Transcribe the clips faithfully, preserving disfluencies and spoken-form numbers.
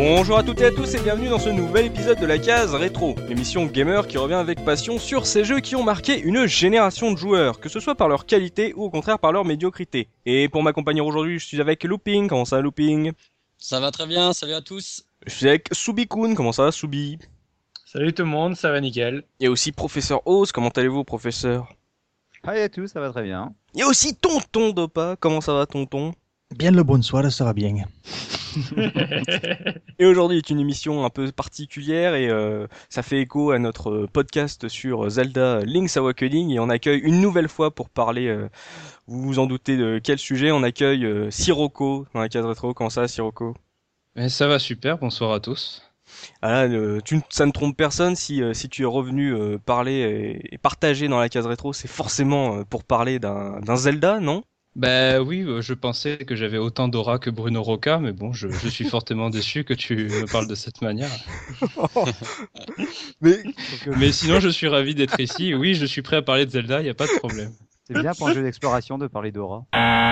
Bonjour à toutes et à tous et bienvenue dans ce nouvel épisode de la case rétro, l'émission gamer qui revient avec passion sur ces jeux qui ont marqué une génération de joueurs, que ce soit par leur qualité ou au contraire par leur médiocrité. Et pour m'accompagner aujourd'hui, je suis avec Looping. Comment ça va, Looping? Ça va très bien, salut à tous. Je suis avec Soubikoun. Comment ça va, Soubi? Salut tout le monde, ça va nickel. Il y a aussi Professeur Oz. Comment allez-vous, Professeur? Hi à tous, ça va très bien. Il y a aussi Tonton Dopa. Comment ça va, Tonton? Bien le bonsoir, ça va bien. Et aujourd'hui est une émission un peu particulière et euh, ça fait écho à notre podcast sur Zelda Link's Awakening et on accueille une nouvelle fois pour parler, euh, vous vous en doutez de quel sujet, on accueille euh, Sirocco dans la case rétro. Comment ça, Sirocco? Mais ça va super, bonsoir à tous. Ah là, euh, tu, ça ne trompe personne si, euh, si tu es revenu euh, parler et, et partager dans la case rétro, c'est forcément euh, pour parler d'un, d'un Zelda, non? Bah oui, je pensais que j'avais autant d'aura que Bruno Roca, mais bon, je, je suis fortement déçu que tu me parles de cette manière. mais, mais sinon, je suis ravi d'être ici. Oui, je suis prêt à parler de Zelda, il n'y a pas de problème. C'est bien pour un jeu d'exploration de parler d'aura.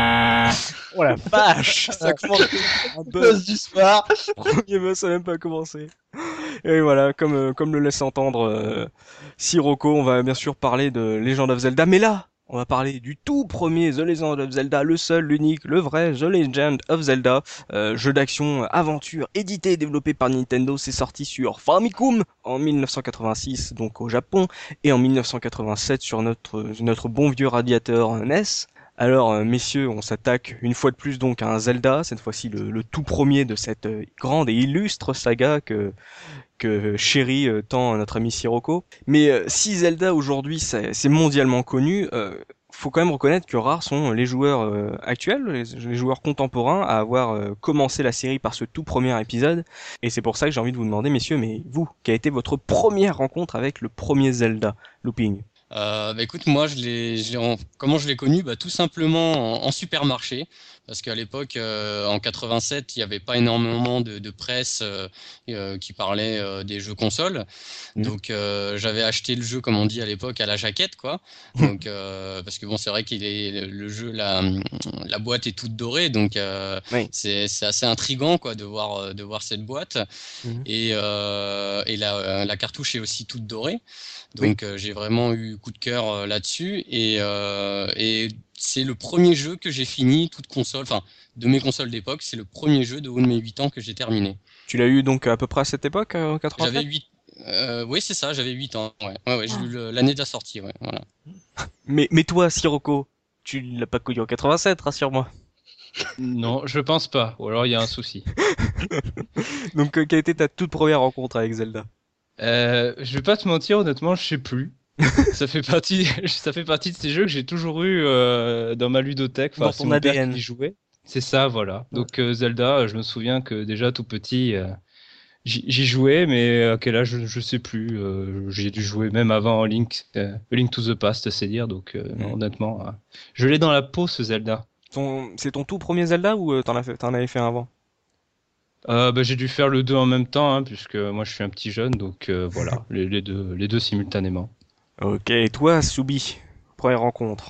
Oh la vache, ça commence un buzz du soir. Premier buzz, ça n'a même pas commencé. Et voilà, comme euh, comme le laisse entendre euh, Sirocco, on va bien sûr parler de Legend of Zelda, mais là, on va parler du tout premier The Legend of Zelda, le seul, l'unique, le vrai The Legend of Zelda, euh, jeu d'action aventure édité et développé par Nintendo. C'est sorti sur Famicom en mille neuf cent quatre-vingt-six, donc au Japon, et en mille neuf cent quatre-vingt-sept sur notre notre bon vieux radiateur N E S. Alors, euh, messieurs, on s'attaque une fois de plus donc à un Zelda, cette fois-ci le, le tout premier de cette euh, grande et illustre saga que que chérit euh, tant notre ami Sirocco. Mais euh, si Zelda aujourd'hui c'est, c'est mondialement connu, euh, faut quand même reconnaître que rares sont les joueurs euh, actuels, les, les joueurs contemporains à avoir euh, commencé la série par ce tout premier épisode. Et c'est pour ça que j'ai envie de vous demander, messieurs, mais vous, quelle a été votre première rencontre avec le premier Zelda, Looping? Euh, bah écoute, moi, je l'ai, je l'ai en- comment je l'ai connu? Bah tout simplement en, en supermarché, parce qu'à l'époque, euh, en quatre-vingt-sept, il n'y avait pas énormément de, de presse euh, euh, qui parlait euh, des jeux consoles. Mhm. Donc, euh, j'avais acheté le jeu, comme on dit à l'époque, à la jaquette, quoi. Donc, euh, parce que bon, c'est vrai qu'il est le, le jeu, la, la boîte est toute dorée, donc euh, Oui. c'est, c'est assez intriguant, quoi, de voir, euh, de voir cette boîte. Mhm. Et, euh, et la, la cartouche est aussi toute dorée. Donc euh, j'ai vraiment eu coup de cœur euh, là-dessus et, euh, et c'est le premier jeu que j'ai fini, toute console, enfin de mes consoles d'époque, c'est le premier jeu de haut de mes huit ans que j'ai terminé. Tu l'as eu donc à peu près à cette époque, euh, en quatre-vingt-sept? J'avais huit, euh, oui c'est ça, j'avais huit ans, ouais, ouais, ouais j'ai eu le- l'année de la sortie, ouais, voilà. Mais, mais toi, Sirocco, tu l'as pas connu en quatre-vingt-sept, rassure-moi. Non, je pense pas, ou alors il y a un souci. Donc, euh, quelle était ta toute première rencontre avec Zelda? Euh, je vais pas te mentir, honnêtement, je sais plus. Ça fait partie, ça fait partie de ces jeux que j'ai toujours eu euh, dans ma ludothèque. Enfin, Dans c'est ton mon père A D N. qui y jouait. C'est ça, voilà. Donc euh, Zelda, je me souviens que déjà tout petit, euh, j'y j'y jouais, mais à quel âge, je, je sais plus. Euh, j'ai dû jouer même avant Link, euh, Link to the Past, c'est dire. Donc euh, non, Mm. honnêtement, euh, je l'ai dans la peau ce Zelda. Ton, c'est ton tout premier Zelda ou euh, t'en as fait, t'en avais fait un avant? Euh, bah, j'ai dû faire le deux en même temps, hein, puisque moi je suis un petit jeune, donc euh, voilà, les, les deux, les deux simultanément. Ok, et toi, Soubi, première rencontre.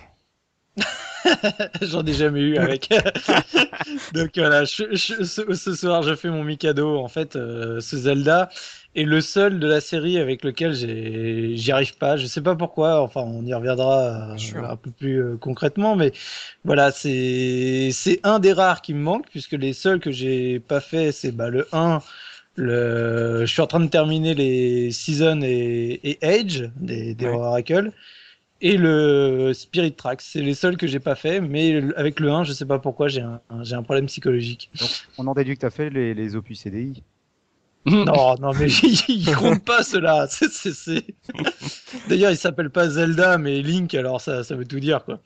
J'en ai jamais eu avec. Donc voilà, je- je- ce, ce soir je fais mon Mikado. En fait, euh, ce Zelda est le seul de la série avec lequel j'ai, j'y arrive pas. Je sais pas pourquoi. Enfin, on y reviendra euh, Sûr. un peu plus euh, concrètement, mais voilà, c'est c'est un des rares qui me manque puisque les seuls que j'ai pas fait, c'est bah, le un. Le... Je suis en train de terminer les Season et, et Age des, des Ouais. Oracle. Et le Spirit Tracks, c'est les seuls que j'ai pas fait, mais le- avec le un, je sais pas pourquoi, j'ai un, un- j'ai un problème psychologique. Donc, on en déduit que tu as fait les, les opus C D I. Non, non, mais ils ils comptent pas ceux-là. C'est, c'est, c'est... D'ailleurs, il s'appelle pas Zelda, mais Link, alors ça, ça veut tout dire, quoi.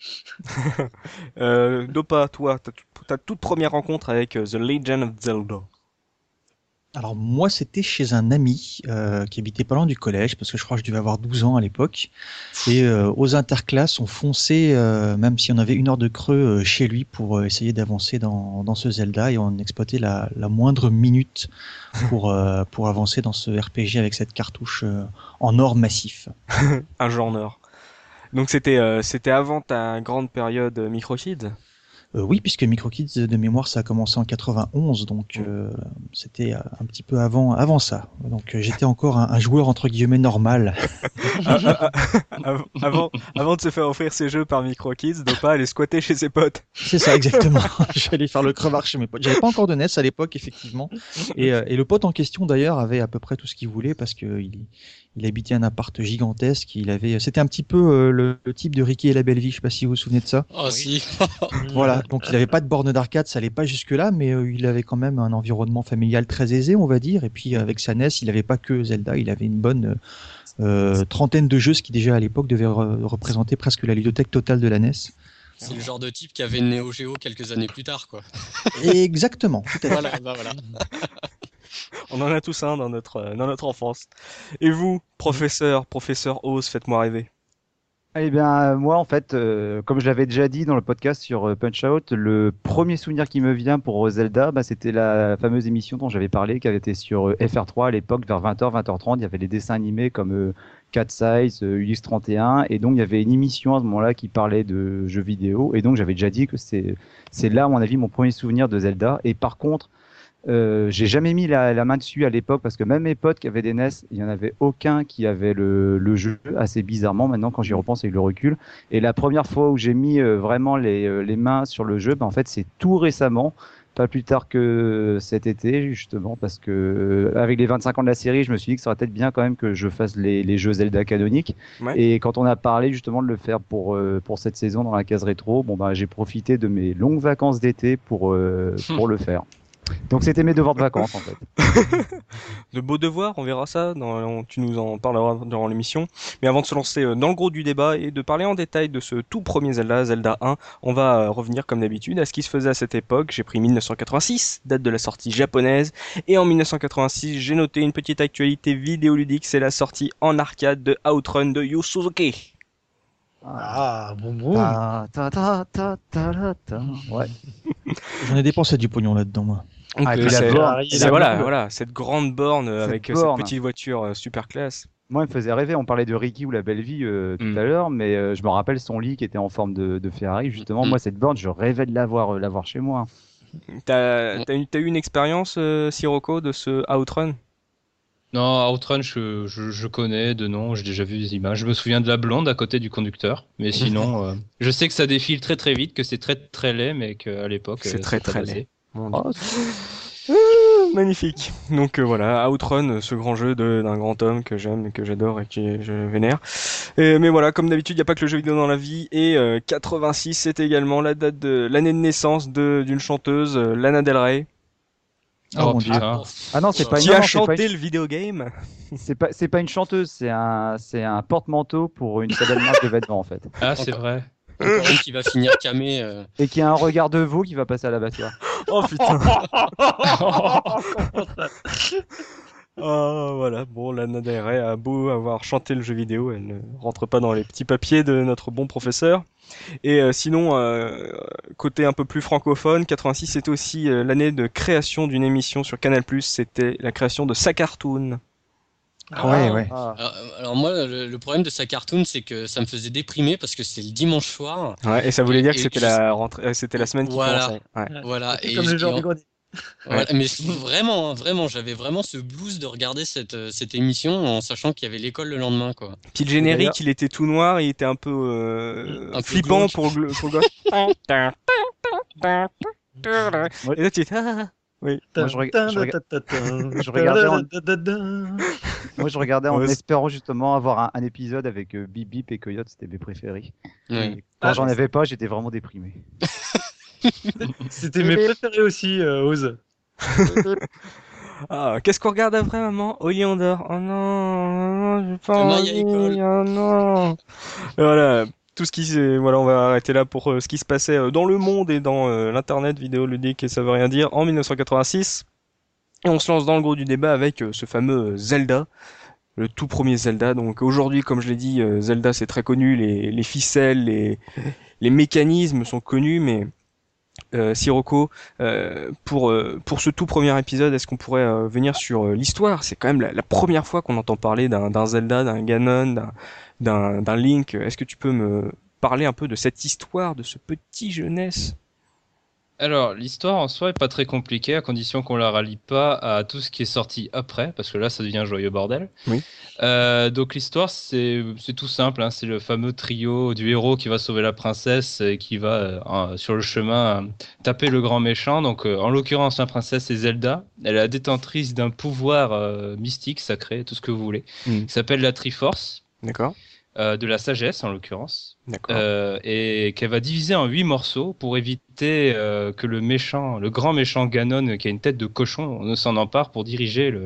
Euh, Dopa, toi, ta, ta toute première rencontre avec euh, The Legend of Zelda. Alors moi, c'était chez un ami euh, qui habitait pas loin du collège, parce que je crois que je devais avoir douze ans à l'époque. Et euh, aux interclasses, on fonçait, euh, même si on avait une heure de creux euh, chez lui, pour euh, essayer d'avancer dans, dans ce Zelda, et on exploitait la, la moindre minute pour, euh, pour avancer dans ce R P G avec cette cartouche euh, en or massif. Un genre en or. Donc c'était euh, c'était avant ta grande période euh, Microseed. Euh, oui, puisque MicroKids de mémoire ça a commencé en quatre-vingt-onze, donc euh, c'était euh, un petit peu avant avant ça. Donc euh, j'étais encore un, un joueur entre guillemets normal. Av- avant, avant de se faire offrir ses jeux par MicroKids, Dopa allait squatter chez ses potes. C'est ça exactement. J'allais faire le crevard chez mes potes. J'avais pas encore de N E S à l'époque effectivement, et, euh, et le pote en question d'ailleurs avait à peu près tout ce qu'il voulait parce que il, il habitait un appart gigantesque. Il avait, c'était un petit peu euh, le, le type de Ricky et la Belle Vie. Je sais pas si vous vous souvenez de ça. Oh si. Voilà, donc il avait pas de borne d'arcade, ça allait pas jusque là, mais euh, il avait quand même un environnement familial très aisé, on va dire. Et puis avec sa N E S, il avait pas que Zelda, il avait une bonne euh, trentaine de jeux, ce qui déjà à l'époque devait re- représenter presque la ludothèque totale de la N E S. C'est le genre de type qui avait une Neo Geo quelques années plus tard, quoi. Exactement, tout à fait. Voilà, bah voilà. On en a tous un dans notre, euh, dans notre enfance. Et vous, professeur, professeur Oz, faites-moi rêver. Eh bien, moi, en fait, euh, comme je l'avais déjà dit dans le podcast sur euh, Punch-Out, le premier souvenir qui me vient pour euh, Zelda, bah, c'était la fameuse émission dont j'avais parlé, qui avait été sur euh, F R trois à l'époque, vers vingt heures, vingt heures trente. Il y avait les dessins animés comme euh, Cat Size, euh, Ulysse trente et un, et donc il y avait une émission à ce moment-là qui parlait de jeux vidéo, et donc j'avais déjà dit que c'est c'est là, à mon avis, mon premier souvenir de Zelda. Et par contre, Euh, j'ai jamais mis la, la main dessus à l'époque parce que même mes potes qui avaient des N E S, il y en avait aucun qui avait le, le jeu, assez bizarrement maintenant quand j'y repense avec le recul. Et la première fois où j'ai mis euh, vraiment les, euh, les mains sur le jeu, ben, en fait c'est tout récemment, pas plus tard que cet été justement, parce que euh, avec les vingt-cinq ans de la série, je me suis dit que ça aurait peut-être bien quand même que je fasse les, les jeux Zelda canoniques. Ouais. Et quand on a parlé justement de le faire pour euh, pour cette saison dans la case rétro, bon ben j'ai profité de mes longues vacances d'été pour euh, pour le faire. Donc c'était mes devoirs de vacances en fait. De beaux devoirs, on verra ça, dans, on- tu nous en parleras durant l'émission. Mais avant de se lancer euh, dans le gros du débat et de parler en détail de ce tout premier Zelda, Zelda un, on va euh, revenir comme d'habitude à ce qui se faisait à cette époque. J'ai pris mille neuf cent quatre-vingt-six, date de la sortie japonaise, et en mille neuf cent quatre-vingt-six, j'ai noté une petite actualité vidéoludique, c'est la sortie en arcade de Outrun de Yu Suzuki. Ah, bon, bon. Ta, ta, ta, ta, ta, ta, ta. Ouais. J'en ai dépensé du pognon là-dedans, moi. Donc, Ah, et euh, puis la c'est, borne, c'est- et la voilà, borne. voilà, cette grande borne euh, Cette avec euh, borne. cette petite voiture euh, super classe. Moi, il me faisait rêver. On parlait de Ricky ou la Belle Vie euh, tout Mm. à l'heure, mais euh, je me rappelle son lit qui était en forme de, de Ferrari. Justement, Mm. moi, cette borne, je rêvais de l'avoir, euh, l'avoir chez moi. T'as, t'as eu, t'as eu une expérience, euh, Sirocco, de ce Outrun? Non, Outrun, je, je, je connais de nom, j'ai déjà vu des images. Je me souviens de la blonde à côté du conducteur, mais sinon, euh, je sais que ça défile très très vite, que c'est très très laid, mais qu'à l'époque, C'est euh, très, ça très passait. laid. Mon Dieu. Oh, Ah, magnifique. Donc euh, voilà, Outrun, euh, ce grand jeu de- d'un grand homme que j'aime et que j'adore et que je vénère. Et, mais voilà, comme d'habitude, il n'y a pas que le jeu vidéo dans la vie. Et euh, quatre-vingt-six, c'est également la date de l'année de naissance de d'une chanteuse, euh, Lana Del Rey, Oh, Oh mon Dieu. putain. Ah non, c'est pas, qui non, a non, c'est pas chanté une- le vidéo game. c'est pas, c'est pas une chanteuse, c'est un, c'est un porte-manteau pour une salle de marque de vêtements en fait. Ah, c'est vrai. Encore une qui va finir camé. euh. Et qui a un regard de veau qui va passer à l'abattoir. Oh putain. Ah voilà, bon, Lana Del Rey a beau avoir chanté le jeu vidéo, elle ne rentre pas dans les petits papiers de notre bon professeur. Et euh, sinon, euh, côté un peu plus francophone, quatre-vingt-six c'était aussi euh, l'année de création d'une émission sur Canal+, c'était la création de Sa Cartoon. Ouais, ouais. Ah. Alors, alors moi, le, le problème de sa cartoon, c'est que ça me faisait déprimer parce que c'était le dimanche soir. Ouais, et ça voulait Et- dire que et c'était je- la rentrée, euh, c'était la semaine qui Voilà. commençait. Ouais. Voilà. C'est Et, comme le et genre en- du grenier. voilà. Mais vraiment, hein, vraiment, j'avais vraiment ce blues de regarder cette, euh, cette émission en sachant qu'il y avait l'école le lendemain, quoi. Puis le générique, d'ailleurs- il était tout noir, il était un peu, euh, Un peu flippant glauque. pour le, pour le gosse. Et là, tu étais, ah, oui. Moi, je reg- je reg- je regardais en- Moi, je regardais en Ouais, c'est- espérant justement avoir un, un épisode avec euh, Bip Bip et Coyote, c'était mes préférés. Ouais. Et quand Ah, j'en mais avais pas, j'étais vraiment déprimé. C'était mes préférés aussi, euh, Oz. Ah, qu'est-ce qu'on regarde après, maman? Au Lion d'Or. Oh non, non, j'ai pas Demain, il y a envie, école. oh non. Et voilà, tout ce qui s'est, voilà, on va arrêter là pour euh, ce qui se passait euh, dans le monde et dans euh, l'internet vidéoludique et ça veut rien dire en mille neuf cent quatre-vingt-six. Et on se lance dans le gros du débat avec euh, ce fameux euh, Zelda. Le tout premier Zelda. Donc aujourd'hui, comme je l'ai dit, euh, Zelda c'est très connu, les, les ficelles, les, les mécanismes sont connus, mais euh, Sirocco, euh, pour euh, pour ce tout premier épisode, est-ce qu'on pourrait euh, venir sur euh, l'histoire? C'est quand même la, la première fois qu'on entend parler d'un d'un Zelda, d'un Ganon, d'un d'un d'un Link. Est-ce que tu peux me parler un peu de cette histoire, de ce petit jeunesse? Alors, l'histoire en soi est pas très compliquée, à condition qu'on la rallie pas à tout ce qui est sorti après, parce que là, ça devient un joyeux bordel. Oui. Euh, donc l'histoire, c'est c'est tout simple, hein, c'est le fameux trio du héros qui va sauver la princesse et qui va euh, en- sur le chemin euh, taper le grand méchant. Donc, euh, en l'occurrence, la princesse est Zelda. Elle est la détentrice d'un pouvoir euh, mystique, sacré, tout ce que vous voulez, Mm. qui s'appelle la Triforce, D'accord. euh, de la sagesse en l'occurrence. D'accord. Euh, et qu'elle va diviser en huit morceaux pour éviter euh, que le méchant, le grand méchant Ganon, qui a une tête de cochon, ne s'en empare pour diriger le,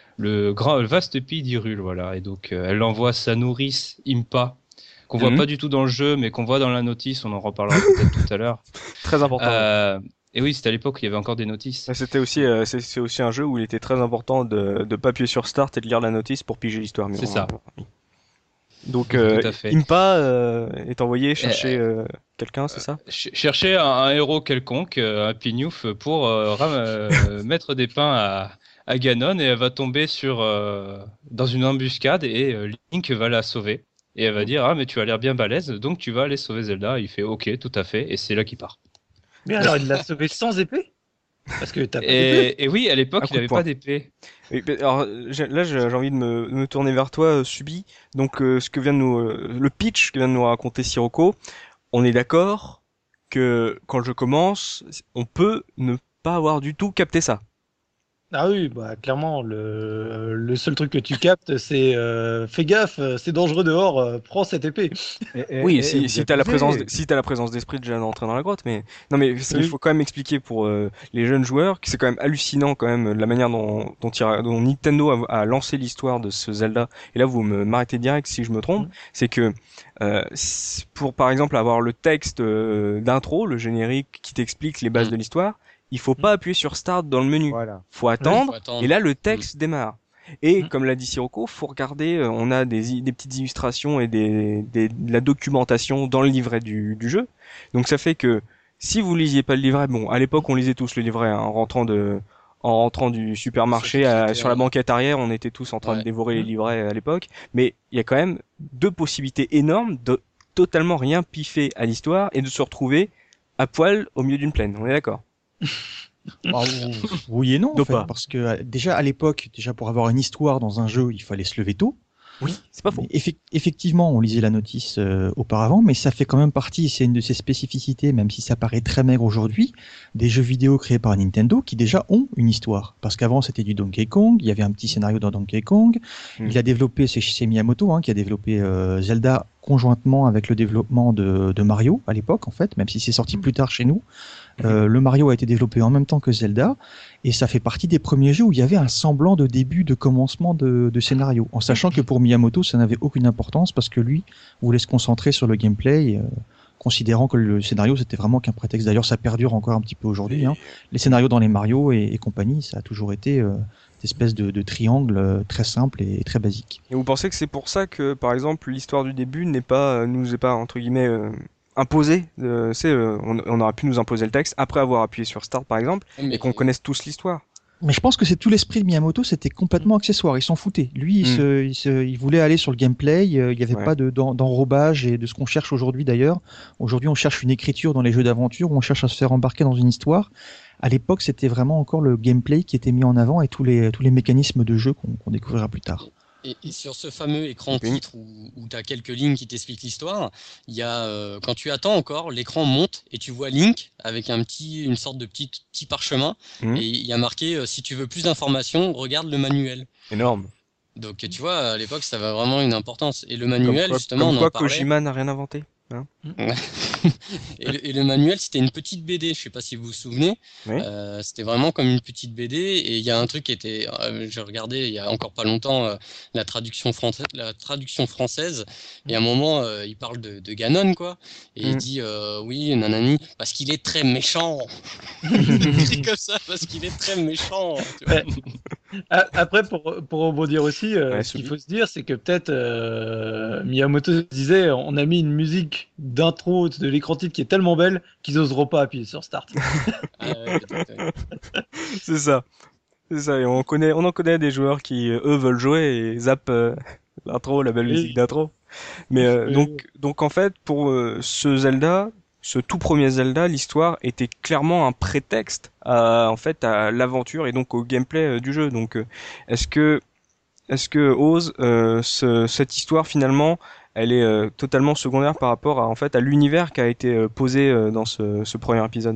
le grand, le vaste pays d'Hyrule, voilà. Et donc, euh, elle envoie sa nourrice Impa, qu'on voit Mhm. pas du tout dans le jeu, mais qu'on voit dans la notice. On en reparlera peut-être tout à l'heure. Très important. Euh, et oui, c'était à l'époque où il y avait encore des notices. Mais C'était aussi, euh, c'est c'est aussi un jeu où il était très important de de pas appuyer sur Start et de lire la notice pour piger l'histoire. mais C'est on- ça. oui. Donc, Tout euh, à fait. Impa euh, est envoyé chercher euh, quelqu'un, c'est ça? Ch- Chercher un, un héros quelconque, euh, un pignouf, pour euh, ram- euh, mettre des pains à, à Ganon, et elle va tomber sur euh, dans une embuscade, et euh, Link va la sauver. Et elle va dire, ah mais tu as l'air bien balèze, donc tu vas aller sauver Zelda. Il fait ok, tout à fait, et c'est là qu'il part. Mais alors, il l'a sauvé sans épée? Parce que t'as pas d'épée. Et, et oui, à Un l'époque, coup il de n'avait poing. pas d'épée. Oui, mais alors j'ai- là j'ai j'ai envie de me, de me tourner vers toi, euh, Subi. Donc euh, ce que vient de nous, euh, le pitch que vient de nous raconter Sirocco, on est d'accord que quand je commence, on peut ne pas avoir du tout capté ça. Ah oui, bah clairement, le, le seul truc que tu captes, c'est euh, fais gaffe, euh, c'est dangereux dehors, euh, prends cette épée. Et- et- Oui, et si, vous si t'as la abusez. présence, d- si t'as la présence d'esprit déjà d'entrer dans la grotte, mais non, mais c'est- il Oui. faut quand même expliquer pour euh, les jeunes joueurs que c'est quand même hallucinant quand même la manière dont, dont, il a- dont Nintendo a, a lancé l'histoire de ce Zelda. Et là, vous me m'arrêtez direct si je me trompe. Mhm. C'est que euh, c- pour par exemple avoir le texte euh, d'intro, le générique qui t'explique les bases Mhm. de l'histoire, il faut pas appuyer sur Start dans le menu. Voilà. Faut attendre. Faut attendre. Et là, le texte démarre. Et Mm. comme l'a dit Sirocco, faut regarder, euh, on a des, i- des petites illustrations et des, des, de la documentation dans le livret du, du jeu. Donc ça fait que si vous lisiez pas le livret, bon, à l'époque on lisait tous le livret hein, en rentrant de, en rentrant du supermarché Surtout que à- c'était sur la un- banquette arrière, on était tous en train de Ouais. dévorer les Mm. livrets à l'époque. Mais il y a quand même deux possibilités énormes de totalement rien piffer à l'histoire et de se retrouver à poil au milieu d'une plaine. On est d'accord? Ah, oui et non, en Dopa. fait, parce que euh, déjà à l'époque, déjà pour avoir une histoire dans un jeu, il fallait se lever tôt. Oui, c'est pas faux. Mais effec- effectivement, on lisait la notice euh, auparavant, mais ça fait quand même partie, c'est une de ses spécificités, même si ça paraît très maigre aujourd'hui, des jeux vidéo créés par Nintendo qui déjà ont une histoire. Parce qu'avant, c'était du Donkey Kong, il y avait un petit scénario dans Donkey Kong. Mm. Il a développé, c'est c'est Miyamoto hein, qui a développé euh, Zelda conjointement avec le développement de, de Mario à l'époque, en fait, même si c'est sorti plus tard chez nous. Euh, le Mario a été développé en même temps que Zelda, et ça fait partie des premiers jeux où il y avait un semblant de début, de commencement de, de scénario, en sachant que pour Miyamoto, ça n'avait aucune importance parce que lui voulait se concentrer sur le gameplay, euh, considérant que le scénario c'était vraiment qu'un prétexte. D'ailleurs, ça perdure encore un petit peu aujourd'hui. Hein. Les scénarios dans les Mario et, et compagnie, ça a toujours été euh, cette espèce de, de triangle euh, très simple et, et très basique. Et vous pensez que c'est pour ça que, par exemple, l'histoire du début n'est pas, euh, nous est pas entre guillemets euh, imposée. Euh, c'est, euh, on, on aurait pu nous imposer le texte après avoir appuyé sur Start, par exemple, Mais et qu'on connaisse tous l'histoire. Mais je pense que c'est tout l'esprit de Miyamoto, c'était complètement accessoire, ils s'en foutaient. Lui, il, Mm. se, il, se- il voulait aller sur le gameplay, euh, il n'y avait Ouais. pas de, d'en- d'enrobage et de ce qu'on cherche aujourd'hui d'ailleurs. Aujourd'hui, on cherche une écriture dans les jeux d'aventure, on cherche à se faire embarquer dans une histoire. À l'époque, c'était vraiment encore le gameplay qui était mis en avant et tous les, tous les mécanismes de jeu qu'on qu'on découvrira plus tard. Et, et sur ce fameux écran Oui. titre où, où tu as quelques lignes qui t'expliquent l'histoire, il y a euh, quand tu attends encore, l'écran monte et tu vois Link avec un petit, une sorte de petit, petit parchemin Mhm. et il y a marqué euh, si tu veux plus d'informations, regarde le manuel. Énorme. Donc tu vois, à l'époque ça avait vraiment une importance. Et le Comme manuel, quoi, justement, comme on quoi en parlait. Kojima n'a rien inventé. Et le, et le manuel, c'était une petite B D. Je sais pas si vous vous souvenez. Oui. Euh, c'était vraiment comme une petite B D. Et il y a un truc qui était, euh, j'ai regardé il y a encore pas longtemps euh, la traduction française, la traduction française. Et à un moment, euh, il parle de, de Ganon, quoi. Et il Mm. dit, euh, oui, nanani, parce qu'il est très méchant. Il écrit comme ça parce qu'il est très méchant. Tu vois. Ouais. A- Après, pour, pour rebondir aussi, euh, Ouais, ce qu'il Sophie. faut se dire, c'est que peut-être euh, Miyamoto disait on a mis une musique d'intro de l'écran titre qui est tellement belle qu'ils oseront pas appuyer sur Start. Ah, ouais, peut-être, ouais. C'est ça. C'est ça. Et on connaît, on en connaît des joueurs qui, euh, eux, veulent jouer et zappent euh, l'intro, la belle Oui. musique d'intro. Mais euh, Oui. donc, donc en fait, pour euh, ce Zelda, ce tout premier Zelda, l'histoire était clairement un prétexte à, en fait, à l'aventure et donc au gameplay euh, du jeu. Donc, euh, est-ce que, est-ce que Oz, euh, ce, cette histoire finalement, elle est euh, totalement secondaire par rapport à, en fait, à l'univers qui a été euh, posé euh, dans ce, ce premier épisode?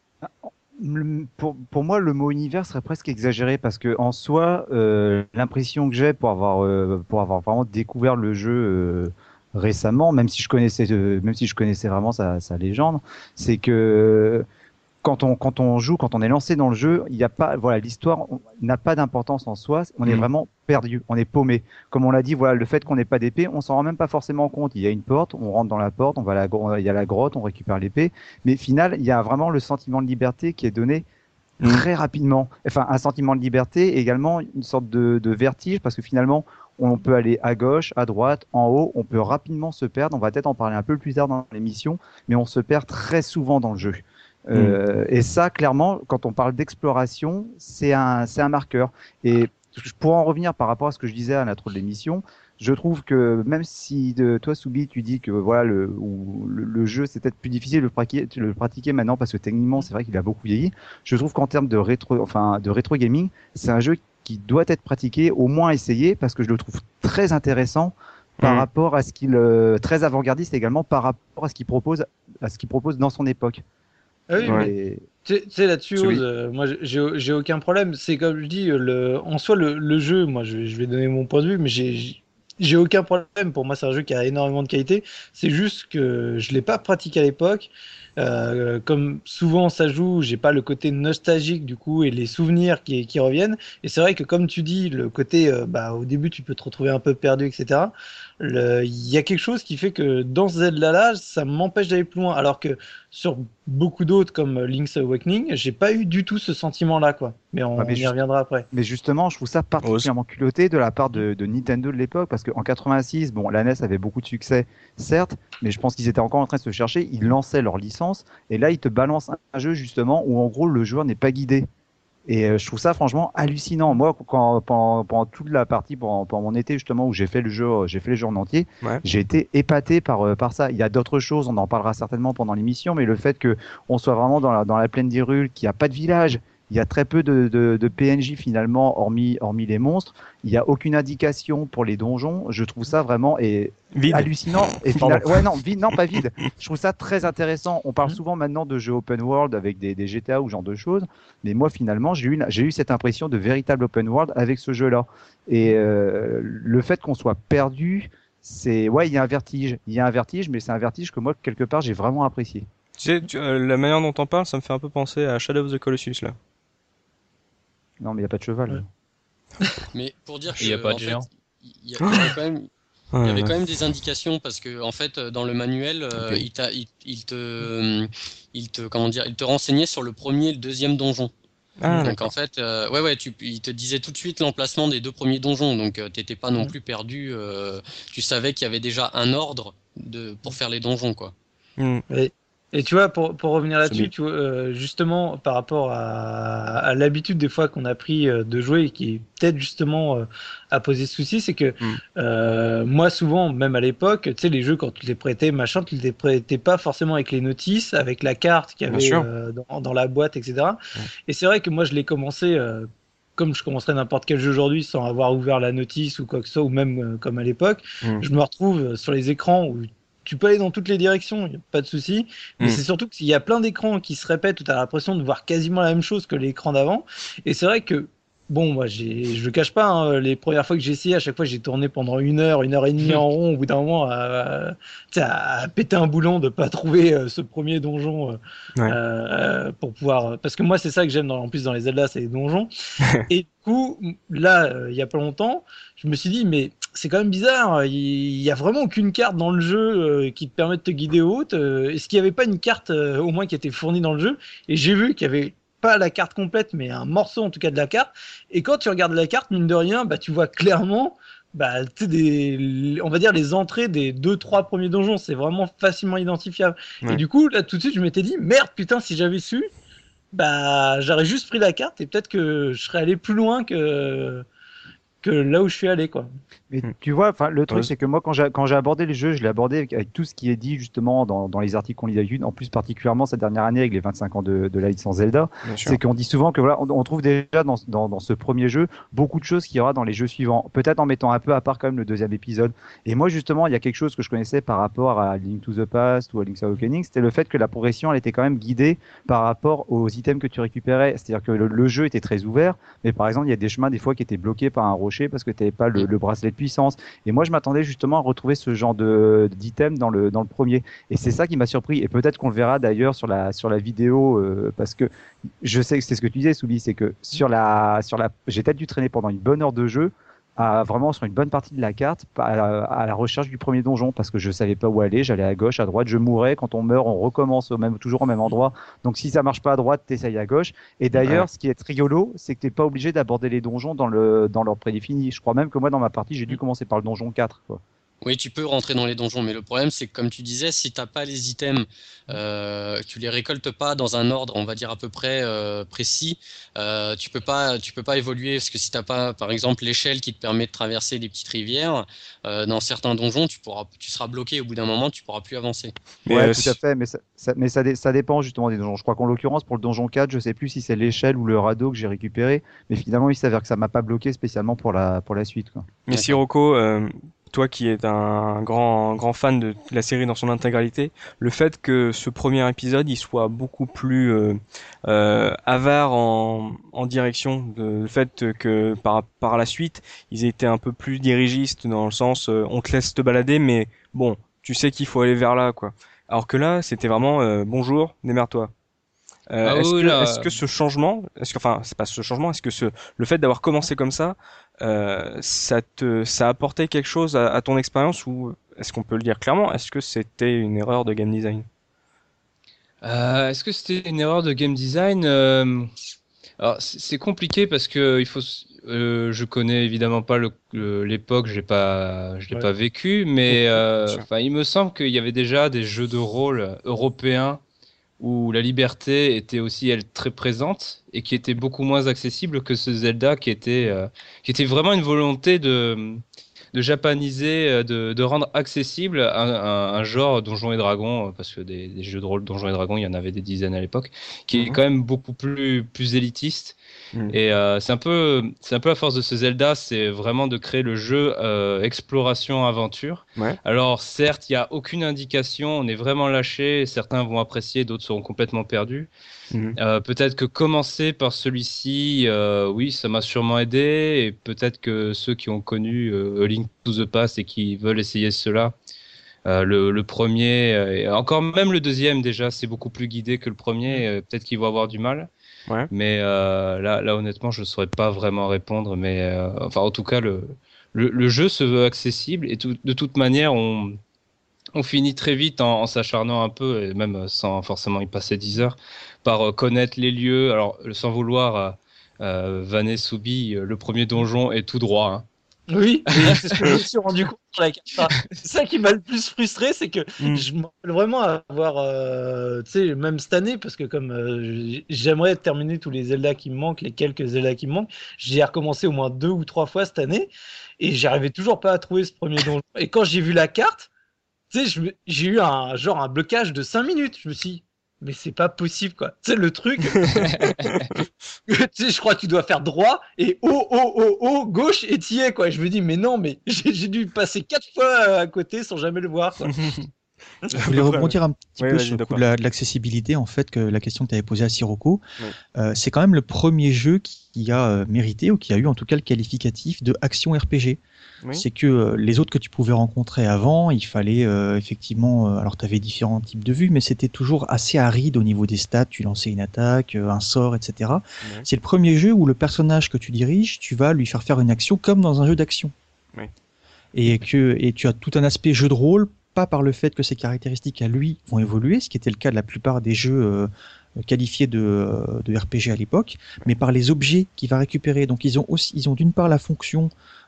Le- Pour, pour moi, le mot univers serait presque exagéré parce que en soi, euh, l'impression que j'ai pour avoir, euh, pour avoir vraiment découvert le jeu euh, récemment, même si je connaissais, euh, même si je connaissais vraiment sa, sa légende, c'est que quand on, quand on joue, quand on est lancé dans le jeu, il n'y a pas, voilà, l'histoire on- n'a pas d'importance en soi. On est Mm. vraiment perdu, on est paumé. Comme on l'a dit, voilà, le fait qu'on n'ait pas d'épée, on s'en rend même pas forcément compte. Il y a une porte, on rentre dans la porte, on va à la, gro- il y a la grotte, on récupère l'épée. Mais au final, il y a vraiment le sentiment de liberté qui est donné Mm. très rapidement. Enfin, un sentiment de liberté, et également une sorte de, de vertige, parce que finalement, on peut aller à gauche, à droite, en haut, on peut rapidement se perdre. On va peut-être en parler un peu plus tard dans l'émission, mais on se perd très souvent dans le jeu. Euh, et ça, clairement, quand on parle d'exploration, c'est un, c'est un marqueur. Et pour en revenir par rapport à ce que je disais à l'intro de l'émission, je trouve que même si de toi, Soubi, tu dis que voilà le, ou, le, le jeu c'est peut-être plus difficile de le pratiquer, de le pratiquer maintenant parce que techniquement c'est vrai qu'il a beaucoup vieilli. Je trouve qu'en termes de rétro, enfin de rétro gaming, c'est un jeu qui doit être pratiqué, au moins essayé, parce que je le trouve très intéressant par Mm. rapport à ce qu'il, euh, très avant-gardiste également par rapport à ce qu'il propose, à ce qu'il propose dans son époque. Ah oui, Ouais. mais Et- tu sais, tu sais, là-dessus, Celui- Oz, euh, moi j'ai j'ai aucun problème. C'est comme je dis, le, en soi, le, le jeu, moi je, je vais donner mon point de vue, mais j'ai j'ai aucun problème. Pour moi, c'est un jeu qui a énormément de qualité. C'est juste que je l'ai pas pratiqué à l'époque. Euh, comme souvent ça joue, j'ai pas le côté nostalgique du coup et les souvenirs qui, qui reviennent. Et c'est vrai que comme tu dis, le côté, euh, bah, au début tu peux te retrouver un peu perdu, et cetera. Le- Il y a quelque chose qui fait que dans ce Zelda-là, ça m'empêche d'aller plus loin. Alors que sur beaucoup d'autres comme Link's Awakening, j'ai pas eu du tout ce sentiment-là, quoi. Mais on Ouais, mais y juste- reviendra après. Mais justement, je trouve ça particulièrement culotté de la part de, de Nintendo de l'époque, parce qu'en quatre-vingt-six, bon, la N E S avait beaucoup de succès, certes, mais je pense qu'ils étaient encore en train de se chercher, ils lançaient leur licence, et là, ils te balancent un jeu, justement, où en gros, le joueur n'est pas guidé. Et euh, je trouve ça franchement hallucinant. Moi, quand, pendant, pendant toute la partie, pendant, pendant mon été justement où j'ai fait le jeu, euh, j'ai fait les jeux en entier, Ouais. j'ai été épaté par euh, par ça. Il y a d'autres choses, on en parlera certainement pendant l'émission, mais le fait que on soit vraiment dans la dans la plaine d'Hyrule, qu'il n'y a pas de village, il y a très peu de, de, de P N J finalement, hormis hormis les monstres. Il n'y a aucune indication pour les donjons. Je trouve ça vraiment et Vide. hallucinant. Et Pardon. final... ouais non, vide, non pas vide. Je trouve ça très intéressant. On parle souvent maintenant de jeux open world avec des, des G T A ou ce genre de choses. Mais moi, finalement, j'ai eu, j'ai eu cette impression de véritable open world avec ce jeu-là. Et euh, le fait qu'on soit perdu, c'est ouais, il y a un vertige, il y a un vertige, mais c'est un vertige que moi quelque part j'ai vraiment apprécié. Tu sais, tu- euh, la manière dont t'en parles, ça me fait un peu penser à Shadow of the Colossus là. Non, mais il y a pas de cheval. Ouais. Mais pour dire que Il y a pas de en fait, géant. il y a, il y avait quand même, il y Ouais, avait ouais. quand même des indications parce que en fait dans le manuel euh, Ok. il, t'a- il, il te il te comment dire il te renseignait sur le premier et le deuxième donjon. Ah, Donc d'accord. en fait euh, ouais ouais tu, il te disait tout de suite l'emplacement des deux premiers donjons donc euh, t'étais pas non Mhm. plus perdu euh, tu savais qu'il y avait déjà un ordre de pour faire les donjons quoi. Hmm. Et, et tu vois, pour, pour revenir C'est là-dessus, bien. tu vois, euh, justement, par rapport à, à l'habitude des fois qu'on a pris euh, de jouer et qui peut-être justement euh, a posé souci, c'est que Mm. euh, moi, souvent, même à l'époque, tu sais, les jeux, quand tu les prêtais, machin, tu les prêtais pas forcément avec les notices, avec la carte qu'il y Bien avait sûr. euh, dans, dans la boîte, et cetera. Mm. Et c'est vrai que moi, je l'ai commencé. Euh, comme je commencerais n'importe quel jeu aujourd'hui sans avoir ouvert la notice ou quoi que ce soit, ou même euh, comme à l'époque, Mm. je me retrouve euh, sur les écrans où tu peux aller dans toutes les directions, y a pas de souci. Mais Mm. c'est surtout qu'il y a plein d'écrans qui se répètent où tu as l'impression de voir quasiment la même chose que l'écran d'avant. Et c'est vrai que, bon, moi, j'ai, je le cache pas, hein, les premières fois que j'ai essayé, à chaque fois, j'ai tourné pendant une heure, une heure et demie en rond, au bout d'un moment, à, tu sais, à péter un boulon de pas trouver euh, ce premier donjon euh, Ouais. euh, pour pouvoir. Parce que moi, c'est ça que j'aime dans, en plus dans les Zelda, c'est les donjons. Et du coup, là, euh, il y a pas longtemps, je me suis dit, mais c'est quand même bizarre, il y a vraiment aucune carte dans le jeu euh, qui te permet de te guider haute. Euh, est-ce qu'il n'y avait pas une carte euh, au moins qui était fournie dans le jeu? Et j'ai vu qu'il y avait pas la carte complète, mais un morceau en tout cas de la carte. Et quand tu regardes la carte, mine de rien, bah, tu vois clairement, bah, tu sais, des, on va dire les entrées des deux, trois premiers donjons. C'est vraiment facilement identifiable. Ouais. Et du coup, là, tout de suite, je m'étais dit, merde, putain, si j'avais su, bah, j'aurais juste pris la carte et peut-être que je serais allé plus loin que que là où je suis allé, quoi. Mais tu vois, enfin, le truc, Ouais. c'est que moi, quand j'ai, quand j'ai abordé le jeu, je l'ai abordé avec, avec tout ce qui est dit justement dans, dans les articles qu'on lit d'habitude, en plus particulièrement cette dernière année avec les vingt-cinq ans de, de la licence Zelda. Bien sûr. C'est qu'on dit souvent que voilà, on, on trouve déjà dans, dans, dans ce premier jeu beaucoup de choses qu'il y aura dans les jeux suivants. Peut-être en mettant un peu à part quand même le deuxième épisode. Et moi, justement, il y a quelque chose que je connaissais par rapport à Link to the Past ou à Link's Awakening, c'était le fait que la progression, elle était quand même guidée par rapport aux items que tu récupérais. C'est-à-dire que le, le jeu était très ouvert, mais par exemple, il y a des chemins des fois qui étaient bloqués par un rocher parce que tu n'avais pas le, le bracelet de puissance. Et moi, je m'attendais justement à retrouver ce genre de d'item dans le dans le premier. Et c'est ça qui m'a surpris. Et peut-être qu'on le verra d'ailleurs sur la sur la vidéo, euh, parce que je sais que c'est ce que tu disais, Soubi, c'est que sur la sur la, j'ai peut-être dû traîner pendant une bonne heure de jeu, à, vraiment sur une bonne partie de la carte, à la, à la recherche du premier donjon, parce que je savais pas où aller. J'allais à gauche, à droite, je mourais. Quand on meurt, on recommence au même, toujours au même endroit. Donc si ça marche pas à droite, t'essayes à gauche. Et d'ailleurs, Ouais. ce qui est rigolo, c'est que t'es pas obligé d'aborder les donjons dans le dans leur prédéfini. Je crois même que moi, dans ma partie, j'ai dû commencer par le donjon quatre, quoi. Oui, tu peux rentrer dans les donjons, mais le problème, c'est que comme tu disais, si t'as pas les items, euh, tu les récoltes pas dans un ordre, on va dire à peu près euh, précis, euh, tu peux pas, tu peux pas évoluer parce que si t'as pas, par exemple, l'échelle qui te permet de traverser les petites rivières, euh, dans certains donjons, tu pourras, tu seras bloqué au bout d'un moment, tu pourras plus avancer. Mais Ouais, euh, tout à fait, mais ça, ça- mais ça, dé- ça dépend justement des donjons. Je crois qu'en l'occurrence, pour le donjon quatre, je sais plus si c'est l'échelle ou le radeau que j'ai récupéré, mais finalement, il s'avère que ça m'a pas bloqué spécialement pour la, pour la suite, quoi. Mais D'accord. Sirocco, euh, toi qui es un grand, grand fan de la série dans son intégralité, le fait que ce premier épisode il soit beaucoup plus euh, euh, avare en, en direction, de, le fait que par, par la suite ils aient été un peu plus dirigistes dans le sens euh, on te laisse te balader, mais bon, tu sais qu'il faut aller vers là, quoi. Alors que là, c'était vraiment euh, bonjour, démerde-toi. Euh, Ah est-ce oui, que, là. est-ce que ce changement, est-ce que, enfin, c'est pas ce changement, est-ce que ce, le fait d'avoir commencé comme ça, euh, ça te, ça a apporté quelque chose à, à ton expérience ou est-ce qu'on peut le dire clairement, est-ce que c'était une erreur de game design? Euh, est-ce que c'était une erreur de game design? Euh, Alors, c'est c'est compliqué parce que il faut. s- Euh, je connais évidemment pas le- le- l'époque, j'ai pas, je l'ai Ouais. pas vécu, mais Bien euh, sûr. enfin, il me semble qu'il y avait déjà des jeux de rôle européens où la liberté était aussi elle très présente et qui était beaucoup moins accessible que ce Zelda qui était, euh, qui était vraiment une volonté de de japaniser, euh, de, de rendre accessible un, un, un genre Donjons et Dragons, euh, parce que des, des jeux de rôle Donjons et Dragons, il y en avait des dizaines à l'époque, qui est Mhm. quand même beaucoup plus, plus élitiste. Mhm. Et euh, c'est un peu, c'est un peu la force de ce Zelda, c'est vraiment de créer le jeu euh, exploration aventure. Ouais. Alors certes, il y a aucune indication, on est vraiment lâché. Certains vont apprécier, d'autres seront complètement perdus. Mhm. Euh, peut-être que commencer par celui-ci, euh, oui, ça m'a sûrement aidé. Et peut-être que ceux qui ont connu euh, A Link to the Past et qui veulent essayer cela, euh, le, le premier, euh, et encore même le deuxième déjà, c'est beaucoup plus guidé que le premier. euh, peut-être qu'ils vont avoir du mal. Ouais. Mais euh, là, là, honnêtement, je ne saurais pas vraiment répondre. Mais euh, enfin, en tout cas, le, le, le jeu se veut accessible et tout, de toute manière, on, on finit très vite en, en s'acharnant un peu, et même sans forcément y passer dix heures, par euh, connaître les lieux. Alors, sans vouloir euh, euh, vanner Soubi, euh, le premier donjon est tout droit, hein. Oui, mais c'est ce que je me suis rendu compte sur la carte. Enfin, c'est ça qui m'a le plus frustré, c'est que Mhm. je me rappelle vraiment avoir, euh, tu sais, même cette année, parce que comme euh, j'aimerais terminer tous les Zelda qui me manquent, les quelques Zelda qui me manquent, j'ai recommencé au moins deux ou trois fois cette année, et j'arrivais toujours pas à trouver ce premier donjon. Et quand j'ai vu la carte, tu sais, je me- j'ai eu un genre un blocage de cinq minutes. Je me suis dit, mais c'est pas possible, quoi. Tu sais, le truc, tu sais, je crois que tu dois faire droit et haut, haut, haut, haut, gauche et t'y es, quoi. Et je me dis, mais non, mais j'ai j'ai dû passer quatre fois à côté sans jamais le voir, quoi. Je voulais rebondir un petit Oui, peu vas-y, sur le coup Dopa. de la- de l'accessibilité, en fait, que la question que tu avais posée à Sirocco. Oui. Euh, c'est quand même le premier jeu qui a euh, mérité, ou qui a eu en tout cas le qualificatif de action R P G. Oui. C'est que euh, les autres que tu pouvais rencontrer avant, il fallait euh, effectivement, euh, alors tu avais différents types de vues, mais c'était toujours assez aride au niveau des stats. Tu lançais une attaque, euh, un sort, et cetera. Ouais. C'est le premier jeu où le personnage que tu diriges, tu vas lui faire faire une action comme dans un jeu d'action. Oui. Et que et tu as tout un aspect jeu de rôle, pas par le fait que ses caractéristiques à lui vont évoluer, ce qui était le cas de la plupart des jeux euh, qualifiés de, euh, de R P G à l'époque, mais par les objets qu'il va récupérer. Donc ils ont aussi, ils ont d'une part la fonction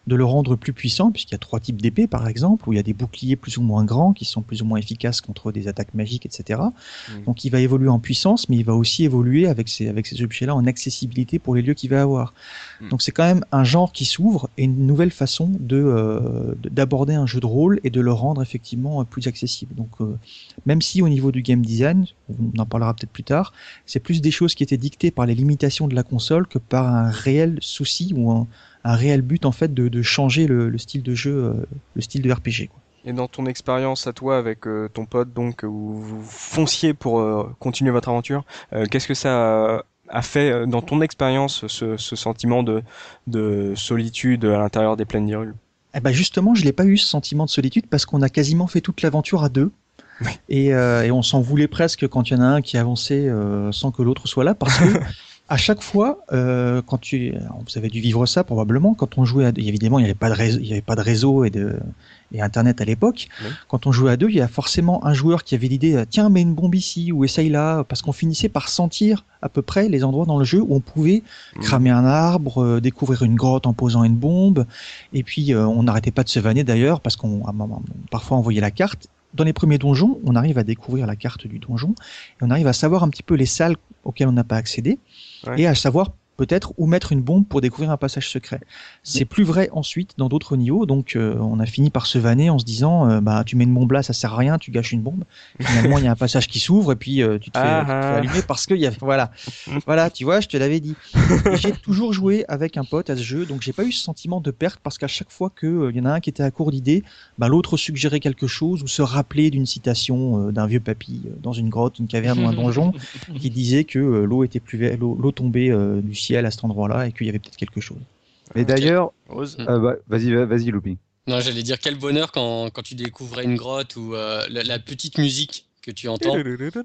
de le rendre plus puissant, puisqu'il y a trois types d'épées par exemple, où il y a des boucliers plus ou moins grands qui sont plus ou moins efficaces contre des attaques magiques, et cetera. Mmh. Donc il va évoluer en puissance, mais il va aussi évoluer avec ces, avec ces objets-là en accessibilité pour les lieux qu'il va avoir. Mmh. Donc c'est quand même un genre qui s'ouvre et une nouvelle façon de, euh, d'aborder un jeu de rôle et de le rendre effectivement plus accessible. Donc euh, même si au niveau du game design, on en parlera peut-être plus tard, c'est plus des choses qui étaient dictées par les limitations de la console que par un réel souci ou un, un réel but en fait de, de changer le, le style de jeu, euh, le style de R P G, quoi. Et dans ton expérience à toi avec euh, ton pote, donc où vous fonciez pour euh, continuer votre aventure, euh, qu'est-ce que ça a, a fait dans ton expérience ce, ce sentiment de, de solitude à l'intérieur des plaines d'Hyrule? Eh ben justement, je l'ai pas eu ce sentiment de solitude parce qu'on a quasiment fait toute l'aventure à deux. Oui. Et, euh, et on s'en voulait presque quand il y en a un qui avançait euh, sans que l'autre soit là, parce que à chaque fois, euh, quand tu, vous avez dû vivre ça probablement, quand on jouait à deux, évidemment il n'y avait pas de réseau, il y avait pas de réseau et de et internet à l'époque. Oui. Quand on jouait à deux, il y a forcément un joueur qui avait l'idée, tiens, mets une bombe ici ou essaye là, parce qu'on finissait par sentir à peu près les endroits dans le jeu où on pouvait mmh. cramer un arbre, euh, découvrir une grotte en posant une bombe, et puis euh, on n'arrêtait pas de se vanner d'ailleurs, parce qu'on parfois envoyait la carte. Dans les premiers donjons, on arrive à découvrir la carte du donjon et on arrive à savoir un petit peu les salles auxquelles on n'a pas accédé ouais. et à savoir peut-être où mettre une bombe pour découvrir un passage secret. C'est plus vrai ensuite dans d'autres niveaux, donc euh, on a fini par se vanner en se disant euh, bah tu mets une bombe là, ça sert à rien, tu gâches une bombe. Finalement il y a un passage qui s'ouvre et puis euh, tu te fais, ah, tu te fais allumer parce que il y a voilà voilà tu vois je te l'avais dit. Et j'ai toujours joué avec un pote à ce jeu, donc j'ai pas eu ce sentiment de perte parce qu'à chaque fois que il euh, y en a un qui était à court d'idées, bah l'autre suggérait quelque chose ou se rappelait d'une citation euh, d'un vieux papy euh, dans une grotte, une caverne ou un donjon qui disait que euh, l'eau était plus l'eau, l'eau tombait euh, du ciel à cet endroit-là et qu'il y avait peut-être quelque chose. Mais d'ailleurs, euh, bah, vas-y, vas-y, Looping. Non, j'allais dire quel bonheur quand, quand tu découvrais une grotte ou euh, la, la petite musique que tu entends.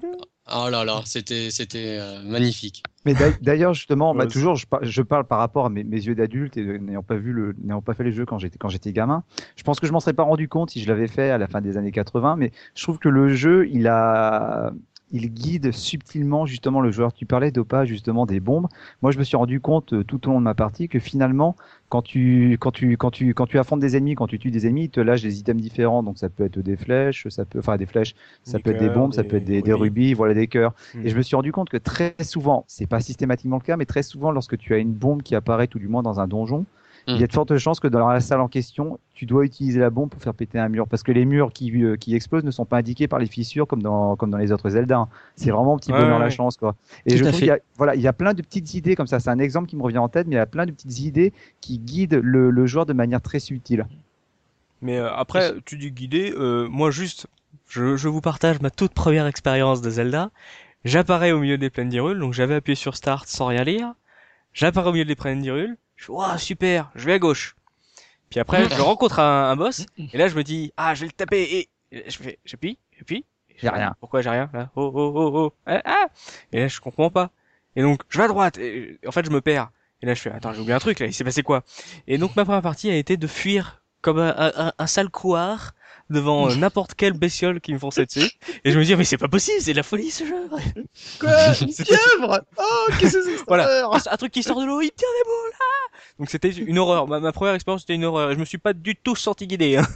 Oh là là, c'était c'était euh, magnifique. Mais d'ailleurs, justement, bah, toujours, je, par, je parle par rapport à mes, mes yeux d'adulte et n'ayant pas vu le, n'ayant pas fait les jeux quand j'étais quand j'étais gamin. Je pense que je m'en serais pas rendu compte si je l'avais fait à la fin des années quatre-vingts, mais je trouve que le jeu, il a il guide subtilement justement le joueur. Tu parlais d'Opa justement des bombes. Moi, je me suis rendu compte euh, tout au long de ma partie que finalement, quand tu quand tu quand tu quand tu affrontes des ennemis, quand tu tues des ennemis, ils te lâchent des items différents. Donc ça peut être des flèches, ça peut enfin des flèches, ça des peut être des bombes, des, ça peut être des, des rubis, voilà des cœurs. Mmh. Et je me suis rendu compte que très souvent, c'est pas systématiquement le cas, mais très souvent lorsque tu as une bombe qui apparaît tout du moins dans un donjon, mmh. il y a de fortes chances que dans la salle en question, tu dois utiliser la bombe pour faire péter un mur, parce que les murs qui, euh, qui explosent ne sont pas indiqués par les fissures comme dans, comme dans les autres Zelda. C'est vraiment un petit ouais, bonheur ouais. la chance, quoi. Et Tout je trouve qu'il y a, voilà, il y a plein de petites idées comme ça. C'est un exemple qui me revient en tête, mais il y a plein de petites idées qui guident le, le joueur de manière très subtile. Mais euh, après, tu dis guider, euh, moi juste, je, je vous partage ma toute première expérience de Zelda. J'apparais au milieu des plaines d'Hyrule, donc j'avais appuyé sur Start sans rien lire. J'apparais au milieu des plaines d'Hyrule. Je fais, waouh, super, je vais à gauche. Puis après, je rencontre un, un boss, et là, je me dis, ah, je vais le taper, et je fais, j'appuie, j'appuie. J'ai rien. Pourquoi j'ai rien, là? Oh, oh, oh, oh, ah, ah. Et là, je comprends pas. Et donc, je vais à droite, et en fait, je me perds. Et là, je fais, attends, j'ai oublié un truc, là, il s'est passé quoi? Et donc, ma première partie a été de fuir comme un, un, un sale couard devant euh, n'importe quelle bestiole qui me fonçait dessus. Et je me dis, mais c'est pas possible, c'est de la folie, ce jeu. Quoi? Une pieuvre? Oh, qu'est-ce que c'est que ça? Voilà. Un truc qui sort de l'eau, il me tire des boules, là. Donc c'était une horreur. Ma, ma première expérience, c'était une horreur. Je me suis pas du tout senti guidé, hein.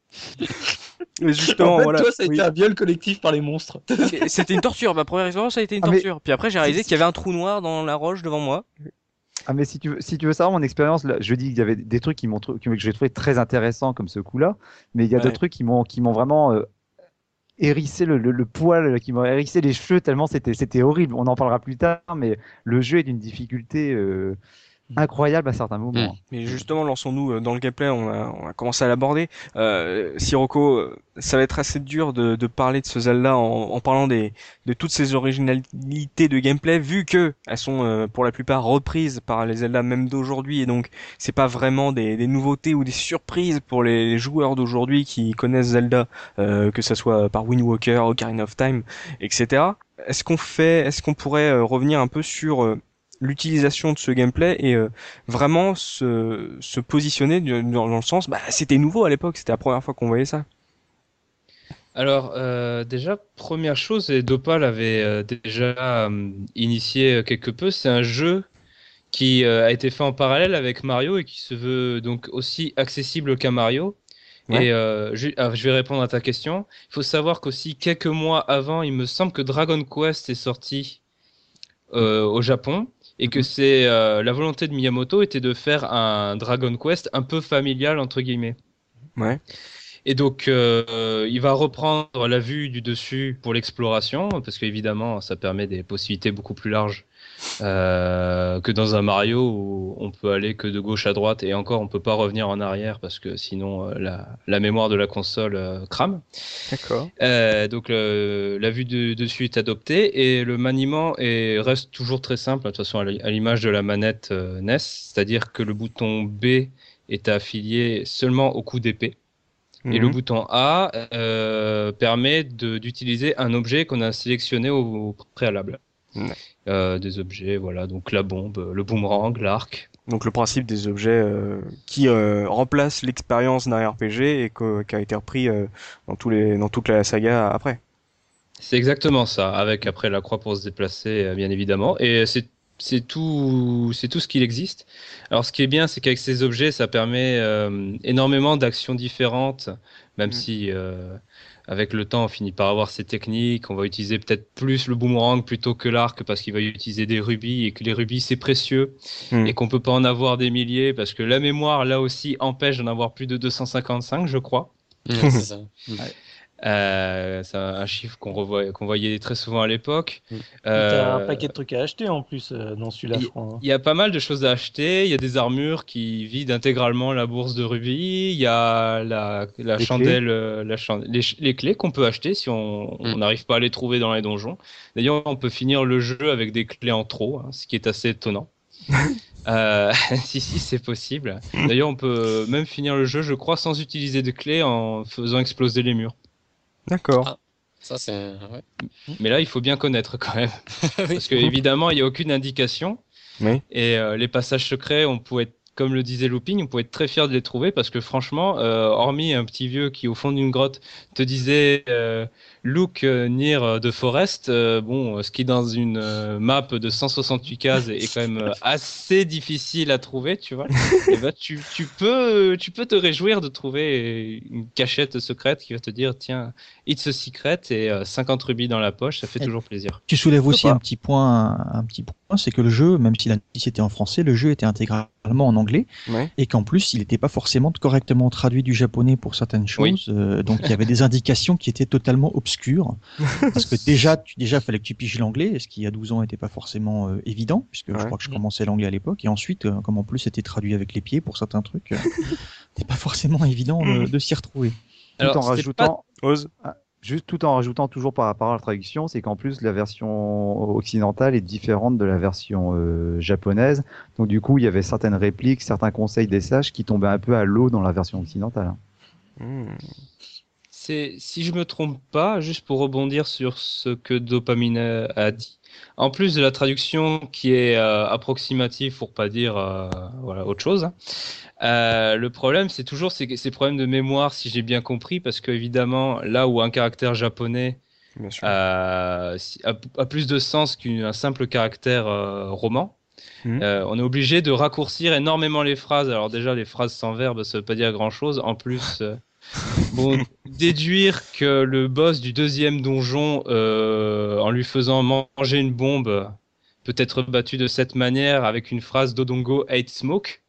Mais justement, en fait, voilà. Toi, ça a oui. été un viol collectif par les monstres. C'était une torture. Ma première expérience, ça a été une torture. Ah, mais... Puis après, j'ai réalisé qu'il y avait un trou noir dans la roche devant moi. Ah mais si tu veux, si tu veux savoir mon expérience, là, je dis qu'il y avait des trucs qui m'ont que j'ai trouvé très intéressants comme ce coup-là, mais il y a ouais. d'autres trucs qui m'ont qui m'ont vraiment euh, hérissé le, le, le poil, qui m'ont hérissé les cheveux tellement c'était c'était horrible. On en parlera plus tard, mais le jeu est d'une difficulté euh, incroyable à certains moments. Mais justement, lançons-nous dans le gameplay, on a, on a commencé à l'aborder. Euh, Sirocco, ça va être assez dur de, de parler de ce Zelda en, en parlant des, de toutes ces originalités de gameplay, vu que elles sont euh, pour la plupart reprises par les Zelda même d'aujourd'hui, et donc c'est pas vraiment des, des nouveautés ou des surprises pour les joueurs d'aujourd'hui qui connaissent Zelda, euh, que ça soit par Wind Waker, Ocarina of Time, et cetera. Est-ce qu'on fait, est-ce qu'on pourrait euh, revenir un peu sur euh, l'utilisation de ce gameplay et euh, vraiment se, se positionner dans, dans le sens, bah c'était nouveau à l'époque, c'était la première fois qu'on voyait ça. Alors euh, déjà première chose, et Dopal avait euh, déjà euh, initié quelque peu, c'est un jeu qui euh, a été fait en parallèle avec Mario et qui se veut donc aussi accessible qu'un Mario. Ouais. Et euh, je, ah, je vais répondre à ta question. Il faut savoir qu'aussi quelques mois avant, il me semble que Dragon Quest est sorti euh, au Japon et que c'est euh, la volonté de Miyamoto était de faire un Dragon Quest un peu familial entre guillemets. Ouais. Et donc, euh, il va reprendre la vue du dessus pour l'exploration, parce qu'évidemment, ça permet des possibilités beaucoup plus larges euh, que dans un Mario où on peut aller que de gauche à droite, et encore, on peut pas revenir en arrière parce que sinon, euh, la, la mémoire de la console euh, crame. D'accord. Euh, donc, euh, la vue du dessus est adoptée, et le maniement est, reste toujours très simple, de toute façon, à l'image de la manette euh, N E S, c'est-à-dire que le bouton B est affilié seulement au coup d'épée. Et Mhm. le bouton A euh, permet de- d'utiliser un objet qu'on a sélectionné au, au préalable. Ouais. Euh, des objets, voilà, donc la bombe, le boomerang, l'arc. Donc le principe des objets euh, qui euh, remplacent l'expérience d'un R P G et que- qui a été repris euh, dans tous les dans toute la saga après. C'est exactement ça, avec après la croix pour se déplacer, euh, bien évidemment. Et c'est c'est tout, c'est tout ce qu'il existe. Alors, ce qui est bien, c'est qu'avec ces objets, ça permet euh, énormément d'actions différentes, même Mm. si euh, avec le temps, on finit par avoir ces techniques. On va utiliser peut-être plus le boomerang plutôt que l'arc parce qu'il va utiliser des rubis et que les rubis, c'est précieux Mm. et qu'on peut pas en avoir des milliers parce que la mémoire, là aussi, empêche d'en avoir plus de deux cent cinquante-cinq, je crois. Ouais, c'est ça. Euh, c'est un chiffre qu'on revoit, qu'on voyait très souvent à l'époque. Mm. T'as un Euh, paquet de trucs à acheter en plus euh, dans celui-là, Il je crois. hein. il y a pas mal de choses à acheter. Il y a des armures qui vident intégralement la bourse de rubis. Il y a la, la Les chandelle, euh, la chan- les, ch- les clés qu'on peut acheter si on on Mm. n'arrive pas à les trouver dans les donjons. D'ailleurs, on peut finir le jeu avec des clés en trop, hein, ce qui est assez étonnant. Euh, si, si, c'est possible. D'ailleurs, on peut même finir le jeu, je crois, sans utiliser de clés en faisant exploser les murs. D'accord. Ah. Ça, c'est. Ouais. Mais là, il faut bien connaître quand même. Oui. Parce que évidemment, il n'y a aucune indication. Oui. Et euh, les passages secrets, on pouvait être, comme le disait Looping, on pouvait être très fier de les trouver parce que franchement, euh, hormis un petit vieux qui au fond d'une grotte te disait euh, Look euh, near the forest, euh, bon, ce qui dans une euh, map de cent soixante-huit cases est quand même euh, assez difficile à trouver, tu vois. Et bah tu, tu peux tu peux te réjouir de trouver une cachette secrète qui va te dire tiens, it's a secret et euh, cinquante rubis dans la poche, ça fait Et- toujours plaisir. Tu soulèves aussi pas. un petit point, un petit point, c'est que le jeu, même si l'indice était en français, le jeu était intégralement en anglais Ouais. et qu'en plus, il n'était pas forcément correctement traduit du japonais pour certaines choses. Euh, donc, il y avait des indications qui étaient totalement obscures. Parce que déjà, tu, déjà, fallait que tu piges l'anglais, ce qui, il y a douze ans, n'était pas forcément euh, évident, puisque Ouais. je crois que je commençais l'anglais à l'époque. Et ensuite, euh, comme en plus, c'était traduit avec les pieds pour certains trucs, euh, c'était pas forcément évident de, de s'y retrouver. Tout en Alors, c'était rajoutant, Ose. juste tout en rajoutant toujours par rapport à la traduction, c'est qu'en plus la version occidentale est différente de la version euh, japonaise. Donc du coup, il y avait certaines répliques, certains conseils des sages qui tombaient un peu à l'eau dans la version occidentale. Mm. C'est, si je me trompe pas, juste pour rebondir sur ce que Dopamine a dit, en plus de la traduction qui est euh, approximative pour pas dire euh, voilà autre chose, hein, euh, le problème c'est toujours ces, ces problèmes de mémoire si j'ai bien compris parce que évidemment là où un caractère japonais Bien sûr. euh, si- a, a plus de sens qu'un simple caractère euh, roman. Mhm. Euh, on est obligé de raccourcir énormément les phrases. Alors déjà, les phrases sans verbe, ça veut pas dire grand-chose. En plus, euh, bon, déduire que le boss du deuxième donjon, euh, en lui faisant manger une bombe, peut être battu de cette manière avec une phrase d'Odongo hate smoke.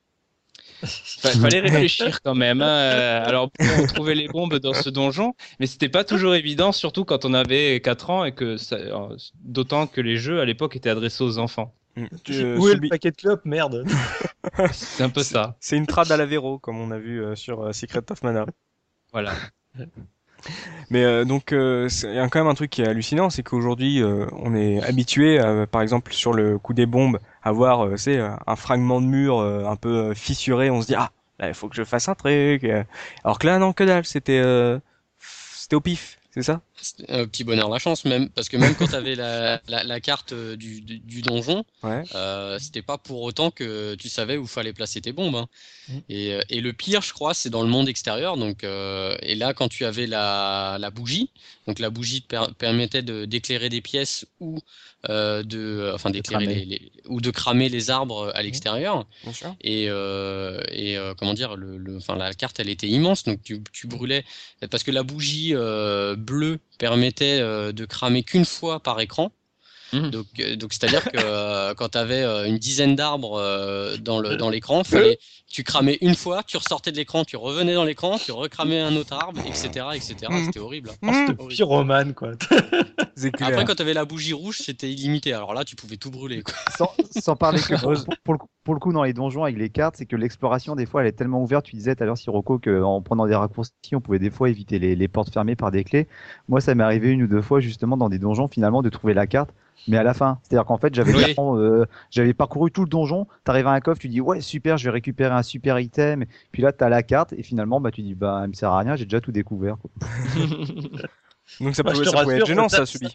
Fa- fallait réfléchir quand même. Hein. Euh, Alors, bon, on trouvait les bombes dans ce donjon, mais c'était pas toujours évident, surtout quand on avait quatre ans et que ça, euh, d'autant que les jeux à l'époque étaient adressés aux enfants. Mm. Euh, Où est Soubi- le paquet de clopes, merde C'est un peu ça. C'est une trad à la Véro, comme on a vu euh, sur euh, Secret of Mana. Voilà. Mais euh, donc, euh, c'est- il y a quand même un truc qui est hallucinant, c'est qu'aujourd'hui, euh, on est habitué, à, par exemple, sur le coup des bombes, à voir, euh, c'est un fragment de mur euh, un peu euh, fissuré. On se dit ah, là, il faut que je fasse un truc. euh. Alors que là, non, que dalle. C'était, euh, c'était au pif, c'est ça? Euh, petit bonheur la chance même parce que même quand tu avais la, la, la carte du, du, du donjon, Ouais. euh, c'était pas pour autant que tu savais où fallait placer tes bombes. Hein. Mm. Et, euh, et le pire, je crois, c'est dans le monde extérieur. Donc, euh, et là, quand tu avais la, la bougie, donc la bougie te per- permettait de, d'éclairer des pièces ou euh, de, enfin d'éclairer cramer. les, les- ou de cramer les arbres à l'extérieur. Bien sûr. Et, euh, et euh, comment dire, le, le, enfin la carte, elle était immense, donc tu, tu brûlais parce que la bougie euh, bleue permettait euh, de cramer qu'une fois par écran. Mhm. Donc, euh, donc c'est-à-dire que euh, quand tu avais euh, une dizaine d'arbres euh, dans le dans l'écran, fallait tu cramais une fois, tu ressortais de l'écran, tu revenais dans l'écran, tu recramais un autre arbre, et cetera, et cetera. Mhm. C'était horrible. Oh, c'était Horrible. pyromane, quoi. C'est clair. Après, quand tu avais la bougie rouge, c'était illimité. Alors là, tu pouvais tout brûler. Quoi. Sans, sans parler que pour, pour- pour le, coup- pour le coup dans les donjons avec les cartes, c'est que l'exploration des fois elle est tellement ouverte. Tu disais tout à l'heure Sirocco qu'en prenant des raccourcis, on pouvait des fois éviter les, les portes fermées par des clés. Moi, ça m'est arrivé une ou deux fois justement dans des donjons finalement de trouver la carte, mais à la fin. C'est-à-dire qu'en fait j'avais Oui. vraiment, euh, j'avais parcouru tout le donjon. T'arrives à un coffre, tu dis ouais super, je vais récupérer un super item. Puis là t'as la carte et finalement bah tu dis bah elle me sert à rien, j'ai déjà tout découvert. Quoi. Donc ça Bah, pouvait, je te ça pouvait être rassure, gênant, ça- ça, Subi.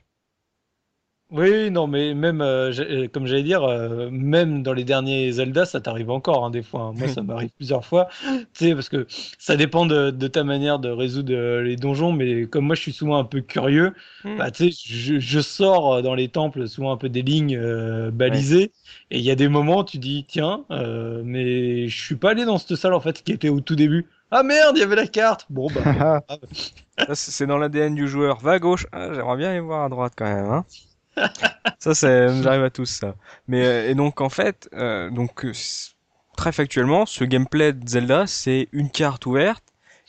Oui, non, mais même, euh, j'ai- euh, comme j'allais dire, euh, même dans les derniers Zelda, ça t'arrive encore, hein, des fois. Hein. Moi, ça m'arrive plusieurs fois. Tu sais, parce que ça dépend de, de ta manière de résoudre euh, les donjons, mais comme moi, je suis souvent un peu curieux, Hmm. bah, tu sais, je, je sors euh, dans les temples souvent un peu des lignes euh, balisées, et il y a des moments où tu dis, tiens, euh, mais je suis pas allé dans cette salle, en fait, qui était au tout début. Ah merde, il y avait la carte! Bon, bah, Ça, c'est c'est dans l'A D N du joueur. Va à gauche. Ah, j'aimerais bien y voir à droite quand même. Hein. Ça, ça nous arrive à tous, ça. Mais euh, et donc en fait, euh, donc euh, c- très factuellement, ce gameplay de Zelda, c'est une carte ouverte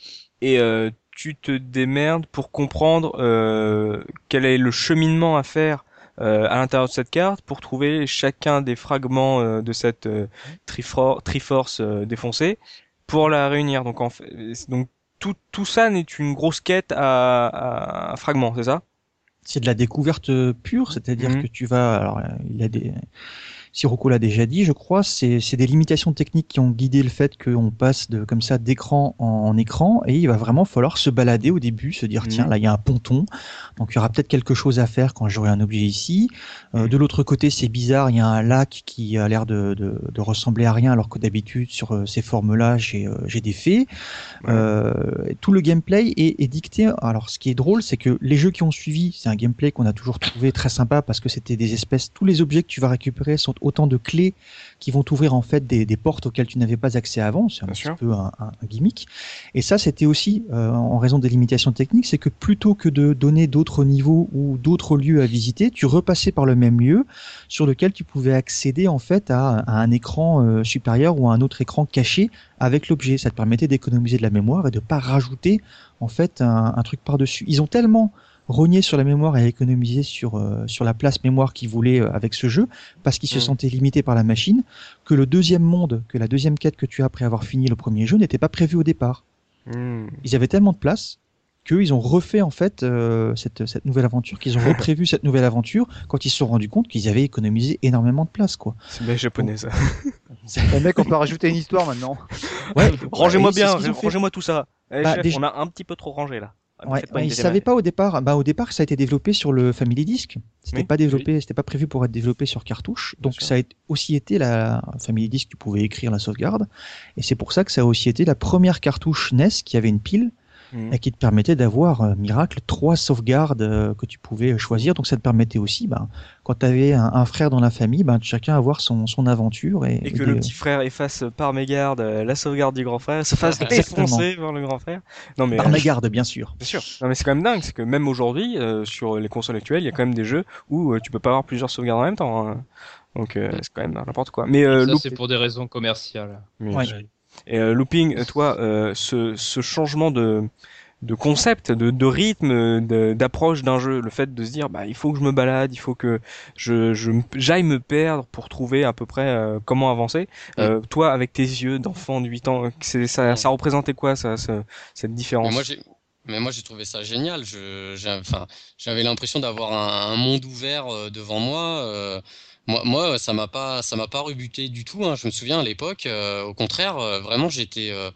et euh, tu te démerdes pour comprendre euh, quel est le cheminement à faire euh, à l'intérieur de cette carte pour trouver chacun des fragments euh, de cette euh, Trifor- Triforce euh, défoncée pour la réunir. Donc en fait, donc tout tout ça n'est une grosse quête à, à, à fragments, c'est ça? C'est de la découverte pure, c'est-à-dire Mhm. que tu vas, alors euh, il y a des, Sirocco l'a déjà dit, je crois, c'est c'est des limitations techniques qui ont guidé le fait qu'on passe de comme ça d'écran en, en écran, et il va vraiment falloir se balader au début, se dire Mhm. tiens là il y a un ponton, donc il y aura peut-être quelque chose à faire quand j'aurai un objet ici. Euh, Mhm. de l'autre côté c'est bizarre, il y a un lac qui a l'air de, de, de ressembler à rien, alors que d'habitude sur euh, ces formes-là j'ai euh, j'ai des fées. Ouais. Euh, tout le gameplay est, est dicté. Alors, ce qui est drôle, c'est que les jeux qui ont suivi, c'est un gameplay qu'on a toujours trouvé très sympa parce que c'était des espèces. Tous les objets que tu vas récupérer sont autant de clés qui vont t'ouvrir en fait des, des portes auxquelles tu n'avais pas accès avant. C'est un Bien petit sûr. peu un, un, un gimmick. Et ça, c'était aussi euh, en raison des limitations techniques, c'est que plutôt que de donner d'autres niveaux ou d'autres lieux à visiter, tu repassais par le même lieu sur lequel tu pouvais accéder en fait à, à un écran euh, supérieur ou à un autre écran caché avec l'objet. Ça te permettait d'économiser de la mémoire et de pas rajouter en fait un, un truc par-dessus. Ils ont tellement rogné sur la mémoire et économisé sur euh, sur la place mémoire qu'ils voulaient euh, avec ce jeu parce qu'ils se Mm. sentaient limités par la machine, que le deuxième monde, que la deuxième quête que tu as après avoir fini le premier jeu n'était pas prévu au départ. Hmm. Ils avaient tellement de place qu'ils ont refait en fait euh, cette, cette nouvelle aventure, qu'ils ont reprévu cette nouvelle aventure quand ils se sont rendus compte qu'ils avaient économisé énormément de place, quoi. C'est bien japonais ça. Les mecs, on peut rajouter une histoire maintenant. Ouais, Rangez-moi oui, c'est bien, ce qu'ils ont fait. rangez-moi tout ça. Eh, Bah, chef, déjà- on a un petit peu trop rangé là. Ah, Ouais, faites pas ouais, une ils deuxième savaient année. pas au départ. Bah, au départ, ça a été développé sur le Family Disk. C'était Oui. pas développé, c'était pas prévu pour être développé sur cartouche. Donc sûr. ça a été- aussi été la Family Disk, tu pouvais écrire la sauvegarde. Et c'est pour ça que ça a aussi été la première cartouche N E S qui avait une pile Mhm. et qui te permettait d'avoir, euh, miracle, trois sauvegardes euh, que tu pouvais choisir. Donc ça te permettait aussi, bah, quand tu avais un, un frère dans la famille, bah, de chacun avoir son, son aventure. Et, Et que et le des- petit frère efface par mégarde euh, la sauvegarde du grand frère, se fasse Exactement. défoncer par le grand frère. Non mais par euh, mégarde, bien sûr. bien sûr. Non mais c'est quand même dingue, c'est que même aujourd'hui euh, sur les consoles actuelles, il y a quand même des jeux où euh, tu peux pas avoir plusieurs sauvegardes en même temps. Hein. Donc euh, c'est quand même n'importe quoi. Mais euh, Ça, Loop- c'est pour des raisons commerciales. mais- Ouais. Et euh, Looping, toi, euh, ce, ce changement de de concept, de, de rythme, de- d'approche d'un jeu, le fait de se dire bah il faut que je me balade, il faut que je je m- j'aille me perdre pour trouver à peu près euh, comment avancer. Euh, toi avec tes yeux d'enfant de huit ans, c'est ça ça représentait quoi ça, ça cette différence? Mais moi, j'ai, mais moi, j'ai trouvé ça génial. Je, j'ai, enfin, j'avais l'impression d'avoir un, un monde ouvert euh, devant moi. euh, moi, moi, ça m'a pas, ça m'a pas rebuté du tout. Hein. Je me souviens à l'époque, euh, au contraire, euh, vraiment, j'étais, euh,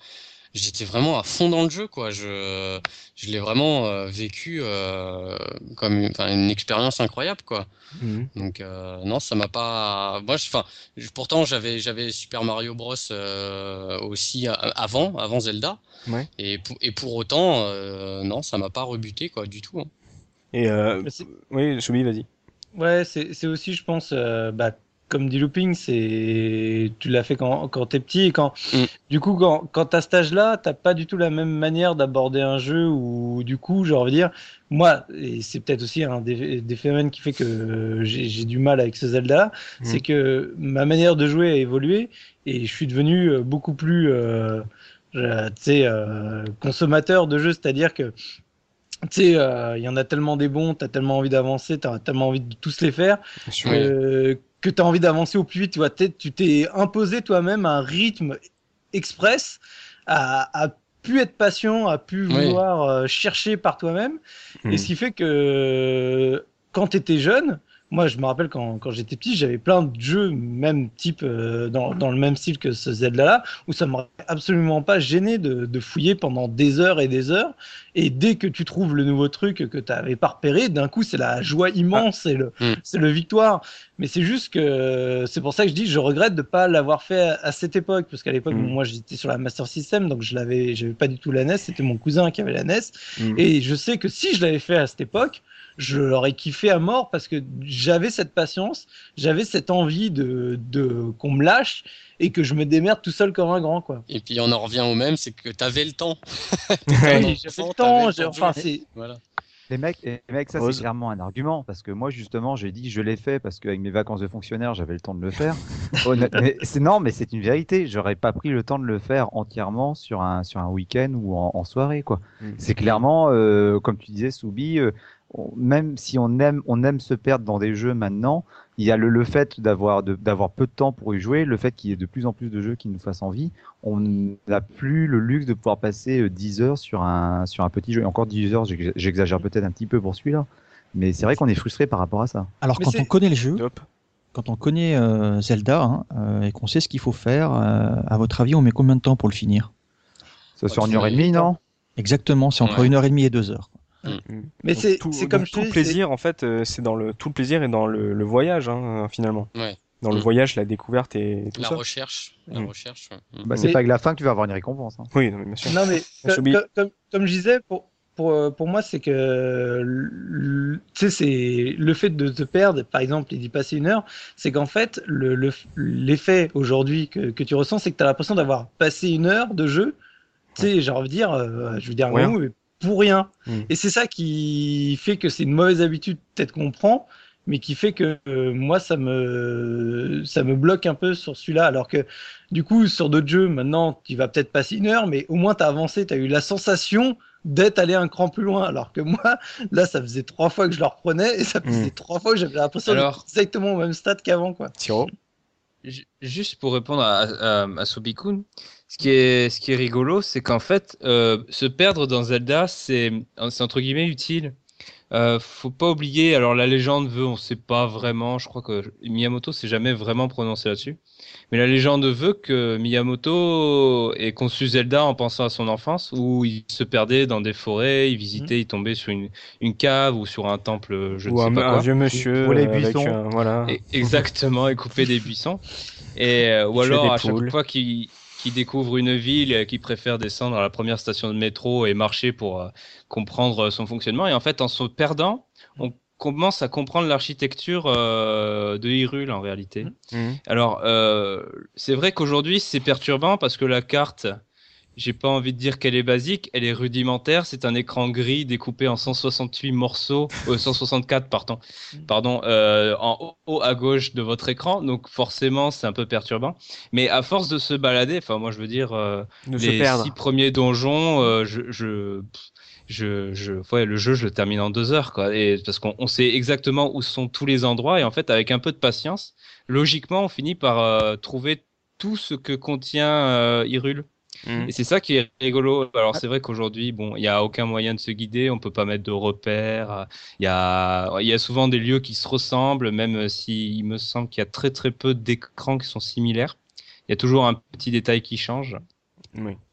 j'étais vraiment à fond dans le jeu, quoi. Je, je l'ai vraiment euh, vécu euh, comme enfin, une expérience incroyable, quoi. Mhm. Donc euh, non, ça m'a pas. Moi, je- enfin, je- pourtant j'avais j'avais Super Mario Bros euh, aussi a- avant avant Zelda. Ouais. Et pour, et pour autant, euh, non, ça m'a pas rebuté, quoi, du tout. Hein. Et euh, Mais c'est- oui, Choubi, vas-y. Ouais, c'est c'est aussi, je pense, euh, bah, comme dit Looping, c'est tu l'as fait quand, quand t'es petit et quand Mm. du coup quand quand t'as cet âge-là, t'as pas du tout la même manière d'aborder un jeu ou du coup, genre, veux dire, moi, et c'est peut-être aussi un des, des phénomènes qui fait que j'ai j'ai du mal avec ce Zelda, Mm. c'est que ma manière de jouer a évolué et je suis devenu euh, beaucoup plus, euh, je- tu sais, euh, consommateur de jeux, c'est-à-dire que tu sais, euh, il y en a tellement des bons, t'as tellement envie d'avancer, t'as tellement envie de tous les faire, Bien sûr. que, que t'as envie d'avancer au plus vite. Tu vois, T'es- tu t'es imposé toi-même un rythme express, à, à plus être patient, à plus Oui. vouloir euh, chercher par toi-même. Mm. Et ce qui fait que quand t'étais jeune, moi je me rappelle quand, quand j'étais petit, j'avais plein de jeux, même type euh, dans, dans le même style que ce Zelda-là, où ça m'aurait absolument pas gêné de, de fouiller pendant des heures et des heures. Et dès que tu trouves le nouveau truc que tu n'avais pas repéré, d'un coup, c'est la joie immense, c'est le, Mm. c'est le victoire. Mais c'est juste que c'est pour ça que je dis, je regrette de pas l'avoir fait à, à cette époque, parce qu'à l'époque, Mm. moi, j'étais sur la Master System, donc je l'avais, j'avais pas du tout la N E S, c'était mon cousin qui avait la N E S. Mm. Et je sais que si je l'avais fait à cette époque, je l'aurais kiffé à mort parce que j'avais cette patience, j'avais cette envie de, de qu'on me lâche et que je me démerde tout seul comme un grand, quoi. Et puis on en revient au même, c'est que t'avais le temps. Ouais. Oui, j'avais le temps, j'ai- de enfin, jouer. c'est, Voilà. Les mecs, les mecs, ça Rose. c'est clairement un argument parce que moi justement j'ai dit je l'ai fait parce qu'avec mes vacances de fonctionnaire j'avais le temps de le faire. Honnête- mais c'est non, mais c'est une vérité. J'aurais pas pris le temps de le faire entièrement sur un sur un week-end ou en, en soirée quoi. Mm. C'est clairement euh, comme tu disais Soubi, euh, on- même si on aime on aime se perdre dans des jeux maintenant, il y a le, le fait d'avoir de- d'avoir peu de temps pour y jouer, le fait qu'il y ait de plus en plus de jeux qui nous fassent envie. On n'a plus le luxe de pouvoir passer euh, dix heures sur un, sur un petit jeu. Et encore dix heures, j'ex- j'exagère peut-être un petit peu pour celui-là. Mais c'est vrai qu'on est frustré par rapport à ça. Alors Mais quand c'est- on connaît le jeu, Top. quand on connaît euh, Zelda hein, euh, et qu'on sait ce qu'il faut faire, euh, à votre avis, on met combien de temps pour le finir? Ça sur Ouais, une heure et demie, c'est- non? Exactement, c'est entre Ouais. une heure et demie et deux heures. mais Donc, c'est, tout, c'est donc, comme je tout te le dis, plaisir en fait, euh, c'est dans le tout le plaisir et dans le, le voyage hein, finalement. Ouais. Dans le Mm. voyage, la découverte et tout La ça. recherche, la Mm. recherche. ouais. Mm. Bah, c'est Mais- pas avec la fin que tu vas avoir une récompense. Hein. Oui, non, mais bien sûr. Non, mais Monsieur co- Bi. co- comme, comme je disais, pour, pour, euh, pour moi, c'est que le- tu sais, c'est le fait de te perdre, par exemple, et d'y passer une heure, c'est qu'en fait, le, le- l'effet aujourd'hui que, que tu ressens, c'est que tu as l'impression d'avoir passé une heure de jeu, tu sais, j'ai envie de dire, euh, je veux dire un Rien. gros mot, mais pour rien. Mm. Et c'est ça qui fait que c'est une mauvaise habitude, peut-être qu'on prend, mais qui fait que euh, moi, ça me, ça me bloque un peu sur celui-là. Alors que du coup, sur d'autres jeux, maintenant, tu vas peut-être passer une heure, mais au moins, tu as avancé, tu as eu la sensation d'être allé un cran plus loin. Alors que moi, là, ça faisait trois fois que je le reprenais et ça faisait Mm. trois fois que j'avais l'impression d'être Alors- exactement au même stade qu'avant, quoi. Siro. Ju- Juste pour répondre à, à, à Sobikun, ce qui est, ce qui est rigolo, c'est qu'en fait, euh, se perdre dans Zelda, c'est c'est entre guillemets utile. Euh, faut pas oublier, alors la légende veut, on sait pas vraiment, je crois que Miyamoto s'est jamais vraiment prononcé là-dessus, mais la légende veut que Miyamoto ait conçu Zelda en pensant à son enfance, où il se perdait dans des forêts, il visitait, il tombait sur une, une cave ou sur un temple, je ne Ou sais un, pas un quoi. vieux monsieur Ou les euh, avec buissons. euh, voilà. Et- exactement, et couper des buissons. Et, euh, ou Tuer alors, des à chaque poules. fois qu'il qu'il découvre une ville, euh, qu'il préfère descendre à la première station de métro et marcher pour euh, comprendre son fonctionnement. Et en fait, en se perdant, on commence à comprendre l'architecture euh, de Hyrule en réalité. Mhm. Alors, euh, c'est vrai qu'aujourd'hui, c'est perturbant parce que la carte, j'ai pas envie de dire qu'elle est basique, elle est rudimentaire. C'est un écran gris découpé en cent soixante-huit morceaux, euh, cent soixante-quatre, pardon, pardon, euh, en haut, haut à gauche de votre écran. Donc forcément, c'est un peu perturbant. Mais à force de se balader, enfin moi je veux dire, euh, De se les perdre. six premiers donjons, euh, je, je, je, je, ouais, le jeu, je le termine en deux heures, quoi. Et parce qu'on on sait exactement où sont tous les endroits. Et en fait, avec un peu de patience, logiquement, on finit par euh, trouver tout ce que contient euh, Hyrule. Mhm. Et c'est ça qui est rigolo. Alors c'est vrai qu'aujourd'hui, bon, il y a aucun moyen de se guider, on peut pas mettre de repères. Il y a, il y a souvent des lieux qui se ressemblent, même si il me semble qu'il y a très très peu d'écrans qui sont similaires. Il y a toujours un petit détail qui change. Oui.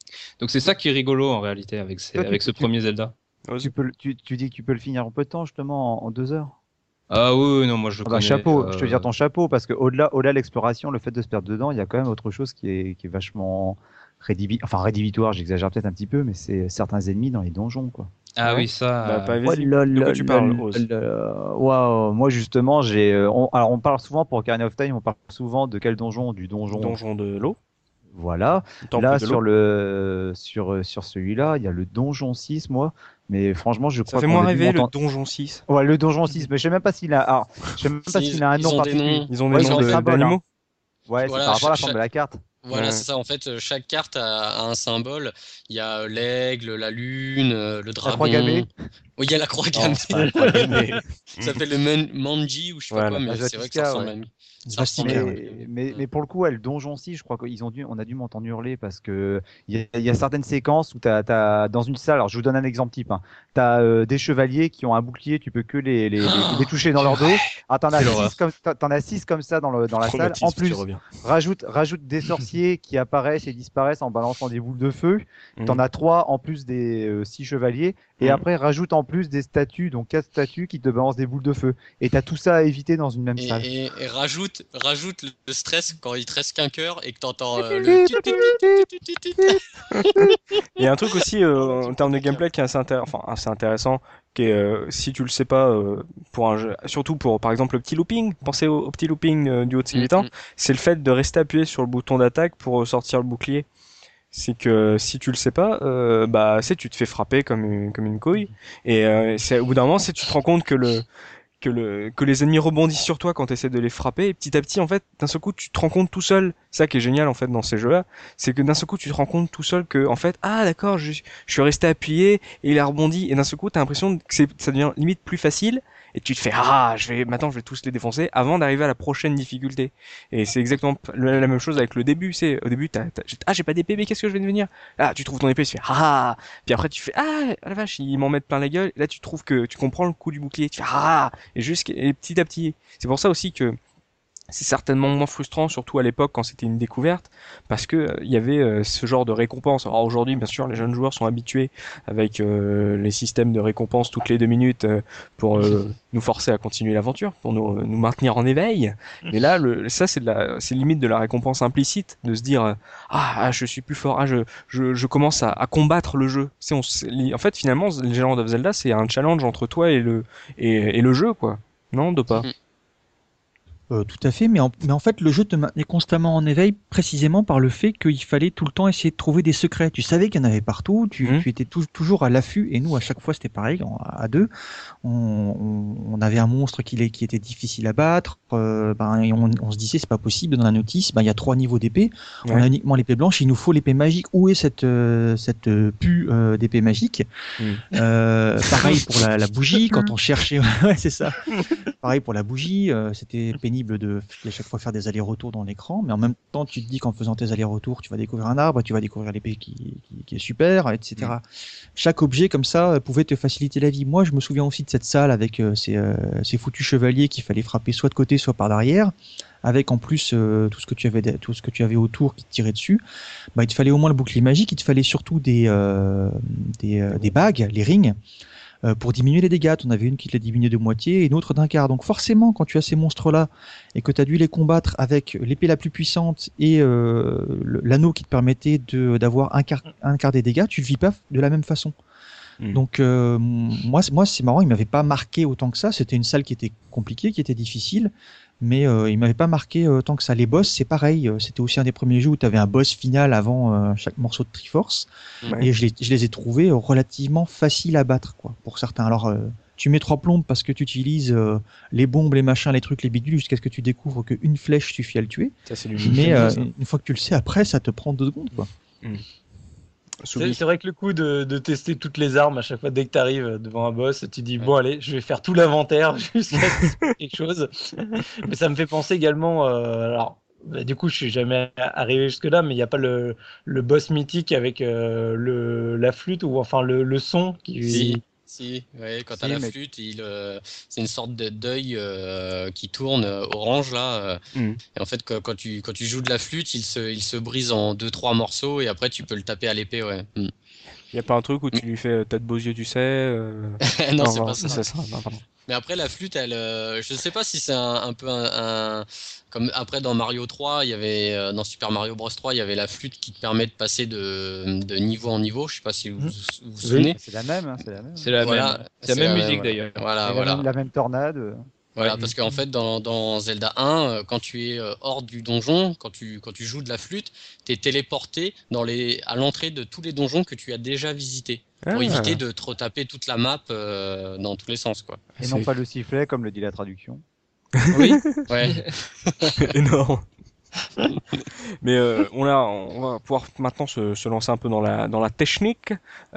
Donc c'est ça qui est rigolo en réalité avec, ces, Toi, tu- avec ce tu- premier Zelda. Tu, peux, le- tu, tu dis que tu peux le finir en peu de temps, justement, en, en deux heures. Ah oui, oui, non, moi je le Ah bah, connais. chapeau, euh, je te veux dire ton chapeau, parce que au-delà, au-delà de l'exploration, le fait de se perdre dedans, il y a quand même autre chose qui est, qui est vachement rédhibi... enfin, rédhibitoire, j'exagère peut-être un petit peu, mais c'est certains ennemis dans les donjons, quoi. Ah Ouais. oui, ça. Bah, pas euh, vas-y. Oh là De quoi là tu là parles, là Ose? là. Waouh, moi justement, j'ai. euh, on- Alors, on parle souvent pour Ocarina of Time, on parle souvent de quel donjon? Du donjon. Donjon de l'eau. Voilà. Temple Là, de sur l'eau. le sur euh, sur celui-là, il y a le donjon six, moi. Mais franchement, je Ça crois fait qu'on moins a dû rêver le m'entendre. donjon six. Ouais, le donjon six, mais je sais même pas s'il a. Alors, je sais même pas Si, s'il a un ils nom ont des particulier. noms. Ils ont Ouais, des ils noms ont de- des symboles, d'animaux. hein. Ouais, c'est Voilà, par rapport à la cha- forme cha- de la carte. Voilà, Ouais. c'est ça. En fait, euh, chaque carte a, a un symbole. Il y a euh, l'aigle, la lune, euh, le La croix gammée. dragon. Oui, il y a la croix Non, gammée. c'est pas la croix gammée. Ça s'appelle le man- manji ou je sais pas Voilà. quoi, mais La c'est vrai que ça Jwatisca, ressemble ouais. à une... ça ressemble à Svastika, une ouais. croix Mais, gammée. mais, Mm. mais pour le coup, ouais, le donjon six, je crois qu'ils ont dû, on a dû m'entendre hurler parce que il y, a- il y a certaines séquences où t'as, t'as, dans une salle, alors je vous donne un exemple type, hein, t'as euh, des chevaliers qui ont un bouclier, tu peux que les, les, les, les toucher dans leur dos. Ah, t'en as Quelle horreur. six comme, t'en t'en as six comme ça dans, le, dans la salle. Traumatisme, En tu plus, reviens. rajoute, rajoute des sorciers qui apparaissent et disparaissent en balançant des boules de feu. T'en Mhm. as trois en plus des euh, six chevaliers. Et Mhm. après, rajoute en plus des statues, donc quatre statues qui te balancent des boules de feu. Et t'as tout ça à éviter dans une même Et, salle. et- et rajoute, rajoute le le stress quand il te reste qu'un cœur et que t'entends euh, le... tit, tit, tit, tit, tit, tit. Il y a un truc aussi euh, en termes de gameplay qui est assez, intér- enfin, assez intéressant, qui est, euh, si tu le sais pas, euh, pour un jeu, surtout pour par exemple le petit looping, pensez au, au petit looping euh, du haut de ses huit ans, Mm, mm. c'est le fait de rester appuyé sur le bouton d'attaque pour sortir le bouclier. C'est que si tu le sais pas, euh, bah c'est tu te fais frapper comme une, comme une couille, et euh, c'est au bout d'un moment, c'est tu te rends compte que le que le que les ennemis rebondissent sur toi quand tu essaies de les frapper, et petit à petit en fait d'un seul coup tu te rends compte tout seul, c'est ça qui est génial en fait dans ces jeux-là, c'est que d'un seul coup tu te rends compte tout seul que en fait ah d'accord, je, je suis resté appuyé et il a rebondi, et d'un seul coup t'as l'impression que c'est ça devient limite plus facile, et tu te fais ah je vais maintenant je vais tous les défoncer avant d'arriver à la prochaine difficulté. Et c'est exactement la la même chose avec le début, c'est au début t'as, t'as ah j'ai pas d'épée mais qu'est-ce que je vais devenir, ah tu trouves ton épée, tu fais ah, puis après tu fais ah la vache ils m'en mettent plein la gueule, et là tu trouves que tu comprends le coup du bouclier, tu fais ah, et juste et petit à petit. C'est pour ça aussi que c'est certainement moins frustrant, surtout à l'époque quand c'était une découverte, parce que euh, il y avait euh, ce genre de récompense. Alors aujourd'hui, bien sûr, les jeunes joueurs sont habitués avec euh, les systèmes de récompense toutes les deux minutes euh, pour euh, nous forcer à continuer l'aventure, pour nous, euh, nous maintenir en éveil. Mais là, le, ça c'est de la, c'est limite de la récompense implicite, de se dire euh, ah, ah je suis plus fort, ah je, je, je commence à, à combattre le jeu. C'est, on, c'est- en fait, finalement, Legend of Zelda, c'est un challenge entre toi et le et, et le jeu, quoi. Non, Dopa. Euh, tout à fait, mais en, mais en fait, le jeu te maintenait constamment en éveil précisément par le fait qu'il fallait tout le temps essayer de trouver des secrets. Tu savais qu'il y en avait partout, tu, Mhm. tu étais tou- toujours à l'affût, et nous, à chaque fois, c'était pareil, en- à deux. On, on, on avait un monstre qui, est- qui était difficile à battre, euh, ben, et on, on se disait, c'est pas possible, dans la notice, ben, il y a trois niveaux d'épée, on Ouais. a uniquement l'épée blanche, il nous faut l'épée magique. Où est cette, euh, cette euh, pu euh, d'épée magique Mhm. euh, Pareil pour la, la bougie, quand on cherchait, ouais, c'est ça. Pareil pour la bougie, euh, c'était pénible de à chaque fois faire des allers-retours dans l'écran, mais en même temps, tu te dis qu'en faisant tes allers-retours, tu vas découvrir un arbre, tu vas découvrir l'épée qui, qui, qui est super, et cetera. Mm. Chaque objet comme ça euh, pouvait te faciliter la vie. Moi, je me souviens aussi de cette salle avec euh, ces, euh, ces foutus chevaliers qu'il fallait frapper soit de côté, soit par derrière, avec en plus euh, tout ce que tu avais, tout ce que tu avais autour qui te tirait dessus. Bah, il te fallait au moins le bouclier magique, il te fallait surtout des, euh, des, euh, des bagues, les rings. Euh, pour diminuer les dégâts, on avait une qui te les diminuait de moitié et une autre d'un quart. Donc forcément, quand tu as ces monstres-là et que tu as dû les combattre avec l'épée la plus puissante et euh, l'anneau qui te permettait de, d'avoir un quart, un quart des dégâts, tu le vis pas de la même façon. Mmh. Donc euh, moi, moi c'est marrant, il m'avait pas marqué autant que ça. C'était une salle qui était compliquée, qui était difficile, mais euh, il m'avait pas marqué autant que ça. Les boss, c'est pareil. C'était aussi un des premiers jeux où tu avais un boss final avant euh, chaque morceau de Triforce, ouais. Et je les, je les ai trouvés relativement faciles à battre, quoi, pour certains. Alors euh, tu mets trois plombes parce que tu utilises euh, les bombes, les machins, les trucs, les bidules, jusqu'à ce que tu découvres qu'une flèche suffit à le tuer. Ça, c'est mais euh, une fois que tu le sais, après, ça te prend deux secondes, quoi. Mmh. C'est, c'est vrai que le coup de, de tester toutes les armes à chaque fois dès que tu arrives devant un boss, tu dis ouais. Bon allez, je vais faire tout l'inventaire jusqu'à quelque chose. Mais ça me fait penser également, euh, alors bah, du coup je suis jamais arrivé jusque là, mais il n'y a pas le, le boss mythique avec euh, le, la flûte ou enfin le, le son qui. Si. Si, ouais, quand Si, t'as la mais- flûte, il, euh, c'est une sorte de deuil euh, qui tourne euh, orange là. euh, Hmm. et en fait, quand, quand tu quand tu joues de la flûte, il se il se brise en deux trois morceaux et après tu peux le taper à l'épée, ouais. Mm. Y a pas un truc où tu lui fais euh, t'as de beaux yeux, tu sais euh, non, c'est non, pas ça. c'est ça. Non, pardon. Mais après la flûte, elle, euh, je sais pas si c'est un, un peu un, un- comme après dans Mario trois, il y avait euh, dans Super Mario Bros trois, il y avait la flûte qui te permet de passer de de niveau en niveau. Je sais pas si vous Mm. vous, vous Oui. souvenez. C'est la même, hein, c'est la même. C'est la Voilà, même. C'est la même musique d'ailleurs. Voilà, Et voilà. la, même, la même tornade. euh. Voilà, Ouais. parce qu'en fait, dans, dans Zelda un, euh, quand tu es euh, hors du donjon, quand tu, quand tu joues de la flûte, tu es téléporté dans les, à l'entrée de tous les donjons que tu as déjà visités, pour Ah. éviter de te retaper toute la map euh, dans tous les sens, quoi. Et C'est non pas le sifflet, comme le dit la traduction. Oui, ouais. énorme. Mais euh, on, a, on va pouvoir maintenant se, se lancer un peu dans la, dans la technique.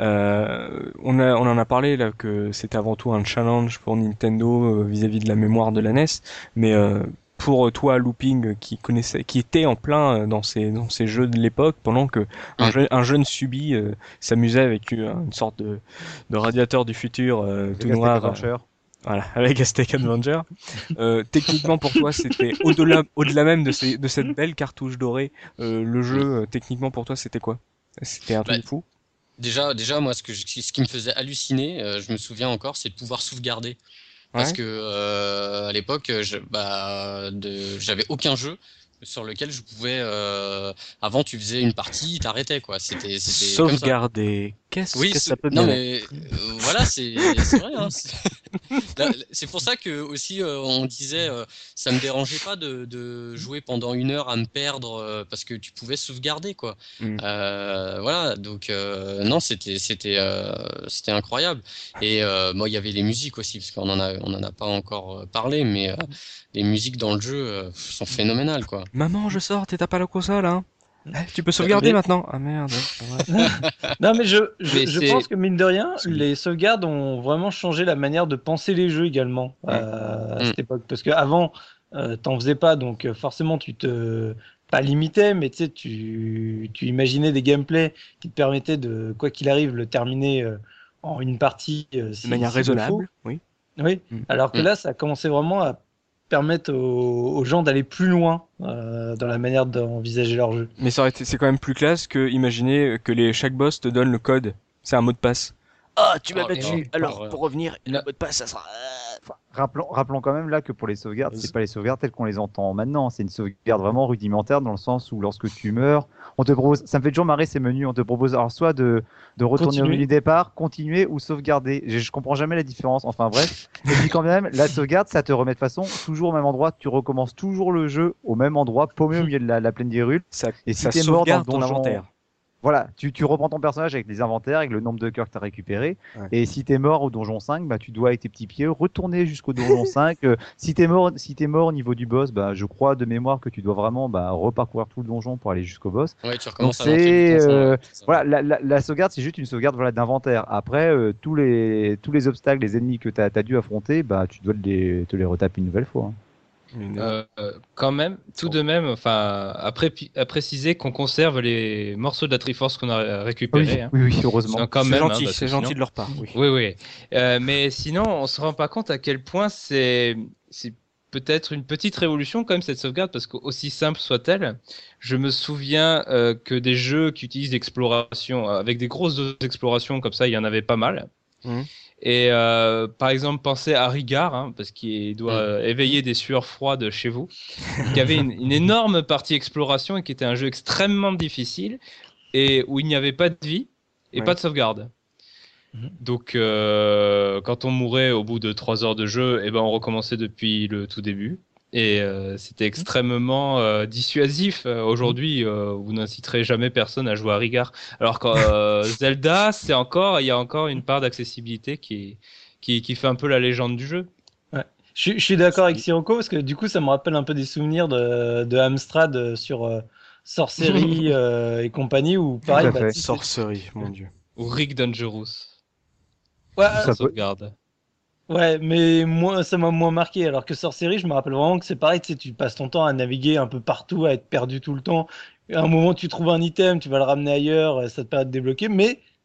Euh, on, a, on en a parlé là que c'était avant tout un challenge pour Nintendo euh, vis-à-vis de la mémoire de la N E S. Mais euh, pour toi, Looping, qui connaissait, qui était en plein euh, dans ces, dans ces jeux de l'époque, pendant que un, Mm. jeune, un jeune subi euh, s'amusait avec une, une sorte de, de radiateur du futur euh, tout Le noir. Aztec euh, Adventure. Voilà, avec Aztec Adventure. Euh, techniquement pour toi, c'était au-delà, au-delà même de, ces, de cette belle cartouche dorée. Euh, le jeu, euh, techniquement pour toi, c'était quoi? C'était un truc Bah, de fou. Déjà, déjà, moi, ce que je- ce qui me faisait halluciner, euh, je me souviens encore, c'est de pouvoir sauvegarder. Parce Ouais. que euh, à l'époque, je, bah, de, j'avais aucun jeu sur lequel je pouvais. Euh, avant, tu faisais une partie, t'arrêtais, quoi. C'était, c'était comme ça. Sauvegarder. Qu'est-ce Oui, que c'est- ça peut non bien mais euh, voilà, c'est c'est vrai. Hein, c'est Là, c'est pour ça que aussi euh, on disait, euh, ça me dérangeait pas de, de jouer pendant une heure à me perdre euh, parce que tu pouvais sauvegarder quoi. Mm. Euh, voilà, donc euh, non, c'était c'était euh, c'était incroyable. Et euh, moi, il y avait les musiques aussi parce qu'on en a on en a pas encore euh, parlé, mais euh, les musiques dans le jeu euh, sont phénoménales quoi. Maman, je sors, t'es t'as pas la console, hein? Eh, tu peux sauvegarder Mais- maintenant? Ah merde. Ouais. Non, mais je, je, Mais je c'est- pense que mine de rien, C'est- les sauvegardes ont vraiment changé la manière de penser les jeux également euh, à Mm. cette époque. Parce qu'avant, euh, t'en faisais pas, donc euh, forcément, tu te. Pas limitais, mais tu sais, tu, tu imaginais des gameplays qui te permettaient de, quoi qu'il arrive, le terminer euh, en une partie. euh, si, De manière s'il le faut. raisonnable, oui. Oui, Mm. alors que Mm. là, ça a commencé vraiment à permettre aux, aux gens d'aller plus loin euh, dans la manière d'envisager leur jeu. Mais ça aurait été, c'est quand même plus classe que imaginer que les, chaque boss te donne le code. C'est un mot de passe. Ah, tu m'as Oh, battu. oh, Alors, oh, pour revenir, le Là- mot de passe, ça sera. euh, Enfin, rappelons, rappelons quand même là que pour les sauvegardes, c'est pas les sauvegardes telles qu'on les entend maintenant. C'est une sauvegarde vraiment rudimentaire dans le sens où lorsque tu meurs, on te propose. Ça me fait toujours marrer ces menus. On te propose alors soit de, de retourner Continuer. au menu départ, continuer ou sauvegarder. Je, je comprends jamais la différence. Enfin bref. Et puis quand même, la sauvegarde, ça te remet de façon toujours au même endroit. Tu recommences toujours le jeu au même endroit, paumé au milieu de la, la plaine d'Hyrule. Ça, Et si ça t'es mort dans le sauvegarde ton donjon- inventaire. Voilà, tu, tu reprends ton personnage avec les inventaires, avec le nombre de cœurs que tu as récupéré. Ouais. Et si tu es mort au donjon cinq, bah, tu dois avec tes petits pieds retourner jusqu'au donjon cinq. Euh, si tu es mort, si t'es mort au niveau du boss, bah, je crois de mémoire que tu dois vraiment bah, reparcourir tout le donjon pour aller jusqu'au boss. Ouais, tu Donc recommences à c'est l'entrée du donjon, euh, ouais, c'est ça. voilà, la, la, la sauvegarde, c'est juste une sauvegarde voilà, d'inventaire. Après, euh, tous, les, tous les obstacles, les ennemis que tu as dû affronter, bah, tu dois les, te les retaper une nouvelle fois. hein. Euh, euh, quand même, tout de même, enfin, après à préciser qu'on conserve les morceaux de la Triforce qu'on a récupérés. Oui, hein. oui, oui, heureusement. C'est quand C'est même, gentil, hein, parce c'est que gentil sinon- de leur part. Oui. Oui, oui. Euh, mais sinon, on se rend pas compte à quel point c'est c'est peut-être une petite révolution quand même cette sauvegarde, parce qu'aussi simple soit-elle, je me souviens euh, que des jeux qui utilisent l'exploration, euh, avec des grosses doses d'exploration comme ça, il y en avait pas mal. Mhm. Et euh, par exemple, pensez à Rigard, hein, parce qu'il doit Mhm. euh, éveiller des sueurs froides chez vous, qui avait une, une énorme partie exploration et qui était un jeu extrêmement difficile et où il n'y avait pas de vie et Ouais. pas de sauvegarde. Mhm. Donc, euh, quand on mourait au bout de trois heures de jeu, eh ben, on recommençait depuis le tout début. Et euh, c'était extrêmement euh, dissuasif. Euh, Aujourd'hui, euh, vous n'inciterez jamais personne à jouer à Rigard. Alors que euh, Zelda, c'est encore, il y a encore une part d'accessibilité qui, qui, qui fait un peu la légende du jeu. Je, suis- je suis d'accord avec Sirocco parce que du coup, ça me rappelle un peu des souvenirs de, de Amstrad euh, sur euh, Sorcery euh, et compagnie où pareil, à bah, fait. tu sais, Sorcery, mon dieu. Ou Rig Dangerous. ouais, Ça peut- Sauvegarde. ouais, mais moi, ça m'a moins marqué. Alors que Sorcery, je me rappelle vraiment que c'est pareil, tu sais, tu passes ton temps à naviguer un peu partout, à être perdu tout le temps. Et à un moment, tu trouves un item, tu vas le ramener ailleurs, euh, ça te permet de débloquer, mais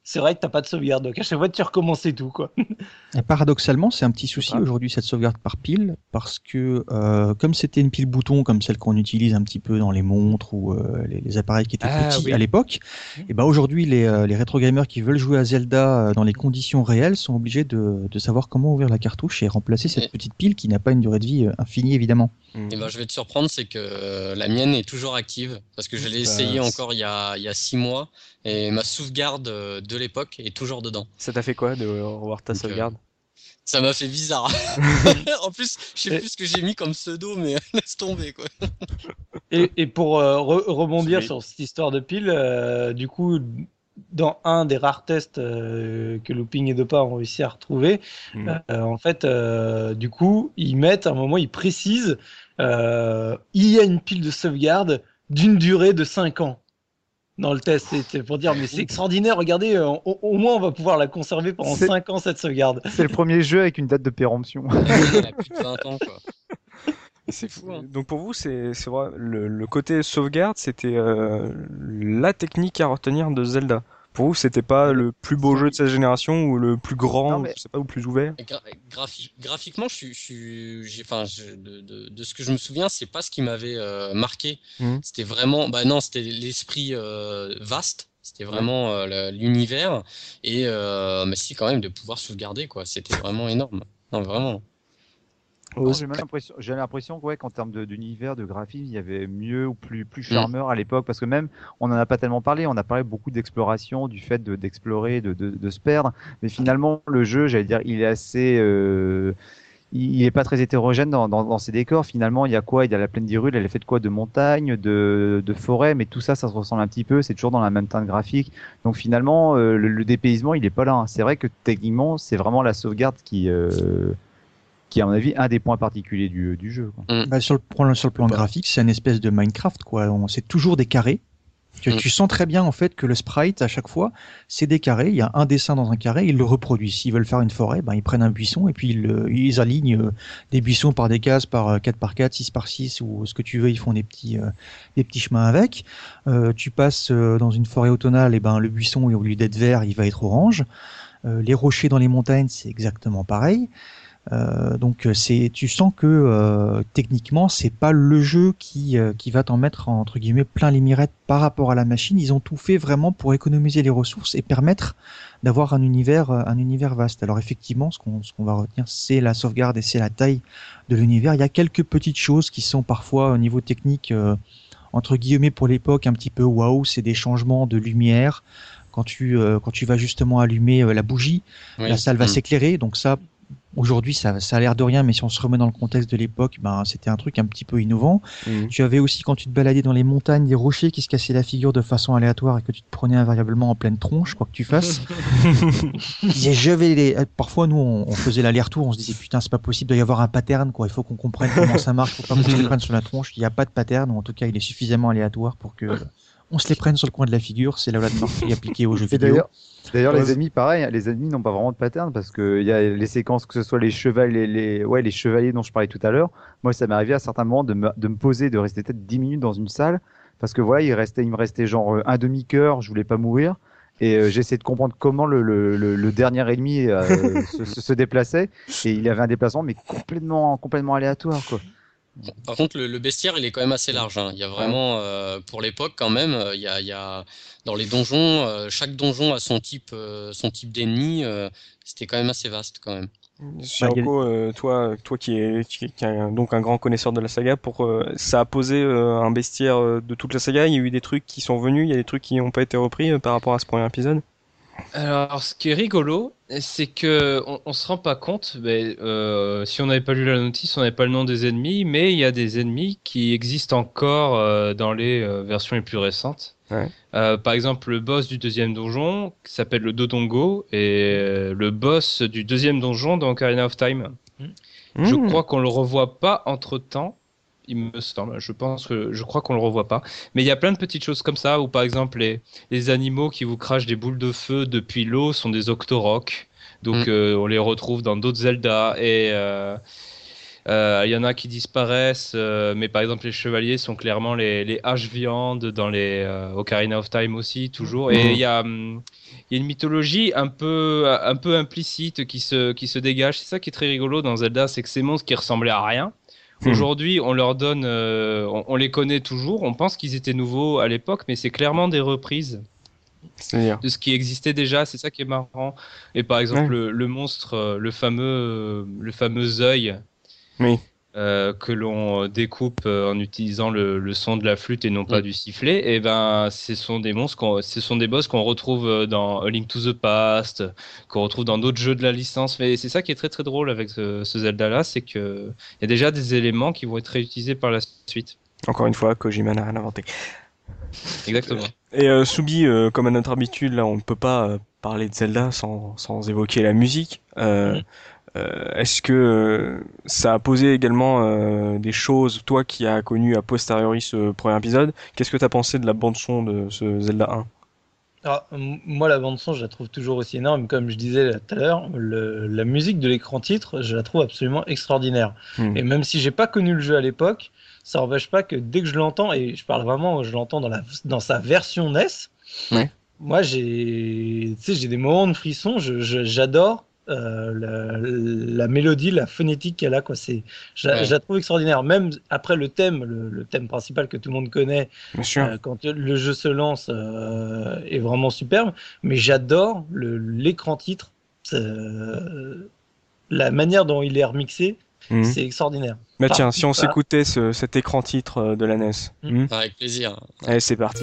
c'est vrai que t'as pas de sauvegarde. Donc à chaque fois, tu recommences tout, quoi. Et paradoxalement, c'est un petit souci Ah. aujourd'hui cette sauvegarde par pile, parce que euh, comme c'était une pile bouton, comme celle qu'on utilise un petit peu dans les montres ou euh, les, les appareils qui étaient Ah, petits oui. à l'époque, et ben aujourd'hui les, euh, les rétro gamers qui veulent jouer à Zelda euh, dans les conditions réelles sont obligés de, de savoir comment ouvrir la cartouche et remplacer cette Et- petite pile qui n'a pas une durée de vie euh, infinie évidemment. Et ben, je vais te surprendre, c'est que euh, la mienne est toujours active parce que je l'ai Bah, essayé c'est- encore il y a il y a six mois et ma sauvegarde euh, de l'époque est toujours dedans. Ça t'a fait quoi de revoir ta Donc, euh, sauvegarde? Ça m'a fait bizarre. En plus, je sais Et- plus ce que j'ai mis comme pseudo, mais laisse tomber quoi. Et, et pour euh, re- rebondir Solide. sur cette histoire de pile, euh, du coup, dans un des rares tests euh, que Looping et Dopa ont réussi à retrouver, Mhm. euh, en fait, euh, du coup, ils mettent, à un moment, ils précisent, euh, il y a une pile de sauvegarde d'une durée de cinq ans. Dans le test, c'était pour dire, mais c'est extraordinaire, regardez, euh, au, au moins on va pouvoir la conserver pendant C'est- cinq ans, cette sauvegarde. C'est le premier jeu avec une date de péremption. Elle a plus de vingt ans quoi. C'est fou, hein. Donc pour vous, c'est c'est vrai, le, le côté sauvegarde, c'était euh, la technique à retenir de Zelda. Pour vous, c'était pas le plus beau jeu de cette génération ou le plus grand, Non, ou mais- je sais pas, ou le plus ouvert. Et gra- graphi- graphiquement, je suis, je suis, j'ai- enfin, je- de, de, de ce que je me souviens, c'est pas ce qui m'avait euh, marqué. Mhm. C'était vraiment, bah non, c'était l'esprit euh, vaste. C'était vraiment euh, le- l'univers et euh, mais si quand même de pouvoir sauvegarder quoi. C'était vraiment énorme. Non vraiment. Non, j'ai même l'impression, j'ai l'impression que, ouais, qu'en termes de- d'univers, de graphisme, il y avait mieux ou plus, plus charmeur à l'époque, parce que même, on n'en a pas tellement parlé, on a parlé beaucoup d'exploration, du fait de- d'explorer, de, de, de se perdre, mais finalement, le jeu, j'allais dire, il est assez, euh, il il est pas très hétérogène dans, dans, dans ses décors. Finalement, il y a quoi? Il y a la plaine d'Hyrule, elle est faite de quoi? De montagnes, de, de forêts, mais tout ça, ça se ressemble un petit peu. C'est toujours dans la même teinte graphique. Donc finalement, euh, le, le dépaysement, il est pas là, hein. C'est vrai que techniquement, c'est vraiment la sauvegarde qui, euh, qui est à mon avis un des points particuliers du, du jeu, quoi. Bah, sur, le, plan- sur le plan Bah. graphique, c'est une espèce de Minecraft, quoi. On, c'est toujours des carrés. Tu, Mm. tu sens très bien en fait que le sprite à chaque fois c'est des carrés. Il y a un dessin dans un carré, ils le reproduisent. S'ils veulent faire une forêt, ben ils prennent un buisson et puis ils, euh, ils alignent euh, des buissons par des cases, par euh, quatre par quatre, six par six ou ce que tu veux. Ils font des petits euh, des petits chemins avec. Euh, tu passes euh, dans une forêt automnale, et ben le buisson au lieu d'être vert, il va être orange. Euh, les rochers dans les montagnes, c'est exactement pareil. Euh, donc c'est, tu sens que euh, techniquement c'est pas le jeu qui euh, qui va t'en mettre entre guillemets plein les mirettes par rapport à la machine. Ils ont tout fait vraiment pour économiser les ressources et permettre d'avoir un univers euh, un univers vaste. Alors effectivement, ce qu'on ce qu'on va retenir, c'est la sauvegarde et c'est la taille de l'univers. Il y a quelques petites choses qui sont parfois au niveau technique euh, entre guillemets pour l'époque un petit peu waouh. C'est des changements de lumière. Quand tu euh, quand tu vas justement allumer euh, la bougie, Oui. la salle va Mm. s'éclairer. Donc ça, aujourd'hui, ça, ça a l'air de rien, mais si on se remet dans le contexte de l'époque, ben, c'était un truc un petit peu innovant. Mhm. Tu avais aussi, quand tu te baladais dans les montagnes, des rochers qui se cassaient la figure de façon aléatoire et que tu te prenais invariablement en pleine tronche, quoi que tu fasses. Tu disais, je vais les... Parfois, nous, on, on faisait l'aller-retour, on se disait, putain, c'est pas possible, il doit y avoir un pattern, quoi. Il faut qu'on comprenne comment ça marche, faut pas qu'on se les prenne sur la tronche. Il n'y a pas de pattern, ou en tout cas, il est suffisamment aléatoire pour que on se les prenne sur le coin de la figure. C'est la loi de Murphy appliquée aux jeux Et vidéo. d'ailleurs, d'ailleurs, Ouais, les c'est- ennemis, pareil, hein, les ennemis n'ont pas vraiment de pattern parce que il y a les séquences, que ce soit les chevaliers, les, ouais, les chevaliers dont je parlais tout à l'heure. Moi, ça m'est arrivé à certains moments de me, de me poser, de rester peut-être dix minutes dans une salle parce que voilà, il restait, il me restait genre euh, un demi-cœur, je voulais pas mourir. Et euh, j'essayais de comprendre comment le, le, le, le dernier ennemi euh, se, se, se déplaçait. Et il avait un déplacement, mais complètement, complètement aléatoire, quoi. Bon, par contre, le, le bestiaire, il est quand même assez large, hein. Il y a vraiment, euh, pour l'époque quand même, euh, il y a, il y a dans les donjons, euh, chaque donjon a son type, euh, son type d'ennemi. euh, C'était quand même assez vaste quand même. Sirocco, euh, toi, toi qui es, qui, qui est un- donc un grand connaisseur de la saga, pour euh, ça a posé euh, un bestiaire euh, de toute la saga. Il y a eu des trucs qui sont venus, il y a des trucs qui n'ont pas été repris euh, par rapport à ce premier épisode. Alors, ce qui est rigolo, c'est que on, on se rend pas compte, mais euh, si on n'avait pas lu la notice, on n'avait pas le nom des ennemis, mais il y a des ennemis qui existent encore euh, dans les euh, versions les plus récentes. Ouais. Euh, par exemple, le boss du deuxième donjon, qui s'appelle le Dodongo, et euh, le boss du deuxième donjon dans Ocarina of Time. Je Mmh. crois qu'on le revoit pas entre temps. Il me semble, je pense que je crois qu'on le revoit pas. Mais il y a plein de petites choses comme ça, où par exemple les, les animaux qui vous crachent des boules de feu depuis l'eau sont des Octoroks. Donc Mm. euh, on les retrouve dans d'autres Zelda. Et, euh, Euh, Il y en a qui disparaissent, euh, mais par exemple les chevaliers sont clairement les, les haches viandes dans les euh, Ocarina of Time aussi toujours. Et il y a hum, il y a une mythologie un peu un peu implicite qui se qui se dégage. C'est ça qui est très rigolo dans Zelda, c'est que ces monstres qui ressemblaient à rien. Hmm. Aujourd'hui, on leur donne, euh, on, on les connaît toujours. On pense qu'ils étaient nouveaux à l'époque, mais c'est clairement des reprises C'est-à-dire. de ce qui existait déjà. C'est ça qui est marrant. Et par exemple, Ouais. le, le monstre, euh, le fameux, euh, le fameux œil Oui. euh, que l'on découpe euh, en utilisant le, le son de la flûte et non pas Mm. du sifflet. Et ben, ce sont des monstres, qu'on- ce sont des boss qu'on retrouve euh, dans A Link to the Past, qu'on retrouve dans d'autres jeux de la licence. Mais c'est ça qui est très très drôle avec ce, ce Zelda-là, c'est que il y a déjà des éléments qui vont être réutilisés par la suite. Encore une fois, Kojima n'a rien inventé. Exactement. Et euh, Soubi, euh, comme à notre habitude, là, on ne peut pas euh, parler de Zelda sans, sans évoquer la musique. Euh, Mhm. euh, Est-ce que euh, ça a posé également euh, des choses, toi qui as connu a posteriori ce premier épisode, qu'est-ce que tu as pensé de la bande-son de ce Zelda un? Alors, m- moi, la bande-son, je la trouve toujours aussi énorme. Comme je disais là, tout à l'heure, le- la musique de l'écran titre, je la trouve absolument extraordinaire. Hmm. Et même si j'ai pas connu le jeu à l'époque, ça n'empêche pas que dès que je l'entends, et je parle vraiment, je l'entends dans, la, dans sa version N E S, Ouais. moi, j'ai tu sais, j'ai des moments de frisson, je- je- j'adore euh, la, la mélodie, la phonétique qu'elle a, quoi. C'est, je, la- Ouais. je la trouve extraordinaire. Même après le thème, le, le thème principal que tout le monde connaît, Bien sûr. euh, quand le jeu se lance, euh, est vraiment superbe. Mais j'adore le- l'écran titre, euh, la manière dont il est remixé, Mhm. c'est extraordinaire. Bah Par- tiens, si on par- s'écoutait ce, cet écran titre euh, de la N E S. Mm. hmm Avec plaisir. Allez, c'est parti.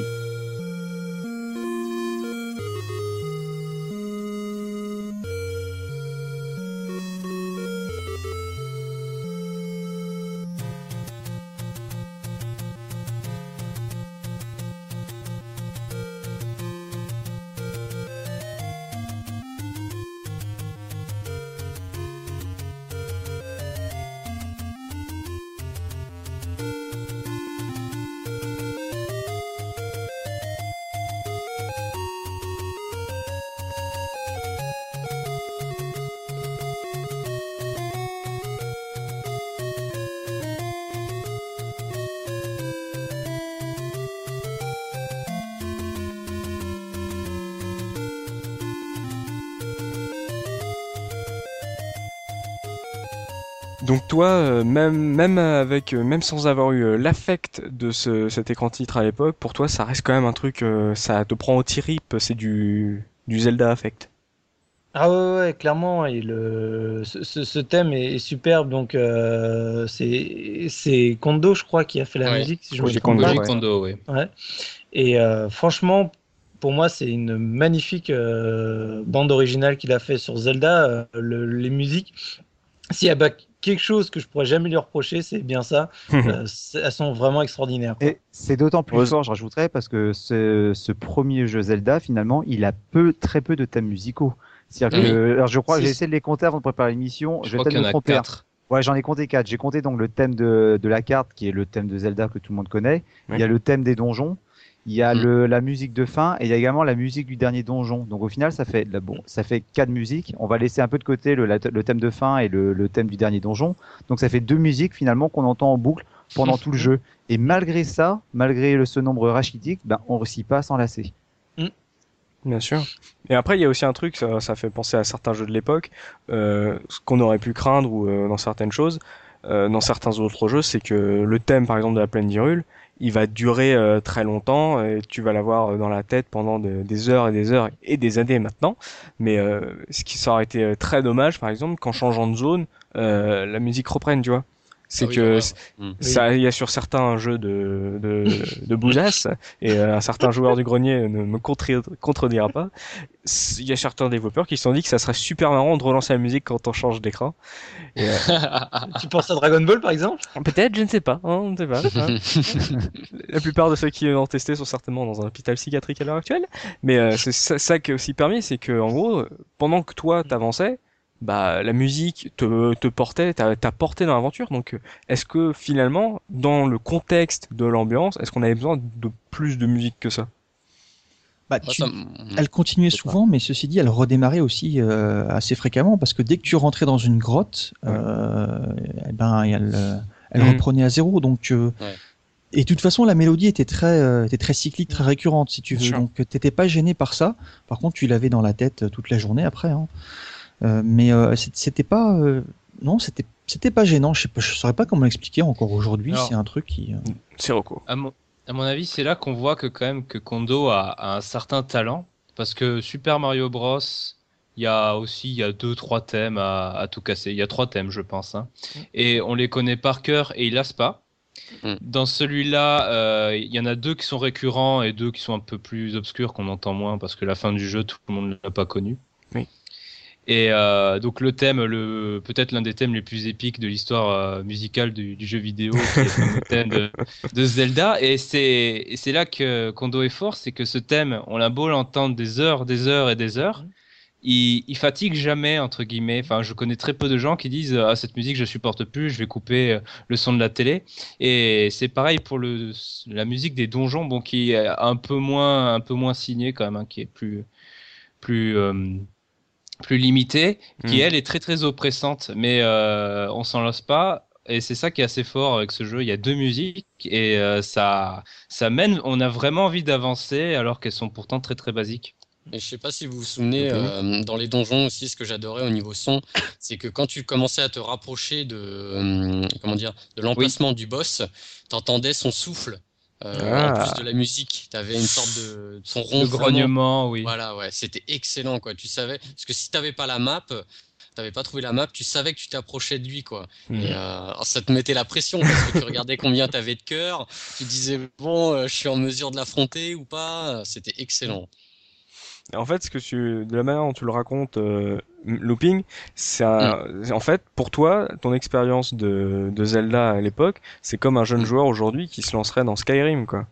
Donc toi, euh, même même avec euh, même sans avoir eu euh, l'affect de ce, cet écran titre à l'époque, pour toi ça reste quand même un truc, euh, ça te prend au tirip, c'est du du Zelda affect. Ah ouais, ouais, clairement, et le, ce, ce- ce thème est, est superbe. Donc, euh, c'est c'est Kondo, je crois, qui a fait la Ouais. musique, si je Koji me trompe Kondo, pas. Koji ouais. Kondo, oui. Ouais. Et euh, franchement, pour moi, c'est une magnifique euh, bande originale qu'il a fait sur Zelda. Euh, le- les musiques, s'il y a bah, quelque chose que je pourrais jamais lui reprocher, c'est bien ça. Euh, c'est- elles sont vraiment extraordinaires, quoi. Et c'est d'autant plus Ose- fort, je rajouterais, parce que ce, ce premier jeu Zelda, finalement, il a peu, très peu de thèmes musicaux. C'est-à-dire Oui. que, alors je crois que C'est- j'ai essayé de les compter avant de préparer l'émission. Je Je vais crois peut-être qu'il y en me a tromper. hein. quatre. Ouais, j'en ai compté quatre. J'ai compté donc le thème de, de la carte, qui est le thème de Zelda que tout le monde connaît. Oui. Il y a le thème des donjons. Il y a Mm. le, la musique de fin et il y a également la musique du dernier donjon. Donc au final, ça fait, là, bon, ça fait quatre musiques. On va laisser un peu de côté le, la- le thème de fin et le, le thème du dernier donjon. Donc ça fait deux musiques finalement qu'on entend en boucle pendant tout le jeu. Et malgré ça, malgré le, ce nombre rachitique, ben, on ne réussit pas à s'en lasser. Bien sûr. Et après, il y a aussi un truc, ça, ça fait penser à certains jeux de l'époque, euh, ce qu'on aurait pu craindre ou euh, dans certaines choses, euh, dans certains autres jeux, c'est que le thème, par exemple, de la plaine d'Hyrule, il va durer euh, très longtemps et tu vas l'avoir dans la tête pendant de- des heures et des heures et des années maintenant. Mais euh, ce qui ça aurait été euh, très dommage, par exemple, qu'en changeant de zone, euh, la musique reprenne, tu vois. C'est Ah oui, que l'horreur. c- Mm. ça, il y a sur certains jeux de de, de Bouzasse et euh, un certain joueur du grenier ne me contredira, contredira pas. s- Il y a certains développeurs qui se sont dit que ça serait super marrant de relancer la musique quand on change d'écran. Et, euh, Tu penses à Dragon Ball, par exemple? peut-être, je ne sais pas, hein, on ne sait pas. hein. La plupart de ceux qui l'ont testé sont certainement dans un hôpital psychiatrique à l'heure actuelle. Mais euh, c'est ça, ça qui est aussi permis, c'est que en gros, pendant que toi t'avançais, bah la musique te, te portait, t'a, t'a porté dans l'aventure. Donc, euh, est-ce que finalement, dans le contexte de l'ambiance, est-ce qu'on avait besoin de plus de musique que ça? Bah, Moi, tu- ça m- Elle continuait Je sais pas. souvent, mais ceci dit, elle redémarrait aussi euh, assez fréquemment parce que dès que tu rentrais dans une grotte, euh, eh ben, elle, euh, elle Mhm. reprenait à zéro. Donc, euh, Ouais. et de toute façon, la mélodie était très, euh, était très cyclique, très récurrente, si tu Bien veux. sûr. Donc, t'étais pas gêné par ça. Par contre, tu l'avais dans la tête euh, toute la journée après. Hein. Euh, mais euh, c'est- c'était pas, euh, non, c'était, c'était pas gênant. Je sais pas, je saurais pas comment l'expliquer encore aujourd'hui. Alors- C'est un truc qui. euh, Sirocco. À mon, à mon avis, c'est là qu'on voit que quand même que Kondo a, a un certain talent, parce que Super Mario Bros, il y a aussi il y a deux trois thèmes à, à tout casser. Il y a trois thèmes, je pense, hein. Et on les connaît par cœur et il lasse pas. Mm. Dans celui-là, euh, il y en a deux qui sont récurrents et deux qui sont un peu plus obscurs qu'on entend moins parce que la fin du jeu, tout le monde l'a pas connu. Oui. Et euh, donc le thème, le peut-être l'un des thèmes les plus épiques de l'histoire euh, musicale du, du jeu vidéo, qui est le fameux thème de, de Zelda. Et c'est et c'est là que Kondo est fort, c'est que ce thème, on a beau l'entendre des heures, des heures et des heures, il, il fatigue jamais entre guillemets. Enfin, je connais très peu de gens qui disent ah cette musique je supporte plus, je vais couper euh, le son de la télé. Et c'est pareil pour le la musique des donjons, bon qui est un peu moins un peu moins signée quand même, hein, qui est plus plus euh, plus limitée, qui Mm. elle est très très oppressante, mais euh, on s'en lasse pas. Et c'est ça qui est assez fort avec ce jeu. Il y a deux musiques et euh, ça, ça mène. On a vraiment envie d'avancer alors qu'elles sont pourtant très très basiques. Et je sais pas si vous vous souvenez, Ok. euh, dans les donjons aussi, ce que j'adorais au niveau son, c'est que quand tu commençais à te rapprocher de, euh, comment dire, de l'emplacement du boss, t'entendais son souffle. Euh, Ah. En plus de la musique, t'avais une sorte de son Le ronflement. grognement, oui. Voilà, ouais, c'était excellent, quoi. Tu savais, parce que si t'avais pas la map, t'avais pas trouvé la map, tu savais que tu t'approchais de lui, quoi. Mm. Et euh, ça te mettait la pression parce que tu regardais combien t'avais de cœur, tu disais bon, euh, je suis en mesure de l'affronter ou pas. C'était excellent. En fait, ce que tu, de la manière dont tu le racontes, euh, Looping, c'est un- en fait, pour toi, ton expérience de, de Zelda à l'époque, c'est comme un jeune Mm. joueur aujourd'hui qui se lancerait dans Skyrim, quoi.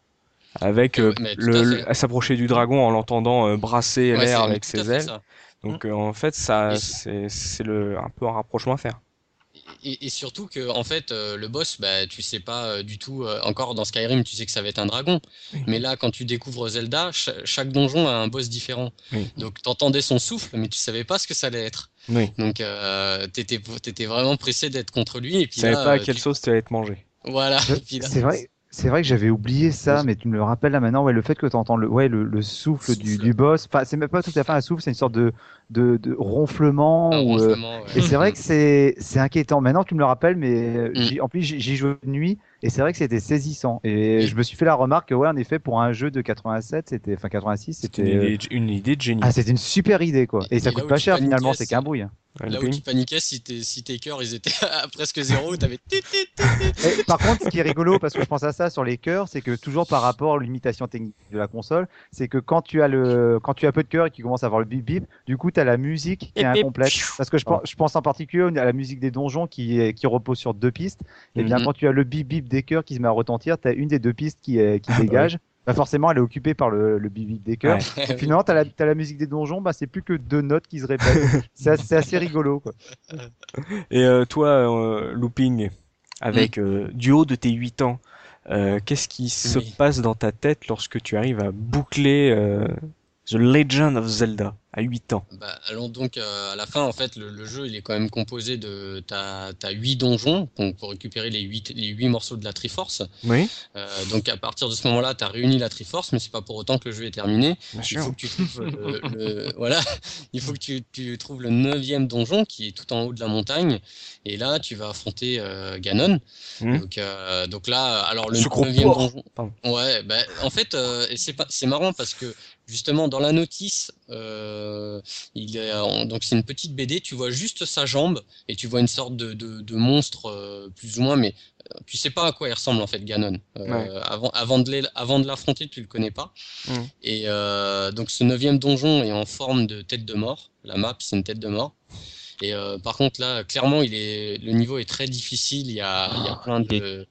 Avec Euh, euh, ouais, mais tout le, à le- fait. à s'approcher du dragon en l'entendant euh, brasser Ouais, l'air c'est avec tout à ses fait ailes. ça. Donc euh, en fait, ça, Et- c'est c'est le un peu un rapprochement à faire. Et, et surtout que en fait euh, le boss, bah tu sais pas euh, du tout, euh, encore dans Skyrim tu sais que ça va être un dragon, mais là quand tu découvres Zelda, cha- chaque donjon a un boss différent. Oui. Donc t'entendais son souffle mais tu savais pas ce que ça allait être. Oui. Donc euh, t'étais t'étais vraiment pressé d'être contre lui et Tu puis savais là pas à euh, quelle tu- sauce tu allais être mangé. voilà. Je- Et puis là, C'est vrai, c'est vrai que j'avais oublié ça, mais tu me le rappelles là maintenant. Ouais, le fait que tu entends le, ouais, le, le souffle, Du, Souffle. du boss. Enfin, c'est même pas tout à fait un souffle, c'est une sorte de, de, de ronflement. un Ou, euh, ronflement. Ouais. Et c'est vrai que c'est c'est inquiétant. Maintenant, tu me le rappelles, mais euh, Mm. j'y- en plus, j'y j'y jouais de nuit et c'est vrai que c'était saisissant. Et Et- je me suis fait la remarque que, ouais, en effet, pour un jeu de quatre-vingt-sept, c'était, enfin quatre-vingt-six, C'est c'était, une euh, idée, une idée de génie. ah, c'était une super idée, quoi. Et- Et ça et là coûte où pas tu cher paniquais, finalement, c'est c'est- qu'un bruit. hein. Ouais, Là où Looping. tu paniquais si tes si tes cœurs ils étaient à presque zéro, t'avais tit, tit, tit, tit. Et par contre, ce qui est rigolo, parce que je pense à ça sur les cœurs, c'est que toujours par rapport aux limitations techniques de la console, c'est que quand tu as le, quand tu as peu de cœur et que tu commences à avoir le bip bip, du coup, tu as la musique qui est Bip, bip. incomplète. Parce que je pense, je pense en particulier à la musique des donjons qui, est- qui repose sur deux pistes. Et bien, Mhm. quand tu as le bip bip des cœurs qui se met à retentir, tu as une des deux pistes qui, est, qui Ah, bah dégage. Bah forcément, elle est occupée par le, le bip bip des cœurs. Ouais. Donc, finalement, tu as la, t'as la musique des donjons, bah, c'est plus que deux notes qui se répètent. c'est assez, c'est assez rigolo, quoi. Et euh, toi, euh, Looping, avec euh, du haut de tes huit ans, euh, qu'est-ce qui se Oui. passe dans ta tête lorsque tu arrives à boucler euh, The Legend of Zelda à huit ans? Bah, allons donc euh, à la fin, en fait, le, le jeu il est quand même composé de t'as t'as huit donjons, donc pour récupérer les huit les huit morceaux de la Triforce. Oui, Euh, donc à partir de ce moment-là, t'as réuni la Triforce, mais c'est pas pour autant que le jeu est terminé. bien Il sûr. faut que tu trouves le, le- voilà, il faut que tu, tu trouves le neuvième donjon qui est tout en haut de la montagne, et là tu vas affronter euh, Ganon. Mhm. Donc euh, donc là, alors le Ce gros neuvième porc. donjon. Pardon. Ouais, bah, en fait, euh, et c'est pas, c'est marrant parce que justement dans la notice, euh, il est en- donc c'est une petite B D. Tu vois juste sa jambe et tu vois une sorte de, de, de monstre euh, plus ou moins, mais euh, tu sais pas à quoi il ressemble en fait Ganon. Euh, Ouais. Avant, avant de l'é- avant de l'affronter, tu le connais pas. Mhm. Et euh, donc ce neuvième donjon est en forme de tête de mort. La map, c'est une tête de mort. Et euh, par contre là, clairement, il est, le niveau est très difficile. Il y a, il y a plein de,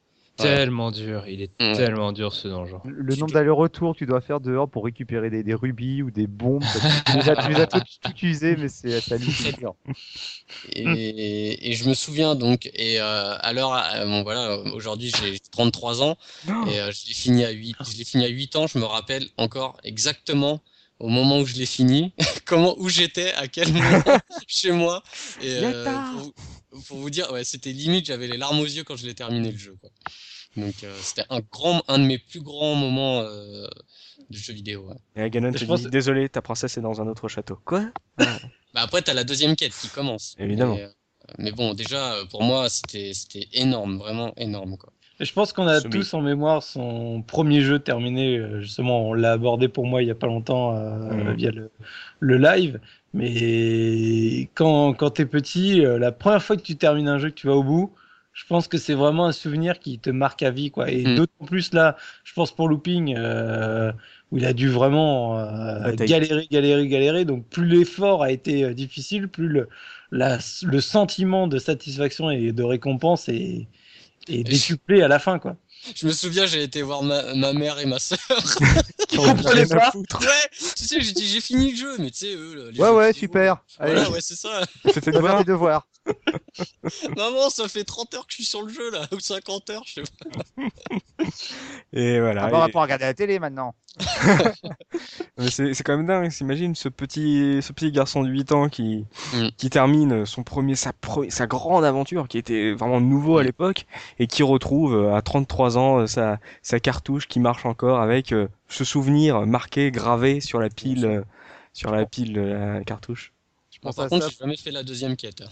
tellement dur, il est Ouais. tellement dur ce donjon. Le nombre d'allers-retours que tu dois faire dehors pour récupérer des, des rubis ou des bombes, ça, tu les as, tu les as toutes, toutes usées, mais c'est c'est hallucinant. Et, et je me souviens donc, et euh, à l'heure, euh, bon, voilà, aujourd'hui j'ai trente-trois ans, et euh, je l'ai fini à huit, je l'ai fini à huit ans, je me rappelle encore exactement au moment où je l'ai fini, comment, où j'étais, à quel moment chez moi, et euh, pour, pour vous dire, ouais, c'était limite, j'avais les larmes aux yeux quand je l'ai terminé le jeu, quoi. Donc euh, c'était un grand, un de mes plus grands moments euh, de jeu vidéo. Ouais. Et Ganon te Je dit, pense- désolé, ta princesse est dans un autre château. Quoi? Bah après t'as la deuxième quête qui commence. Évidemment. Mais, euh, mais bon, déjà euh, pour moi c'était c'était énorme, vraiment énorme quoi. Et je pense qu'on a Soumis. tous en mémoire son premier jeu terminé. euh, Justement, on l'a abordé pour moi il y a pas longtemps euh, Mhm. via le, le live. Mais quand, quand t'es petit, euh, la première fois que tu termines un jeu, que tu vas au bout, je pense que c'est vraiment un souvenir qui te marque à vie, quoi. Et Mhm. d'autant plus là, je pense pour Looping, euh, où il a dû vraiment euh, Bataille. galérer, galérer, galérer. Donc plus l'effort a été euh, difficile, plus le, la, le sentiment de satisfaction et de récompense est, est décuplé à la fin, quoi. Je me souviens, j'ai été voir ma, ma mère et ma sœur. Ils comprenaient Rien à pas. foutre. Ouais, tu sais, j'ai dit j'ai fini le jeu, mais tu sais eux. Les Ouais, jeux ouais, vidéo, super. Voilà, Allez, ouais, c'est ça. Fais tes on va faire devoirs. tes devoirs. Maman, ça fait trente heures que je suis sur le jeu là, ou cinquante heures, je sais pas. Et voilà. Ah bah, on va Et- pouvoir regarder la télé maintenant. Mais c'est c'est quand même dingue, s'imagine ce petit ce petit garçon de huit ans qui Mm. qui termine son premier sa pre- sa grande aventure qui était vraiment nouveau à Mm. l'époque et qui retrouve euh, à trente-trois ans euh, sa sa cartouche qui marche encore avec euh, ce souvenir marqué gravé sur la pile euh, sur la pile de la cartouche. Je Bon, pense par à contre, ça. j'ai jamais fait la deuxième quête.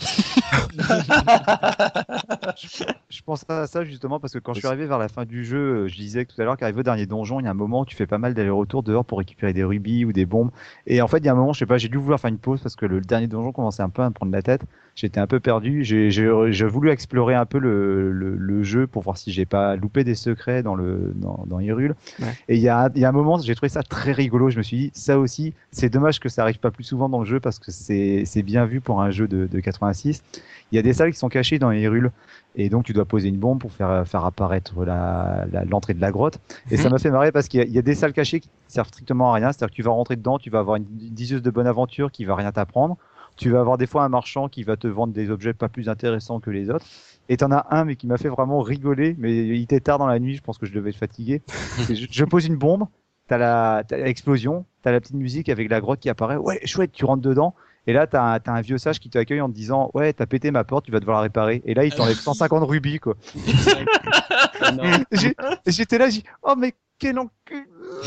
Je pense à ça justement parce que quand je suis arrivé vers la fin du jeu, euh, je disais tout à l'heure qu'arrivé au dernier donjon, il y a un moment où tu fais pas mal d'allers-retours dehors pour récupérer des rubis ou des bombes. Et en fait, il y a un moment, je sais pas, j'ai dû vouloir faire une pause parce que le dernier donjon commençait un peu à me prendre la tête. J'étais un peu perdu. J'ai j'ai- j'ai voulu explorer un peu le, le, le jeu pour voir si j'ai pas loupé des secrets dans le dans, dans Hyrule. Ouais. Et il y a, il y a un moment, j'ai trouvé ça très rigolo. Je me suis dit, ça aussi, c'est dommage que ça arrive pas plus souvent dans le jeu parce que c'est c'est bien vu pour un jeu de, de quatre-vingt-six. Il y a des salles qui sont cachées dans Hyrule. Et donc, tu dois poser une bombe pour faire, faire apparaître la, la- l'entrée de la grotte. Et ça m'a fait marrer parce qu'il y a, il y a des salles cachées qui servent strictement à rien. C'est-à-dire que tu vas rentrer dedans, tu vas avoir une diseuse de bonne aventure qui va rien t'apprendre. Tu vas avoir des fois un marchand qui va te vendre des objets pas plus intéressants que les autres. Et t'en as un, mais qui m'a fait vraiment rigoler. Mais il était tard dans la nuit, je pense que je devais être fatigué. C'est Je, je pose une bombe, t'as la, t'as l'explosion, t'as la petite musique avec la grotte qui apparaît. Ouais, chouette, tu rentres dedans. Et là, t'as un, t'as un vieux sage qui t'accueille en te disant, ouais, t'as pété ma porte, tu vas devoir la réparer. Et là, il t'enlève cent cinquante rubis, quoi. Non. J'ai- J'étais là, j'ai dit, oh, mais quel encul.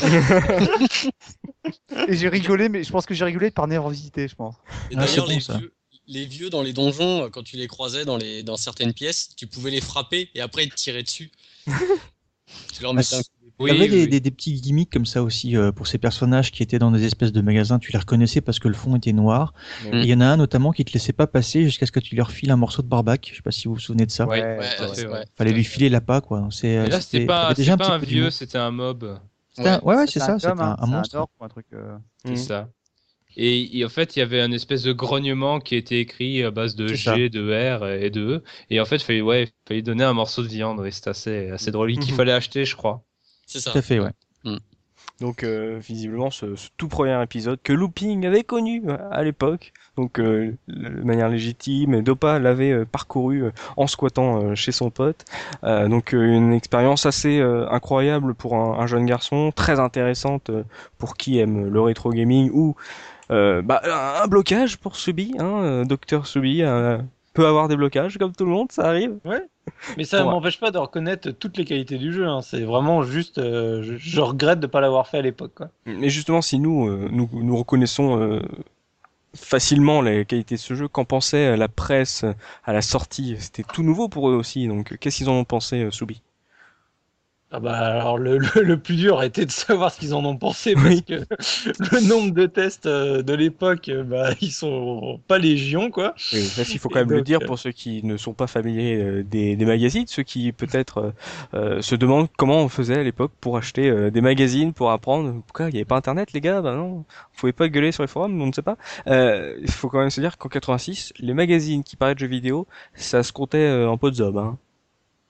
Et j'ai rigolé, mais je pense que j'ai rigolé par nervosité, je pense. Et Ah, d'ailleurs, c'est bon, les, ça. vieux, les vieux dans les donjons, euh, quand tu les croisais dans, les, dans certaines pièces, tu pouvais les frapper et après ils te tiraient dessus. Tu leur Ah, mettais un c'est- coup Il d'épée. y avait des, oui. des- des petits gimmicks comme ça aussi euh, pour ces personnages qui étaient dans des espèces de magasins. Tu les reconnaissais parce que le fond était noir. Mm. Et il y en a un notamment qui te laissait pas passer jusqu'à ce que tu lui refiles un morceau de barbac. Je sais pas si vous vous souvenez de ça. Ouais, Ouais, tout à ouais, fait, ouais. ouais. Fallait lui filer l'appât, quoi. Donc, c'est, Et là, c'était ça pas, avait déjà c'était pas petit un peu vieux, d'humour. c'était un mob. C'était un- Ouais, ouais, c'est C'est ça, un c'était homme, un, hein, un c'est monstre. orc ou un truc. euh. C'est Mm. ça. Et, et en fait, il y avait un espèce de grognement qui était écrit à base de C'est G, de R et de E. Et en fait, il fallait, ouais, il fallait donner un morceau de viande. Et c'était assez, assez drôle. Qu'il Mhm. fallait acheter, je crois. C'est ça. Tout à fait, ouais. Donc euh, visiblement ce, ce tout premier épisode que Looping avait connu euh, à l'époque, donc euh, de manière légitime, et Dopa l'avait euh, parcouru euh, en squattant euh, chez son pote. Euh, donc euh, une expérience assez euh, incroyable pour un, un jeune garçon, très intéressante euh, pour qui aime le rétro gaming ou euh, bah, un, un blocage pour Subi, hein, euh, Docteur Subi euh, peut avoir des blocages comme tout le monde, ça arrive. Mais ça Ouais. m'empêche pas de reconnaître toutes les qualités du jeu. Hein. C'est vraiment juste, euh, je, je regrette de pas l'avoir fait à l'époque, quoi. Mais justement, si nous, euh, nous, nous reconnaissons euh, facilement les qualités de ce jeu, qu'en pensait euh, la presse euh, à la sortie? C'était tout nouveau pour eux aussi, donc euh, qu'est-ce qu'ils en ont pensé, euh, Soubi? Ah bah alors le, le, le plus dur a été de savoir ce qu'ils en ont pensé parce Oui. que le nombre de tests euh, de l'époque, euh, bah ils sont pas légion, quoi. Oui, ça, il faut quand Et même le donc, dire euh, pour ceux qui ne sont pas familiers euh, des, des magazines, ceux qui peut-être euh, euh, se demandent comment on faisait à l'époque pour acheter euh, des magazines, pour apprendre. Pourquoi il n'y avait pas Internet, les gars? Bah non, vous pouvez pas gueuler sur les forums, on ne sait pas. Euh, Il faut quand même se dire qu'en quatre-vingt-six, les magazines qui parlaient de jeux vidéo, ça se comptait euh, en pot de zob, hein.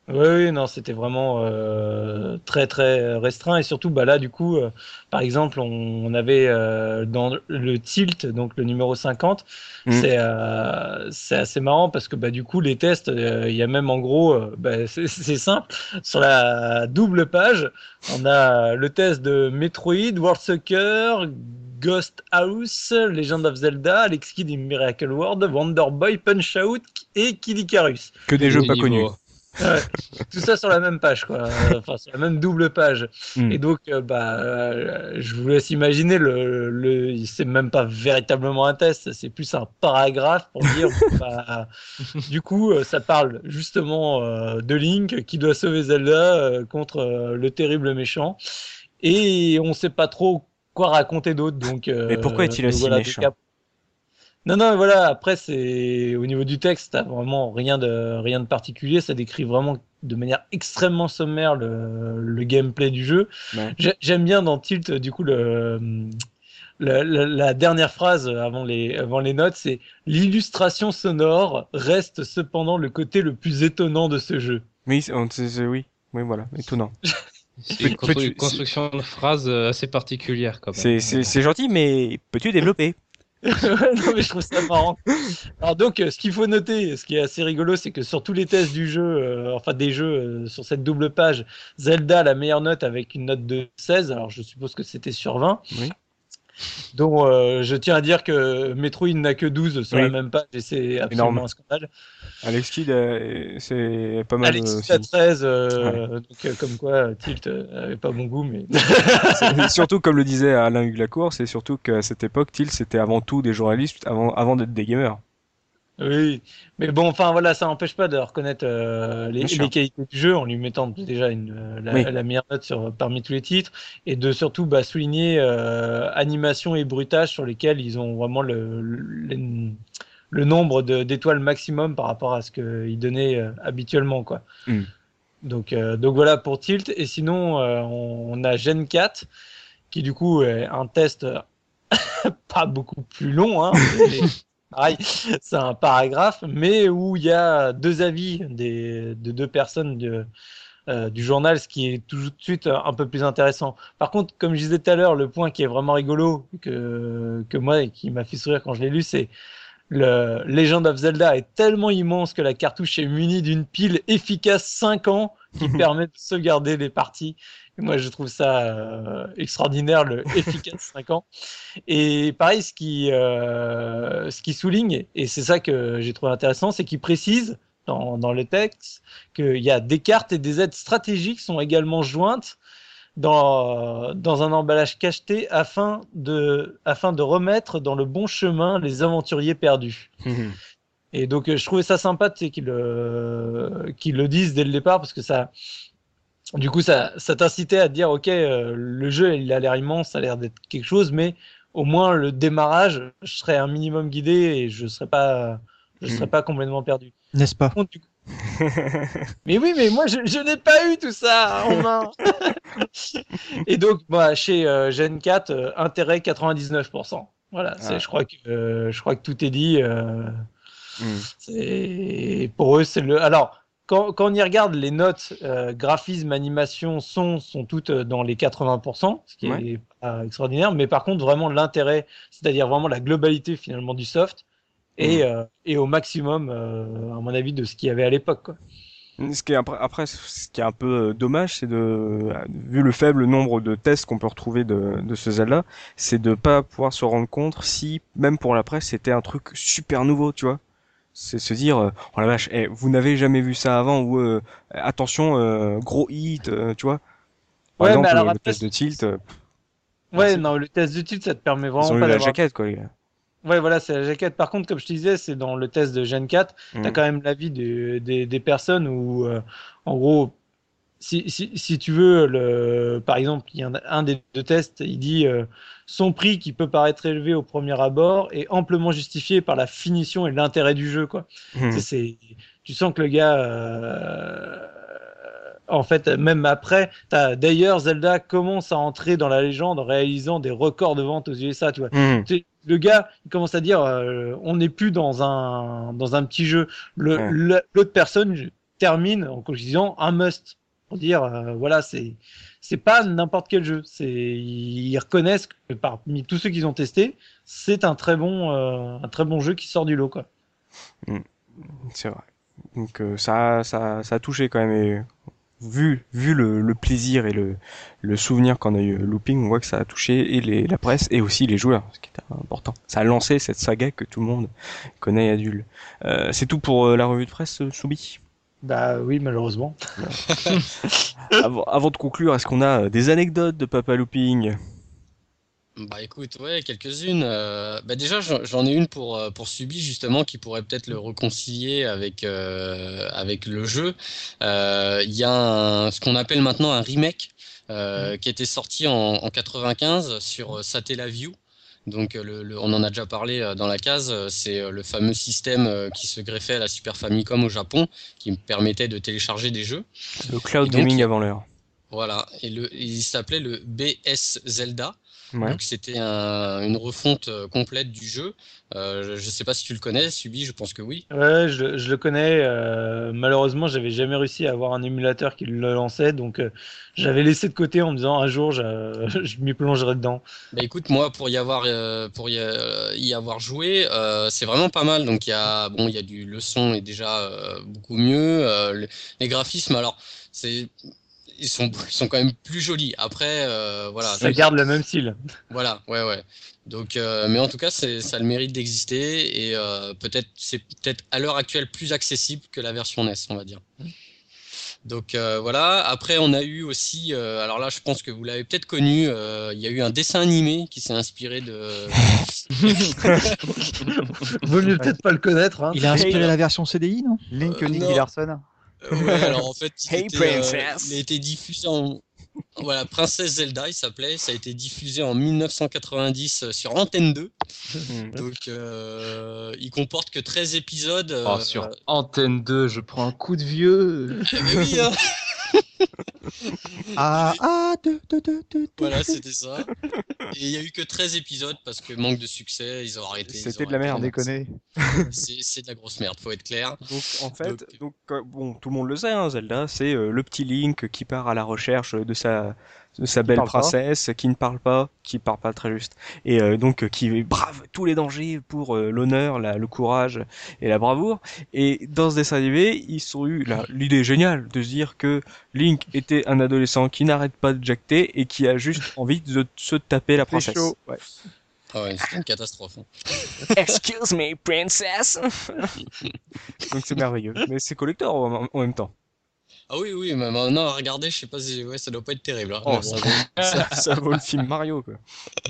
Oui, oui, non, c'était vraiment euh, très très restreint et surtout bah là du coup euh, par exemple on, on avait euh, dans le Tilt donc le numéro cinquante Mm. c'est euh, c'est assez marrant parce que bah du coup les tests euh, il y a même en gros euh, bah, c'est c'est simple sur la double page on a le test de Metroid, World Soccer, Ghost House, Legend of Zelda, Alex Kidd in Miracle World, Wonder Boy, Punch Out et Kid Icarus. Que des Et jeux des pas niveaux. connus. Ouais, tout ça sur la même page, quoi. Euh, Enfin, sur la même double page. Mm. Et donc, euh, bah, euh, je vous laisse imaginer, le, le, c'est même pas véritablement un test, c'est plus un paragraphe pour dire, bah, du coup, euh, ça parle justement euh, de Link qui doit sauver Zelda euh, contre euh, le terrible méchant. Et on sait pas trop quoi raconter d'autre. Donc, euh, Mais pourquoi est-il donc aussi voilà, méchant? donc, ap- non, non, voilà, après, c'est au niveau du texte, t'as vraiment rien de, rien de particulier. Ça décrit vraiment de manière extrêmement sommaire le, le gameplay du jeu. Ouais. J'ai- J'aime bien dans Tilt, du coup, le, la, la- la dernière phrase avant les, avant les notes, c'est l'illustration sonore reste cependant le côté le plus étonnant de ce jeu. Oui, c'est- on- c'est- c'est- oui, oui, voilà, étonnant. C'est Peux- une constru- peux-tu- construction de phrase euh, assez particulière quand même. C'est c'est- c'est gentil, mais peux-tu développer? Non, mais je trouve ça marrant. Alors donc, euh, ce qu'il faut noter, ce qui est assez rigolo, c'est que sur tous les tests du jeu, euh, enfin des jeux euh, sur cette double page, Zelda a la meilleure note avec une note de seize. Alors je suppose que c'était sur vingt. Oui. Donc euh, je tiens à dire que Metroid n'a que douze sur Oui. la même page et c'est absolument Énorme. un scandale. Alex Kidd, euh, c'est pas mal Alex aussi. à treize, euh, donc euh, comme quoi euh, Tilt euh, avait pas bon goût, mais C'est- surtout, comme le disait Alain Huglacourt, c'est surtout qu'à cette époque, Tilt, c'était avant tout des journalistes, avant, avant d'être des gamers. oui, mais bon, enfin voilà, ça n'empêche pas de reconnaître euh, les, Bien sûr. les qualités du jeu en lui mettant déjà une, euh, la, Oui. la meilleure note sur, parmi tous les titres et de surtout bah, souligner euh, animation et bruitage sur lesquels ils ont vraiment le, le, le nombre de- d'étoiles maximum par rapport à ce qu'ils donnaient euh, habituellement, quoi. Mm. Donc, euh, donc voilà pour Tilt. Et sinon, euh, on, on a Gen quatre qui du coup est un test pas beaucoup plus long, hein, mais pareil, c'est un paragraphe, mais où il y a deux avis des, de deux personnes de, euh, du journal, ce qui est tout de suite un peu plus intéressant. Par contre, comme je disais tout à l'heure, le point qui est vraiment rigolo, que, que moi et qui m'a fait sourire quand je l'ai lu, c'est le Legend of Zelda est tellement immense que la cartouche est munie d'une pile efficace cinq ans qui permet de sauvegarder les parties. Et moi, je trouve ça euh, extraordinaire, le efficace cinq ans. Et pareil, ce qui, euh, ce qui souligne, et c'est ça que j'ai trouvé intéressant, c'est qu'il précise dans, dans le texte qu'il y a des cartes et des aides stratégiques sont également jointes dans, dans un emballage cacheté afin de, afin de remettre dans le bon chemin les aventuriers perdus. Et donc, je trouvais ça sympa, tu sais, qu'ils le, qu'ils le disent dès le départ, parce que ça, du coup, ça, ça t'incitait à te dire, ok, euh, le jeu, il a l'air immense, ça a l'air d'être quelque chose, mais au moins, le démarrage, je serais un minimum guidé et je serais pas, je serais pas complètement perdu. N'est-ce pas? Par contre, du coup- Mais oui, mais moi, je, je n'ai pas eu tout ça en main. Et donc, bah, chez euh, Gen quatre, euh, intérêt quatre-vingt-dix-neuf pour cent. Voilà, c'est, Ah. je crois que, euh, je crois que tout est dit. euh, Mm. c'est, pour eux, c'est le. Alors, quand, quand on y regarde, les notes euh, graphisme, animation, son sont toutes euh, dans les quatre-vingts pour cent, ce qui Ouais. est pas extraordinaire. Mais par contre, vraiment l'intérêt, c'est-à-dire vraiment la globalité finalement du soft, et, euh, et au maximum, euh, à mon avis, de ce qu'il y avait à l'époque, quoi. Ce qui est après, après, ce qui est un peu euh, dommage, c'est de, vu le faible nombre de tests qu'on peut retrouver de, de ce Zelda, c'est de pas pouvoir se rendre compte si, même pour la presse, c'était un truc super nouveau, tu vois. C'est se dire, euh, oh la vache, eh, vous n'avez jamais vu ça avant, ou euh, attention, euh, gros hit, euh, tu vois. Par Ouais, exemple, mais alors le après, test de Tilt, euh, Ouais, c'est- non, le test de tilt, ça te permet ils vraiment ont eu pas la d'avoir. jaquette, quoi, les gars. Ouais, voilà, c'est la jaquette. Par contre, comme je te disais, c'est dans le test de Gen quatre, t'as Mm. quand même l'avis des, des, des personnes où, euh, en gros, si, si, si tu veux, le, par exemple, il y en a un des deux tests, il dit euh, son prix qui peut paraître élevé au premier abord est amplement justifié par la finition et l'intérêt du jeu, quoi. Mm. C'est, c'est, tu sens que le gars, euh, en fait, même après, t'as, d'ailleurs, Zelda commence à entrer dans la légende en réalisant des records de vente aux U S A, tu vois. Mm. Tu sais, le gars, il commence à dire, euh, on n'est plus dans un, dans un petit jeu. Le, Ouais. le- l'autre personne termine en disant un must pour dire euh, voilà c'est c'est pas n'importe quel jeu, c'est ils reconnaissent que parmi tous ceux qu'ils ont testés, c'est un très bon euh, un très bon jeu qui sort du lot quoi. Mmh. C'est vrai. Donc euh, ça, ça, ça a touché quand même. Et vu, vu le, le plaisir et le, le souvenir qu'on a eu Looping, on voit que ça a touché et les, la presse et aussi les joueurs, ce qui était important. Ça a lancé cette saga que tout le monde connaît et adule. Euh, c'est tout pour euh, la revue de presse, Soubi. Bah oui, malheureusement. avant, avant de conclure, est-ce qu'on a des anecdotes de Papa Looping? Bah écoute, ouais, quelques-unes. Euh, bah déjà, j'en j'en ai une pour euh, pour Subi justement qui pourrait peut-être le réconcilier avec euh, avec le jeu. Euh, Il y a un- ce qu'on appelle maintenant un remake euh, qui était sorti en, en quatre-vingt-quinze sur euh, Satellaview. Donc euh, le, le- on en a déjà parlé euh, dans la case. euh, C'est euh, le fameux système euh, qui se greffait à la Super Famicom au Japon, qui me permettait de télécharger des jeux. Le cloud Et donc, gaming il- avant l'heure. Voilà. Et le, il s'appelait le B S Zelda. Ouais. Donc c'était un- une refonte euh, complète du jeu. Euh, je ne sais pas si tu le connais, Subi, je pense que oui. Ouais, je, je le connais. Euh, malheureusement, j'avais jamais réussi à avoir un émulateur qui le lançait, donc euh, j'avais laissé de côté en me disant un jour je, je m'y plongerai dedans. Bah écoute, moi pour y avoir euh, pour y, euh, y avoir joué, euh, c'est vraiment pas mal. Donc il y a bon, il y a du le son est déjà euh, beaucoup mieux. Euh, le- les graphismes, alors c'est ils sont ils sont quand même plus jolis. Après euh, voilà, Ça c'est- garde le même style. Voilà, ouais, ouais. Donc, euh, mais en tout cas, c'est, ça a le mérite d'exister et euh, peut-être, c'est peut-être à l'heure actuelle plus accessible que la version N E S, on va dire. Donc euh, voilà. Après, on a eu aussi, euh, alors là, je pense que vous l'avez peut-être connu. euh, Il y a eu un dessin animé qui s'est inspiré de. Vaut mieux peut-être pas le connaître. Hein. Il a inspiré Hey. la version C D I, non Link Euh, Nicky non. Larson. Euh, ouais, alors en fait, il, Hey, était, euh, princess. il a été diffusé en. Voilà, Princesse Zelda, il s'appelait. Ça a été diffusé en mille neuf cent quatre-vingt-dix sur Antenne deux. Hmm. Donc, euh, il comporte que treize épisodes. euh, Oh, sur Antenne deux, je prends un coup de vieux. eh ben oui, hein. Ah, ah, deux, deux, deux, deux, deux. Voilà, c'était ça. Et il y a eu que treize épisodes parce que manque de succès, ils ont arrêté. ils C'était ont de la arrêté. merde. Déconner. C'est c'est de la grosse merde, faut être clair. Donc en fait, Donc- donc, euh, bon, tout le monde le sait, hein, Zelda, c'est euh, le petit Link qui part à la recherche de sa de sa belle parle pas. princesse, qui ne parle pas, qui parle pas très juste, et euh, donc euh, qui brave tous les dangers pour euh, l'honneur, la- le courage et la bravoure. Et dans ce dessin animé, ils ont eu la- l'idée géniale de se dire que Link était un adolescent qui n'arrête pas de jacter et qui a juste envie de se taper la C'est princesse. chaud. Ouais. Ah ouais, c'est une catastrophe. hein. Excuse me, princess. Donc c'est merveilleux, mais c'est collector en en même temps. Ah oui, oui, mais maintenant à regarder, je sais pas si ouais, ça doit pas être terrible. hein. Oh, Mais bon. ça, vaut, ça, ça vaut le film Mario, quoi.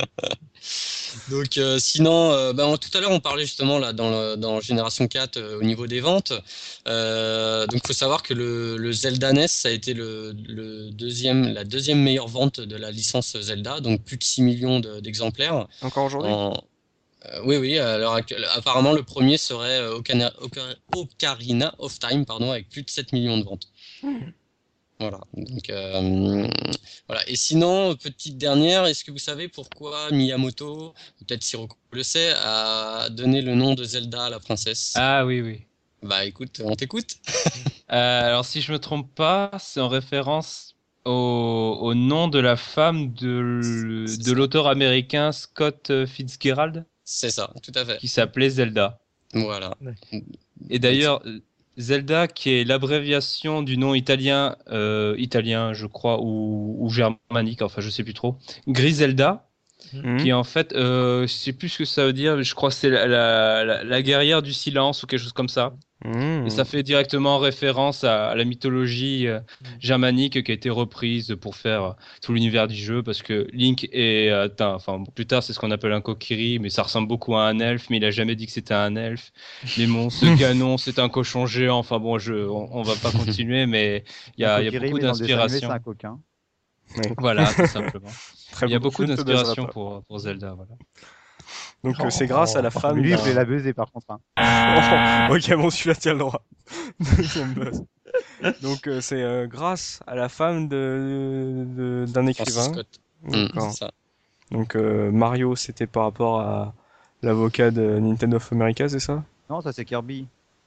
Donc euh, sinon, euh, ben, tout à l'heure on parlait justement là dans, le, dans Génération quatre euh, au niveau des ventes. Euh, donc faut savoir que le, le Zelda N E S ça a été le, le deuxième, la deuxième meilleure vente de la licence Zelda, donc plus de six millions de- d'exemplaires. Encore aujourd'hui? En- euh, oui, oui, à l'heure actuelle. Apparemment, le premier serait euh, Ocana- Oca- Ocarina of Time, pardon, avec plus de sept millions de ventes. Voilà. Donc, euh, voilà. Et sinon, petite dernière, est-ce que vous savez pourquoi Miyamoto, peut-être Sirocco le sait, a donné le nom de Zelda à la princesse? Ah oui, oui. Bah écoute, on t'écoute. Euh, alors si je me trompe pas, c'est en référence au, au nom de la femme de, C'est de ça. l'auteur américain Scott Fitzgerald, C'est ça, tout à fait. qui s'appelait Zelda. Voilà. Et d'ailleurs, Zelda, qui est l'abréviation du nom italien, euh, italien, je crois, ou, ou germanique, enfin, je sais plus trop, Griselda, Mhm. qui est en fait, euh, je sais plus ce que ça veut dire, mais je crois que c'est la, la, la, la guerrière du silence ou quelque chose comme ça. Mmh. Et ça fait directement référence à, à la mythologie euh, germanique qui a été reprise pour faire euh, tout l'univers du jeu, parce que Link est, euh, un- enfin plus tard c'est ce qu'on appelle un Kokiri, mais ça ressemble beaucoup à un elfe, mais il a jamais dit que c'était un elfe. Les monstres, ce Ganon, c'est un cochon géant. Enfin bon, je, on, on va pas continuer, mais il y a, il y a Kokiri, beaucoup mais dans le dessin animé, d'inspiration. C'est un coquin. Voilà, tout simplement. Très Il y a beau. beaucoup Je ne te d'inspiration baiserai pas. pour, pour Zelda. Voilà. Donc euh, c'est grâce à la Oh, femme. mais lui, il d'un- voulait la baiser par contre. hein. Oh, ok, bon, celui-là tient le droit. Deuxième buzz. Donc euh, c'est euh, grâce à la femme de de- d'un Francis écrivain. Scott. Mm, D'accord. c'est ça. Donc euh, Mario, c'était par rapport à l'avocat de Nintendo of America, c'est ça? Non, ça c'est Kirby.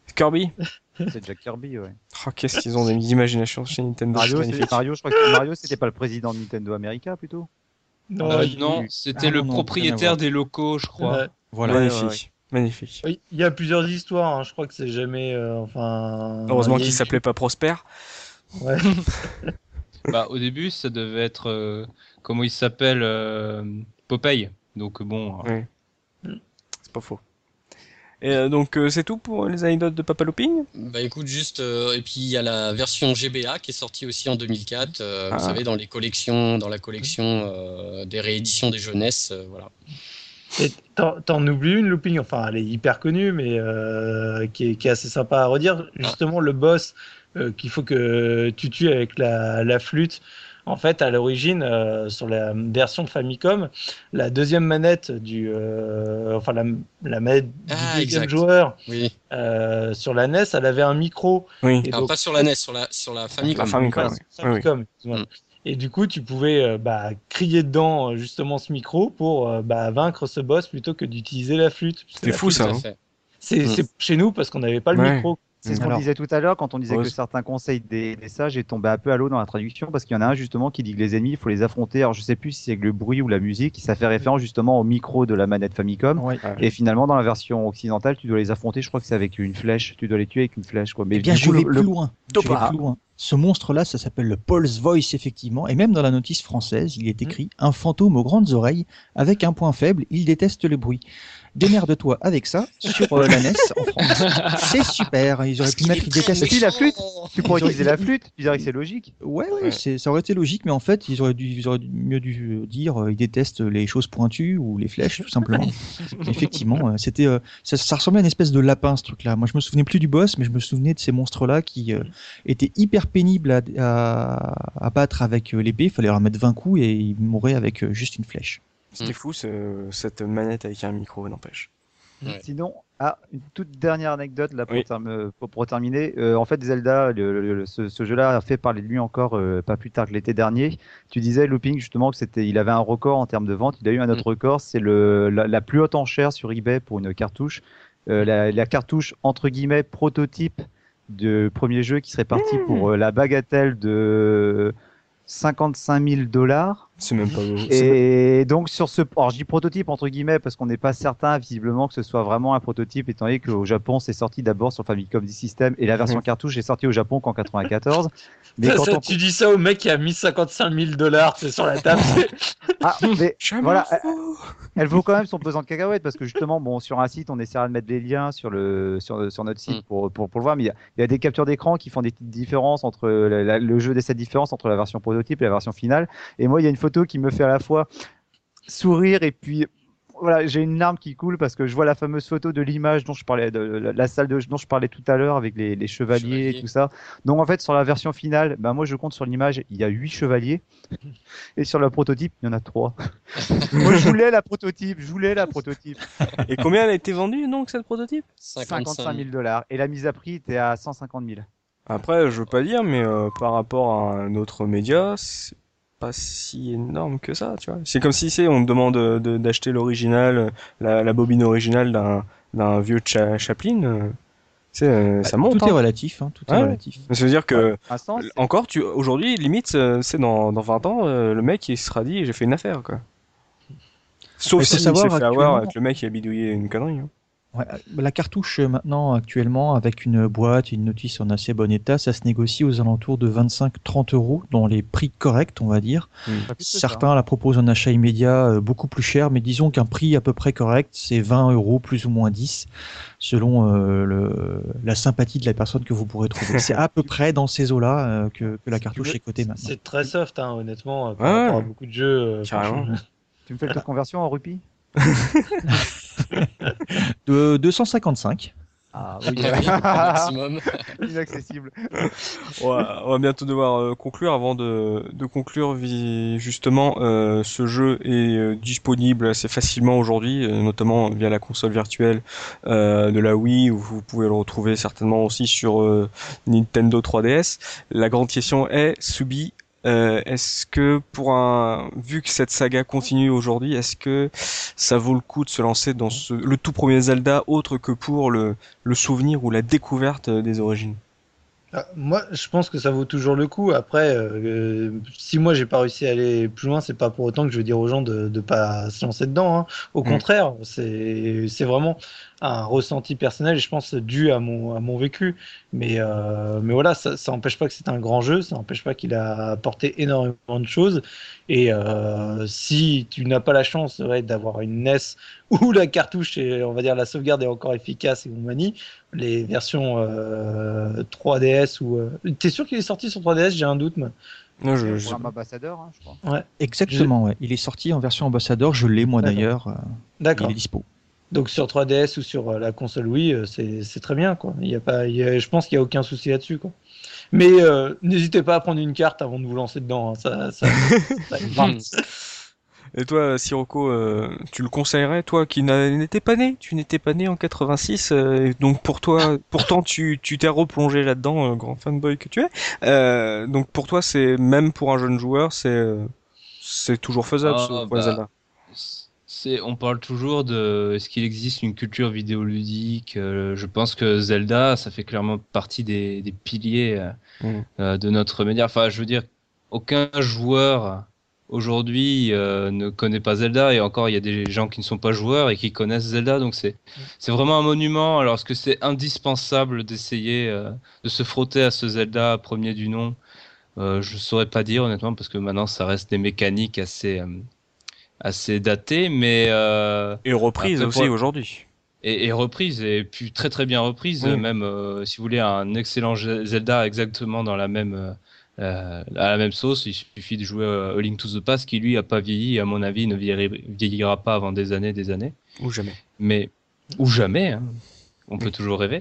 Kirby. C'est Jack Kirby, ouais. Oh, qu'est-ce qu'ils ont d'imagination chez Nintendo. Mario, c'est c'est- magnifique. Mario, je crois que Mario, c'était pas le président de Nintendo America plutôt. Non, Euh, il- non, c'était Ah, le non, non, rien à propriétaire voir. des locaux, je crois. Ouais. Voilà. Ouais, Magnifique. ouais, ouais. Magnifique. Oui, il y a plusieurs histoires. hein. Je crois que c'est jamais. euh, enfin. Heureusement il y a qu'il une- s'appelait pas Prosper. Ouais. Bah, au début, ça devait être, euh, comment il s'appelle, euh, Popeye. Donc bon, euh, Ouais. C'est pas faux. Et euh, donc euh, c'est tout pour les anecdotes de Papa Looping. Bah écoute, juste, euh, et puis il y a la version G B A qui est sortie aussi en deux mille quatre, euh, Ah. vous savez, dans les collections, dans la collection euh, des rééditions des jeunesses, euh, voilà. Et T'en t'en oublies une, Looping, enfin elle est hyper connue, mais euh, qui, est, qui est assez sympa à redire. Justement, le boss euh, qu'il faut que tu tues avec la, la flûte, en fait, à l'origine, euh, sur la version Famicom, la deuxième manette du, euh, enfin la, la manette du Ah, deuxième exact. joueur Oui. euh, sur la N E S, elle avait un micro. Oui. Et Alors donc, pas sur la N E S, sur la, sur la Famicom. La Famicom. Enfin, oui. sur Famicom, excuse-moi. Mm. Et du coup, tu pouvais euh, bah, crier dedans euh, justement ce micro pour euh, bah, vaincre ce boss plutôt que d'utiliser la flûte. Parce que C'est la fou, flûte, ça, Tout à hein. fait. C'est Mm. c'est chez nous parce qu'on n'avait pas le Ouais. micro. C'est ce qu'on Alors- disait tout à l'heure quand on disait Ouais. que certains conseils des, des sages est tombé un peu à l'eau dans la traduction parce qu'il y en a un justement qui dit que les ennemis, il faut les affronter. Alors je sais plus si c'est avec le bruit ou la musique, ça fait référence justement au micro de la manette Famicom. Ouais. Et finalement, dans la version occidentale, tu dois les affronter. Je crois que c'est avec une flèche. Tu dois les tuer avec une flèche, quoi. Mais Eh bien, du je coup, vais le- plus le- loin. Je vais Dopa. plus loin. Ce monstre-là, ça s'appelle le Pulse Voice, effectivement. Et même dans la notice française, il est écrit un fantôme aux grandes oreilles avec un point faible. Il déteste le bruit. Démerde-toi avec ça sur euh, la N E S en France. C'est super. Ils auraient pu mettre, il déteste Si, la flûte. Tu pourrais Ils auraient- utiliser la flûte. Tu dirais que c'est logique. Ouais, ouais, Ouais. c'est- ça aurait été logique, mais en fait, ils auraient, dû, ils auraient dû- mieux dû euh, dire euh, ils détestent les choses pointues ou les flèches, tout simplement. Effectivement, euh, c'était, euh, ça, ça ressemblait à une espèce de lapin, ce truc-là. Moi, je me souvenais plus du boss, mais je me souvenais de ces monstres-là qui euh, étaient hyper pénibles à, à, à battre avec euh, l'épée. Il fallait leur mettre vingt coups et ils mouraient avec euh, juste une flèche. C'était fou ce- cette manette avec un micro, n'empêche. Ouais. Sinon, ah, une toute dernière anecdote là pour, Oui. term- pour, pour terminer. Euh, en fait, Zelda, le- le- le- ce, ce jeu-là a fait parler de lui encore euh, pas plus tard que l'été dernier. Tu disais, Looping, justement, que c'était, il avait un record en termes de vente. Il a eu un autre record, c'est le la, la plus haute enchère sur eBay pour une cartouche. Euh, la, la cartouche entre guillemets prototype de premier jeu qui serait parti pour euh, la bagatelle de cinquante-cinq mille dollars. C'est même pas. c'est même- Et donc sur ce, alors je dis prototype entre guillemets parce qu'on n'est pas certain visiblement que ce soit vraiment un prototype étant donné qu'au Japon c'est sorti d'abord sur Famicom System et la version Mhm. cartouche est sortie au Japon qu'en quatre-vingt-quatorze. Mais Ça, quand ça, on... Tu dis ça au mec qui a mis cinquante-cinq mille dollars sur la table. ah, mais Je m'en voilà, fous. elle vaut quand même son pesant de cacahuètes parce que justement bon sur un site on essaiera de mettre les liens sur le sur, sur notre site Mm. pour, pour, pour le voir mais il y a, il y a des captures d'écran qui font des petites différences entre la- la- le jeu des cette différence entre la version prototype et la version finale et moi il y a une photo qui me fait à la fois sourire et puis voilà, j'ai une larme qui coule parce que je vois la fameuse photo de l'image dont je parlais, de la, la salle de, dont je parlais tout à l'heure avec les, les chevaliers, Chevaliers. et tout ça. Donc en fait, sur la version finale, ben moi je compte sur l'image, il y a huit chevaliers et sur le prototype, il y en a trois. Moi je voulais la prototype, je voulais la prototype. Et combien elle a été vendue donc cette prototype? cinquante-cinq mille dollars et la mise à prix était à cent cinquante mille. Après, je veux pas dire, mais euh, par rapport à un autre média, c'est pas si énorme que ça, tu vois. C'est comme si c'est, on te demande de- de- d'acheter l'original, la, la bobine originale d'un d'un vieux Cha- Chaplin. euh, C'est, euh, ça monte. Tout est Hein. relatif, hein, tout est Ouais. relatif. Ça veut dire que À cent, c'est- encore, tu aujourd'hui, limite, euh, c'est dans dans vingt ans, euh, le mec il se sera dit, j'ai fait une affaire, quoi. Sauf Mais si faut il savoir s'est fait avoir actuellement- avec le mec qui a bidouillé une connerie. Hein. Ouais, la cartouche euh, maintenant actuellement avec une boîte et une notice en assez bon état, ça se négocie aux alentours de vingt-cinq à trente euros dans les prix corrects, on va dire. ça coûte que ça. Certains la proposent en achat immédiat euh, beaucoup plus cher, mais disons qu'un prix à peu près correct, c'est vingt euros plus ou moins dix, selon euh, le, la sympathie de la personne que vous pourrez trouver. C'est à peu près dans ces eaux-là euh, que, que la cartouche est cotée maintenant. C'est très soft, hein, honnêtement, euh, par Ouais. rapport à beaucoup de jeux. euh, Carrément. franchement. Tu me fais le taux de conversion en rupee? De deux cent cinquante-cinq. Ah Oui, oui, maximum. inaccessible. On va, on va bientôt devoir euh, conclure. Avant de, de conclure, vi- justement, euh, ce jeu est euh, disponible assez facilement aujourd'hui, euh, notamment via la console virtuelle euh, de la Wii, où vous pouvez le retrouver certainement aussi sur euh, Nintendo trois D S. La grande question est, Subi, Euh, est-ce que pour un, vu que cette saga continue aujourd'hui, est-ce que ça vaut le coup de se lancer dans ce, le tout premier Zelda autre que pour le, le souvenir ou la découverte des origines? Ah, moi, je pense que ça vaut toujours le coup. Après, euh, si moi j'ai pas réussi à aller plus loin, c'est pas pour autant que je vais dire aux gens de de pas se lancer dedans, hein. Au Mm. contraire, c'est c'est vraiment un ressenti personnel, je pense, dû à mon à mon vécu. Mais euh, mais voilà, ça ça empêche pas que c'est un grand jeu, ça empêche pas qu'il a apporté énormément de choses. Et euh, si tu n'as pas la chance, ouais, d'avoir une N E S où la cartouche et on va dire la sauvegarde est encore efficace et compagnie, les versions euh, trois D S ou euh... t'es sûr qu'il est sorti sur trois D S? J'ai un doute. Mais... Non, je, Le je- programme ambassadeur, hein, je crois. Ouais, Exactement, ouais. Il est sorti en version ambassadeur, je l'ai moi D'accord. d'ailleurs. euh, Il d'accord. est dispo. Donc sur trois D S ou sur euh, la console Wii, euh, c'est c'est très bien quoi. Il y a pas, il y a- je pense qu'il y a aucun souci là-dessus quoi. Mais euh, n'hésitez pas à prendre une carte avant de vous lancer dedans, hein. Ça, ça, ça ira. Et toi, Sirocco, euh, tu le conseillerais, toi qui n'a- n'étais pas né, tu n'étais pas né en quatre-vingt-six, euh, et donc pour toi, pourtant tu tu t'es replongé là-dedans, euh, grand fanboy que tu es. Euh, donc pour toi, c'est même pour un jeune joueur, c'est euh, c'est toujours faisable ce Ah, point bah, Zelda. c'est, on parle toujours de est-ce qu'il existe une culture vidéoludique. Euh, je pense que Zelda, ça fait clairement partie des, des piliers euh, Mm. euh, de notre média. Enfin, je veux dire, aucun joueur aujourd'hui euh, ne connaît pas Zelda, et encore, il y a des gens qui ne sont pas joueurs et qui connaissent Zelda, donc c'est c'est vraiment un monument. Alors, est-ce que c'est indispensable d'essayer euh, de se frotter à ce Zelda premier du nom? Euh, je saurais pas dire honnêtement, parce que maintenant, ça reste des mécaniques assez euh, assez datées, mais euh, Et reprise après, aussi pour- aujourd'hui. et, et reprise, et puis très très bien reprise, Oui. même euh, si vous voulez un excellent Ge- Zelda exactement dans la même euh, euh, à la même sauce, il suffit de jouer euh, A Link to the Past, qui lui a pas vieilli, et à mon avis ne vieilli- vieillira pas avant des années des années, Ou jamais. mais ou jamais, hein. On peut Oui. toujours rêver.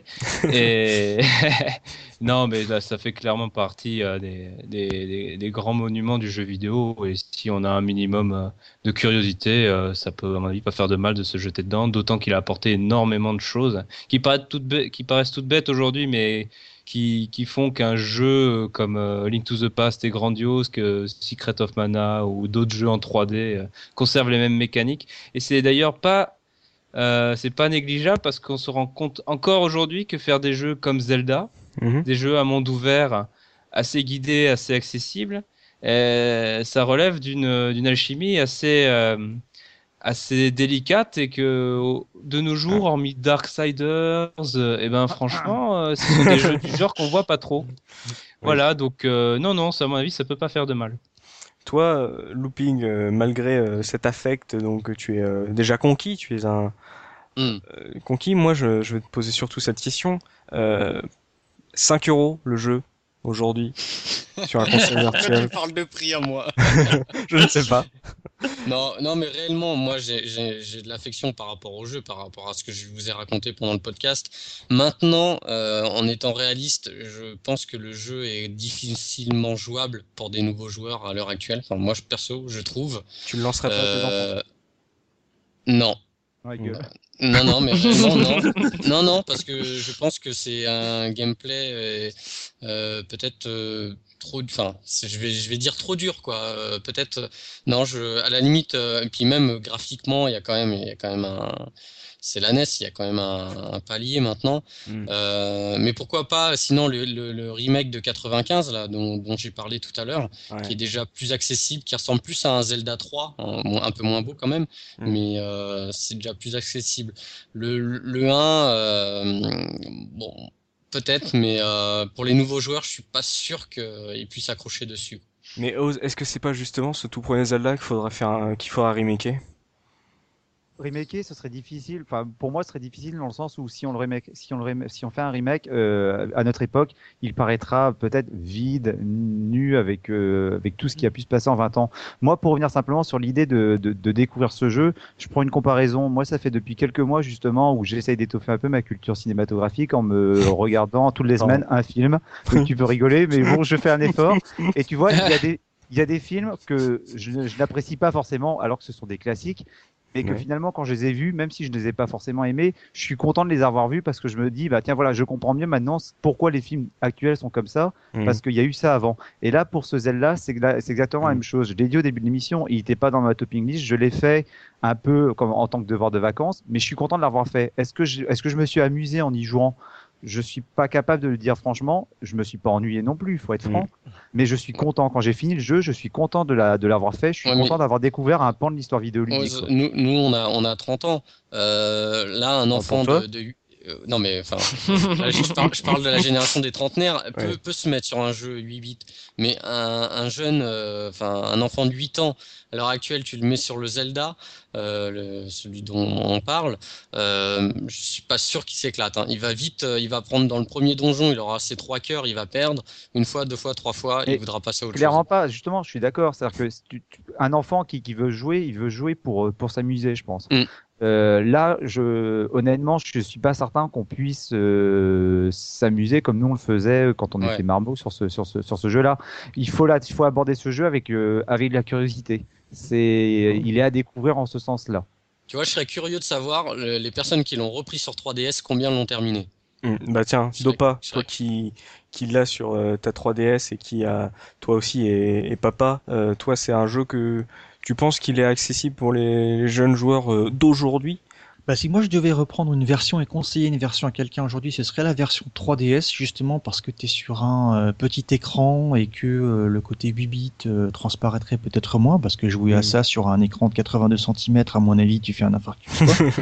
Et non, mais là, ça fait clairement partie euh, des, des, des, des grands monuments du jeu vidéo. Et si on a un minimum euh, de curiosité, euh, ça peut, à mon avis, pas faire de mal de se jeter dedans. D'autant qu'il a apporté énormément de choses qui paraissent toutes bêtes, qui paraissent toutes bêtes aujourd'hui, mais qui, qui font qu'un jeu comme euh, Link to the Past est grandiose, que Secret of Mana ou d'autres jeux en trois D euh, conservent les mêmes mécaniques. Et c'est d'ailleurs pas euh, c'est pas négligeable, parce qu'on se rend compte encore aujourd'hui que faire des jeux comme Zelda, Mhm. des jeux à monde ouvert, assez guidés, assez accessibles, euh, ça relève d'une d'une alchimie assez euh, assez délicate, et que de nos jours, hormis Darksiders, euh, et ben franchement, euh, ce sont des jeux du genre qu'on voit pas trop. Voilà, donc euh, non non, ça, à mon avis, ça peut pas faire de mal. Toi, euh, Looping, euh, malgré euh, cet affect, donc tu es euh, déjà conquis, tu es un Hmm. euh, conquis. Moi, je, je vais te poser surtout cette question. Euh, cinq euros le jeu aujourd'hui sur un console virtuel. Tu parles de prix à moi. Je ne sais pas. Non, non, mais réellement, moi, j'ai, j'ai, j'ai de l'affection par rapport au jeu, par rapport à ce que je vous ai raconté pendant le podcast. Maintenant, euh, en étant réaliste, je pense que le jeu est difficilement jouable pour des nouveaux joueurs à l'heure actuelle. Enfin, moi, je- perso, je trouve. Tu le lancerais pas à tes enfants. Euh, non. Ouais, gueule. Non, non, mais réellement, non. Non, non, parce que je pense que c'est un gameplay euh, euh, peut-être euh, trop, enfin, c'est- je vais, je vais dire trop dur, quoi. Euh, peut-être, euh, non, je, à la limite, euh, et puis même euh, graphiquement, il y a quand même, il y a quand même un, c'est la N E S, il y a quand même un, un palier maintenant. Mm. Euh, mais pourquoi pas, sinon le, le, le remake de quatre-vingt-quinze là, dont, dont j'ai parlé tout à l'heure, Ouais. qui est déjà plus accessible, qui ressemble plus à un Zelda trois, un, un peu moins beau quand même, Mm. mais euh, c'est déjà plus accessible. Le, le un, euh, bon, peut-être, mais euh, pour les nouveaux joueurs, je suis pas sûr qu'ils puissent accrocher dessus. Mais ose- est-ce que c'est pas justement ce tout premier Zelda qu'il faudrait faire, un- qu'il faudra remaker? Remaker, ce serait difficile. Enfin, pour moi, ce serait difficile dans le sens où si on le remake, si on le remake- si on fait un remake euh, à notre époque, il paraîtra peut-être vide, nu, avec euh, avec tout ce qui a pu se passer en vingt ans. Moi, pour revenir simplement sur l'idée de, de de découvrir ce jeu, je prends une comparaison. Moi, ça fait depuis quelques mois justement où j'essaye d'étoffer un peu ma culture cinématographique en me regardant toutes les semaines un film. Donc, tu peux rigoler, mais bon, je fais un effort. Et tu vois, il y a des il y a des films que je, je n'apprécie pas forcément, alors que ce sont des classiques. mais que Ouais. finalement, quand je les ai vus, même si je ne les ai pas forcément aimés, je suis content de les avoir vus parce que je me dis, bah tiens, voilà, je comprends mieux maintenant pourquoi les films actuels sont comme ça, Mhm. parce qu'il y a eu ça avant. Et là, pour ce Zelda, c'est gla- c'est exactement la Mhm. même chose. Je l'ai dit au début de l'émission, il n'était pas dans ma topping list, je l'ai fait un peu comme en tant que devoir de vacances, mais je suis content de l'avoir fait. Est-ce que je, est-ce que je me suis amusé en y jouant? Je suis pas capable de le dire franchement. Je me suis pas ennuyé non plus, il faut être franc. Mais je suis content. Quand j'ai fini le jeu, je suis content de la, de l'avoir fait. Je suis Ouais, content mais- d'avoir découvert un pan de l'histoire Ouais, vidéoludique. quoi. nous, nous, on a, on a trente ans. Euh, là, un pour enfant toi de, de- euh, non mais enfin, là, je, je parle, je parle de la génération des trentenaires. Peut, Ouais. peut se mettre sur un jeu huit bits, mais un, un jeune, euh, enfin, un enfant de huit ans, à l'heure actuelle, tu le mets sur le Zelda, euh, le- celui dont on parle. Euh, je suis pas sûr qu'il s'éclate. Hein. Il va vite, euh, il va prendre dans le premier donjon, il aura ses trois cœurs, il va perdre une fois, deux fois, trois fois, Et il voudra passer à autre Clairement chose. pas. Justement, je suis d'accord. C'est-à-dire que si tu- tu- un enfant qui, qui veut jouer, il veut jouer pour, euh, pour s'amuser, je pense. Mm. Euh, là, je, honnêtement, je suis pas certain qu'on puisse euh, s'amuser comme nous on le faisait quand on Ouais. était marmots sur ce, sur ce, sur ce jeu-là. Il faut là, il faut aborder ce jeu avec, euh, avec de la curiosité. C'est, il est à découvrir en ce sens-là. Tu vois, je serais curieux de savoir le- les personnes qui l'ont repris sur trois D S, combien l'ont terminé. Mhm. Bah tiens, Je serais- Dopa, je toi serais- qui, qui l'as sur euh, ta trois D S et qui a, toi aussi et, et papa, euh, toi c'est un jeu que tu penses qu'il est accessible pour les, les jeunes joueurs euh, d'aujourd'hui? Bah, si moi je devais reprendre une version et conseiller une version à quelqu'un aujourd'hui, ce serait la version trois D S, justement parce que tu es sur un euh, petit écran et que euh, le côté huit bits euh, transparaîtrait peut-être moins, parce que jouer Mm. à ça sur un écran de quatre-vingt-deux centimètres, à mon avis, tu fais un infarctus.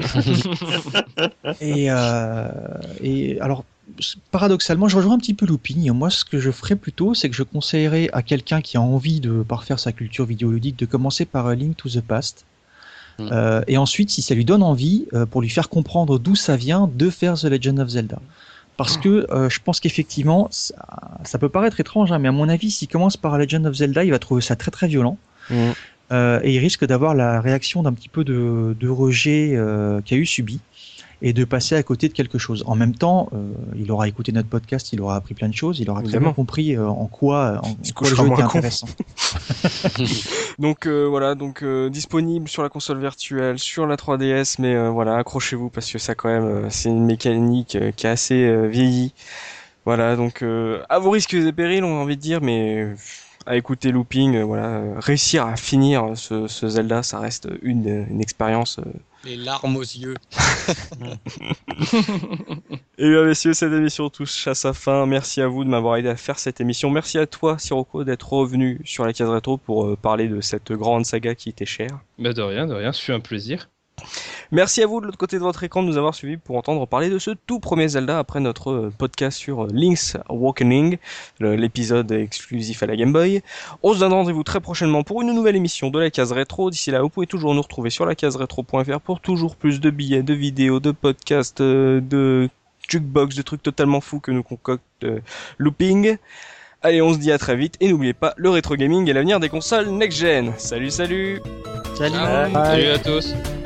quoi. et, euh, et alors, paradoxalement, je rejoins un petit peu Looping. Moi, ce que je ferais plutôt, c'est que je conseillerais à quelqu'un qui a envie de parfaire sa culture vidéoludique de commencer par A Link to the Past. Mm. Euh, et ensuite, si ça lui donne envie, euh, pour lui faire comprendre d'où ça vient, de faire The Legend of Zelda. Parce que euh, je pense qu'effectivement, ça, ça peut paraître étrange, hein, mais à mon avis, s'il commence par Legend of Zelda, il va trouver ça très très violent. Mhm. Euh, et il risque d'avoir la réaction d'un petit peu de, de rejet euh, qu'a eu subi et de passer à côté de quelque chose. En même temps, euh, il aura écouté notre podcast, il aura appris plein de choses, il aura très Évidemment. bien compris euh, en quoi, en Il se quoi le couchera jeu moins était con. intéressant. Donc euh, voilà, donc euh, disponible sur la console virtuelle, sur la trois D S, mais euh, voilà, accrochez-vous parce que ça quand même, euh, c'est une mécanique euh, qui est assez euh, vieillie. Voilà, donc euh, à vos risques et périls, on a envie de dire, mais euh, à écouter Looping, euh, voilà, euh, réussir à finir ce, ce Zelda, ça reste une, une expérience. euh. Les larmes aux yeux. Et bien messieurs, cette émission touche à sa fin. Merci à vous de m'avoir aidé à faire cette émission. Merci à toi, Sirocco, d'être revenu sur la case rétro pour euh, parler de cette grande saga qui était chère. Bah de rien, de rien, ce fut un plaisir. Merci à vous de l'autre côté de votre écran de nous avoir suivis pour entendre parler de ce tout premier Zelda après notre euh, podcast sur euh, Link's Awakening, le- l'épisode exclusif à la Game Boy. On se donne rendez-vous très prochainement pour une nouvelle émission de la case rétro. D'ici là, vous pouvez toujours nous retrouver sur la case rétro point f r pour toujours plus de billets, de vidéos, de podcasts, euh, de jukebox, de trucs totalement fous que nous concocte euh, Looping. Allez, on se dit à très vite et n'oubliez pas, le rétro gaming est l'avenir des consoles next-gen. Salut, salut! Salut. Ciao. Salut à tous.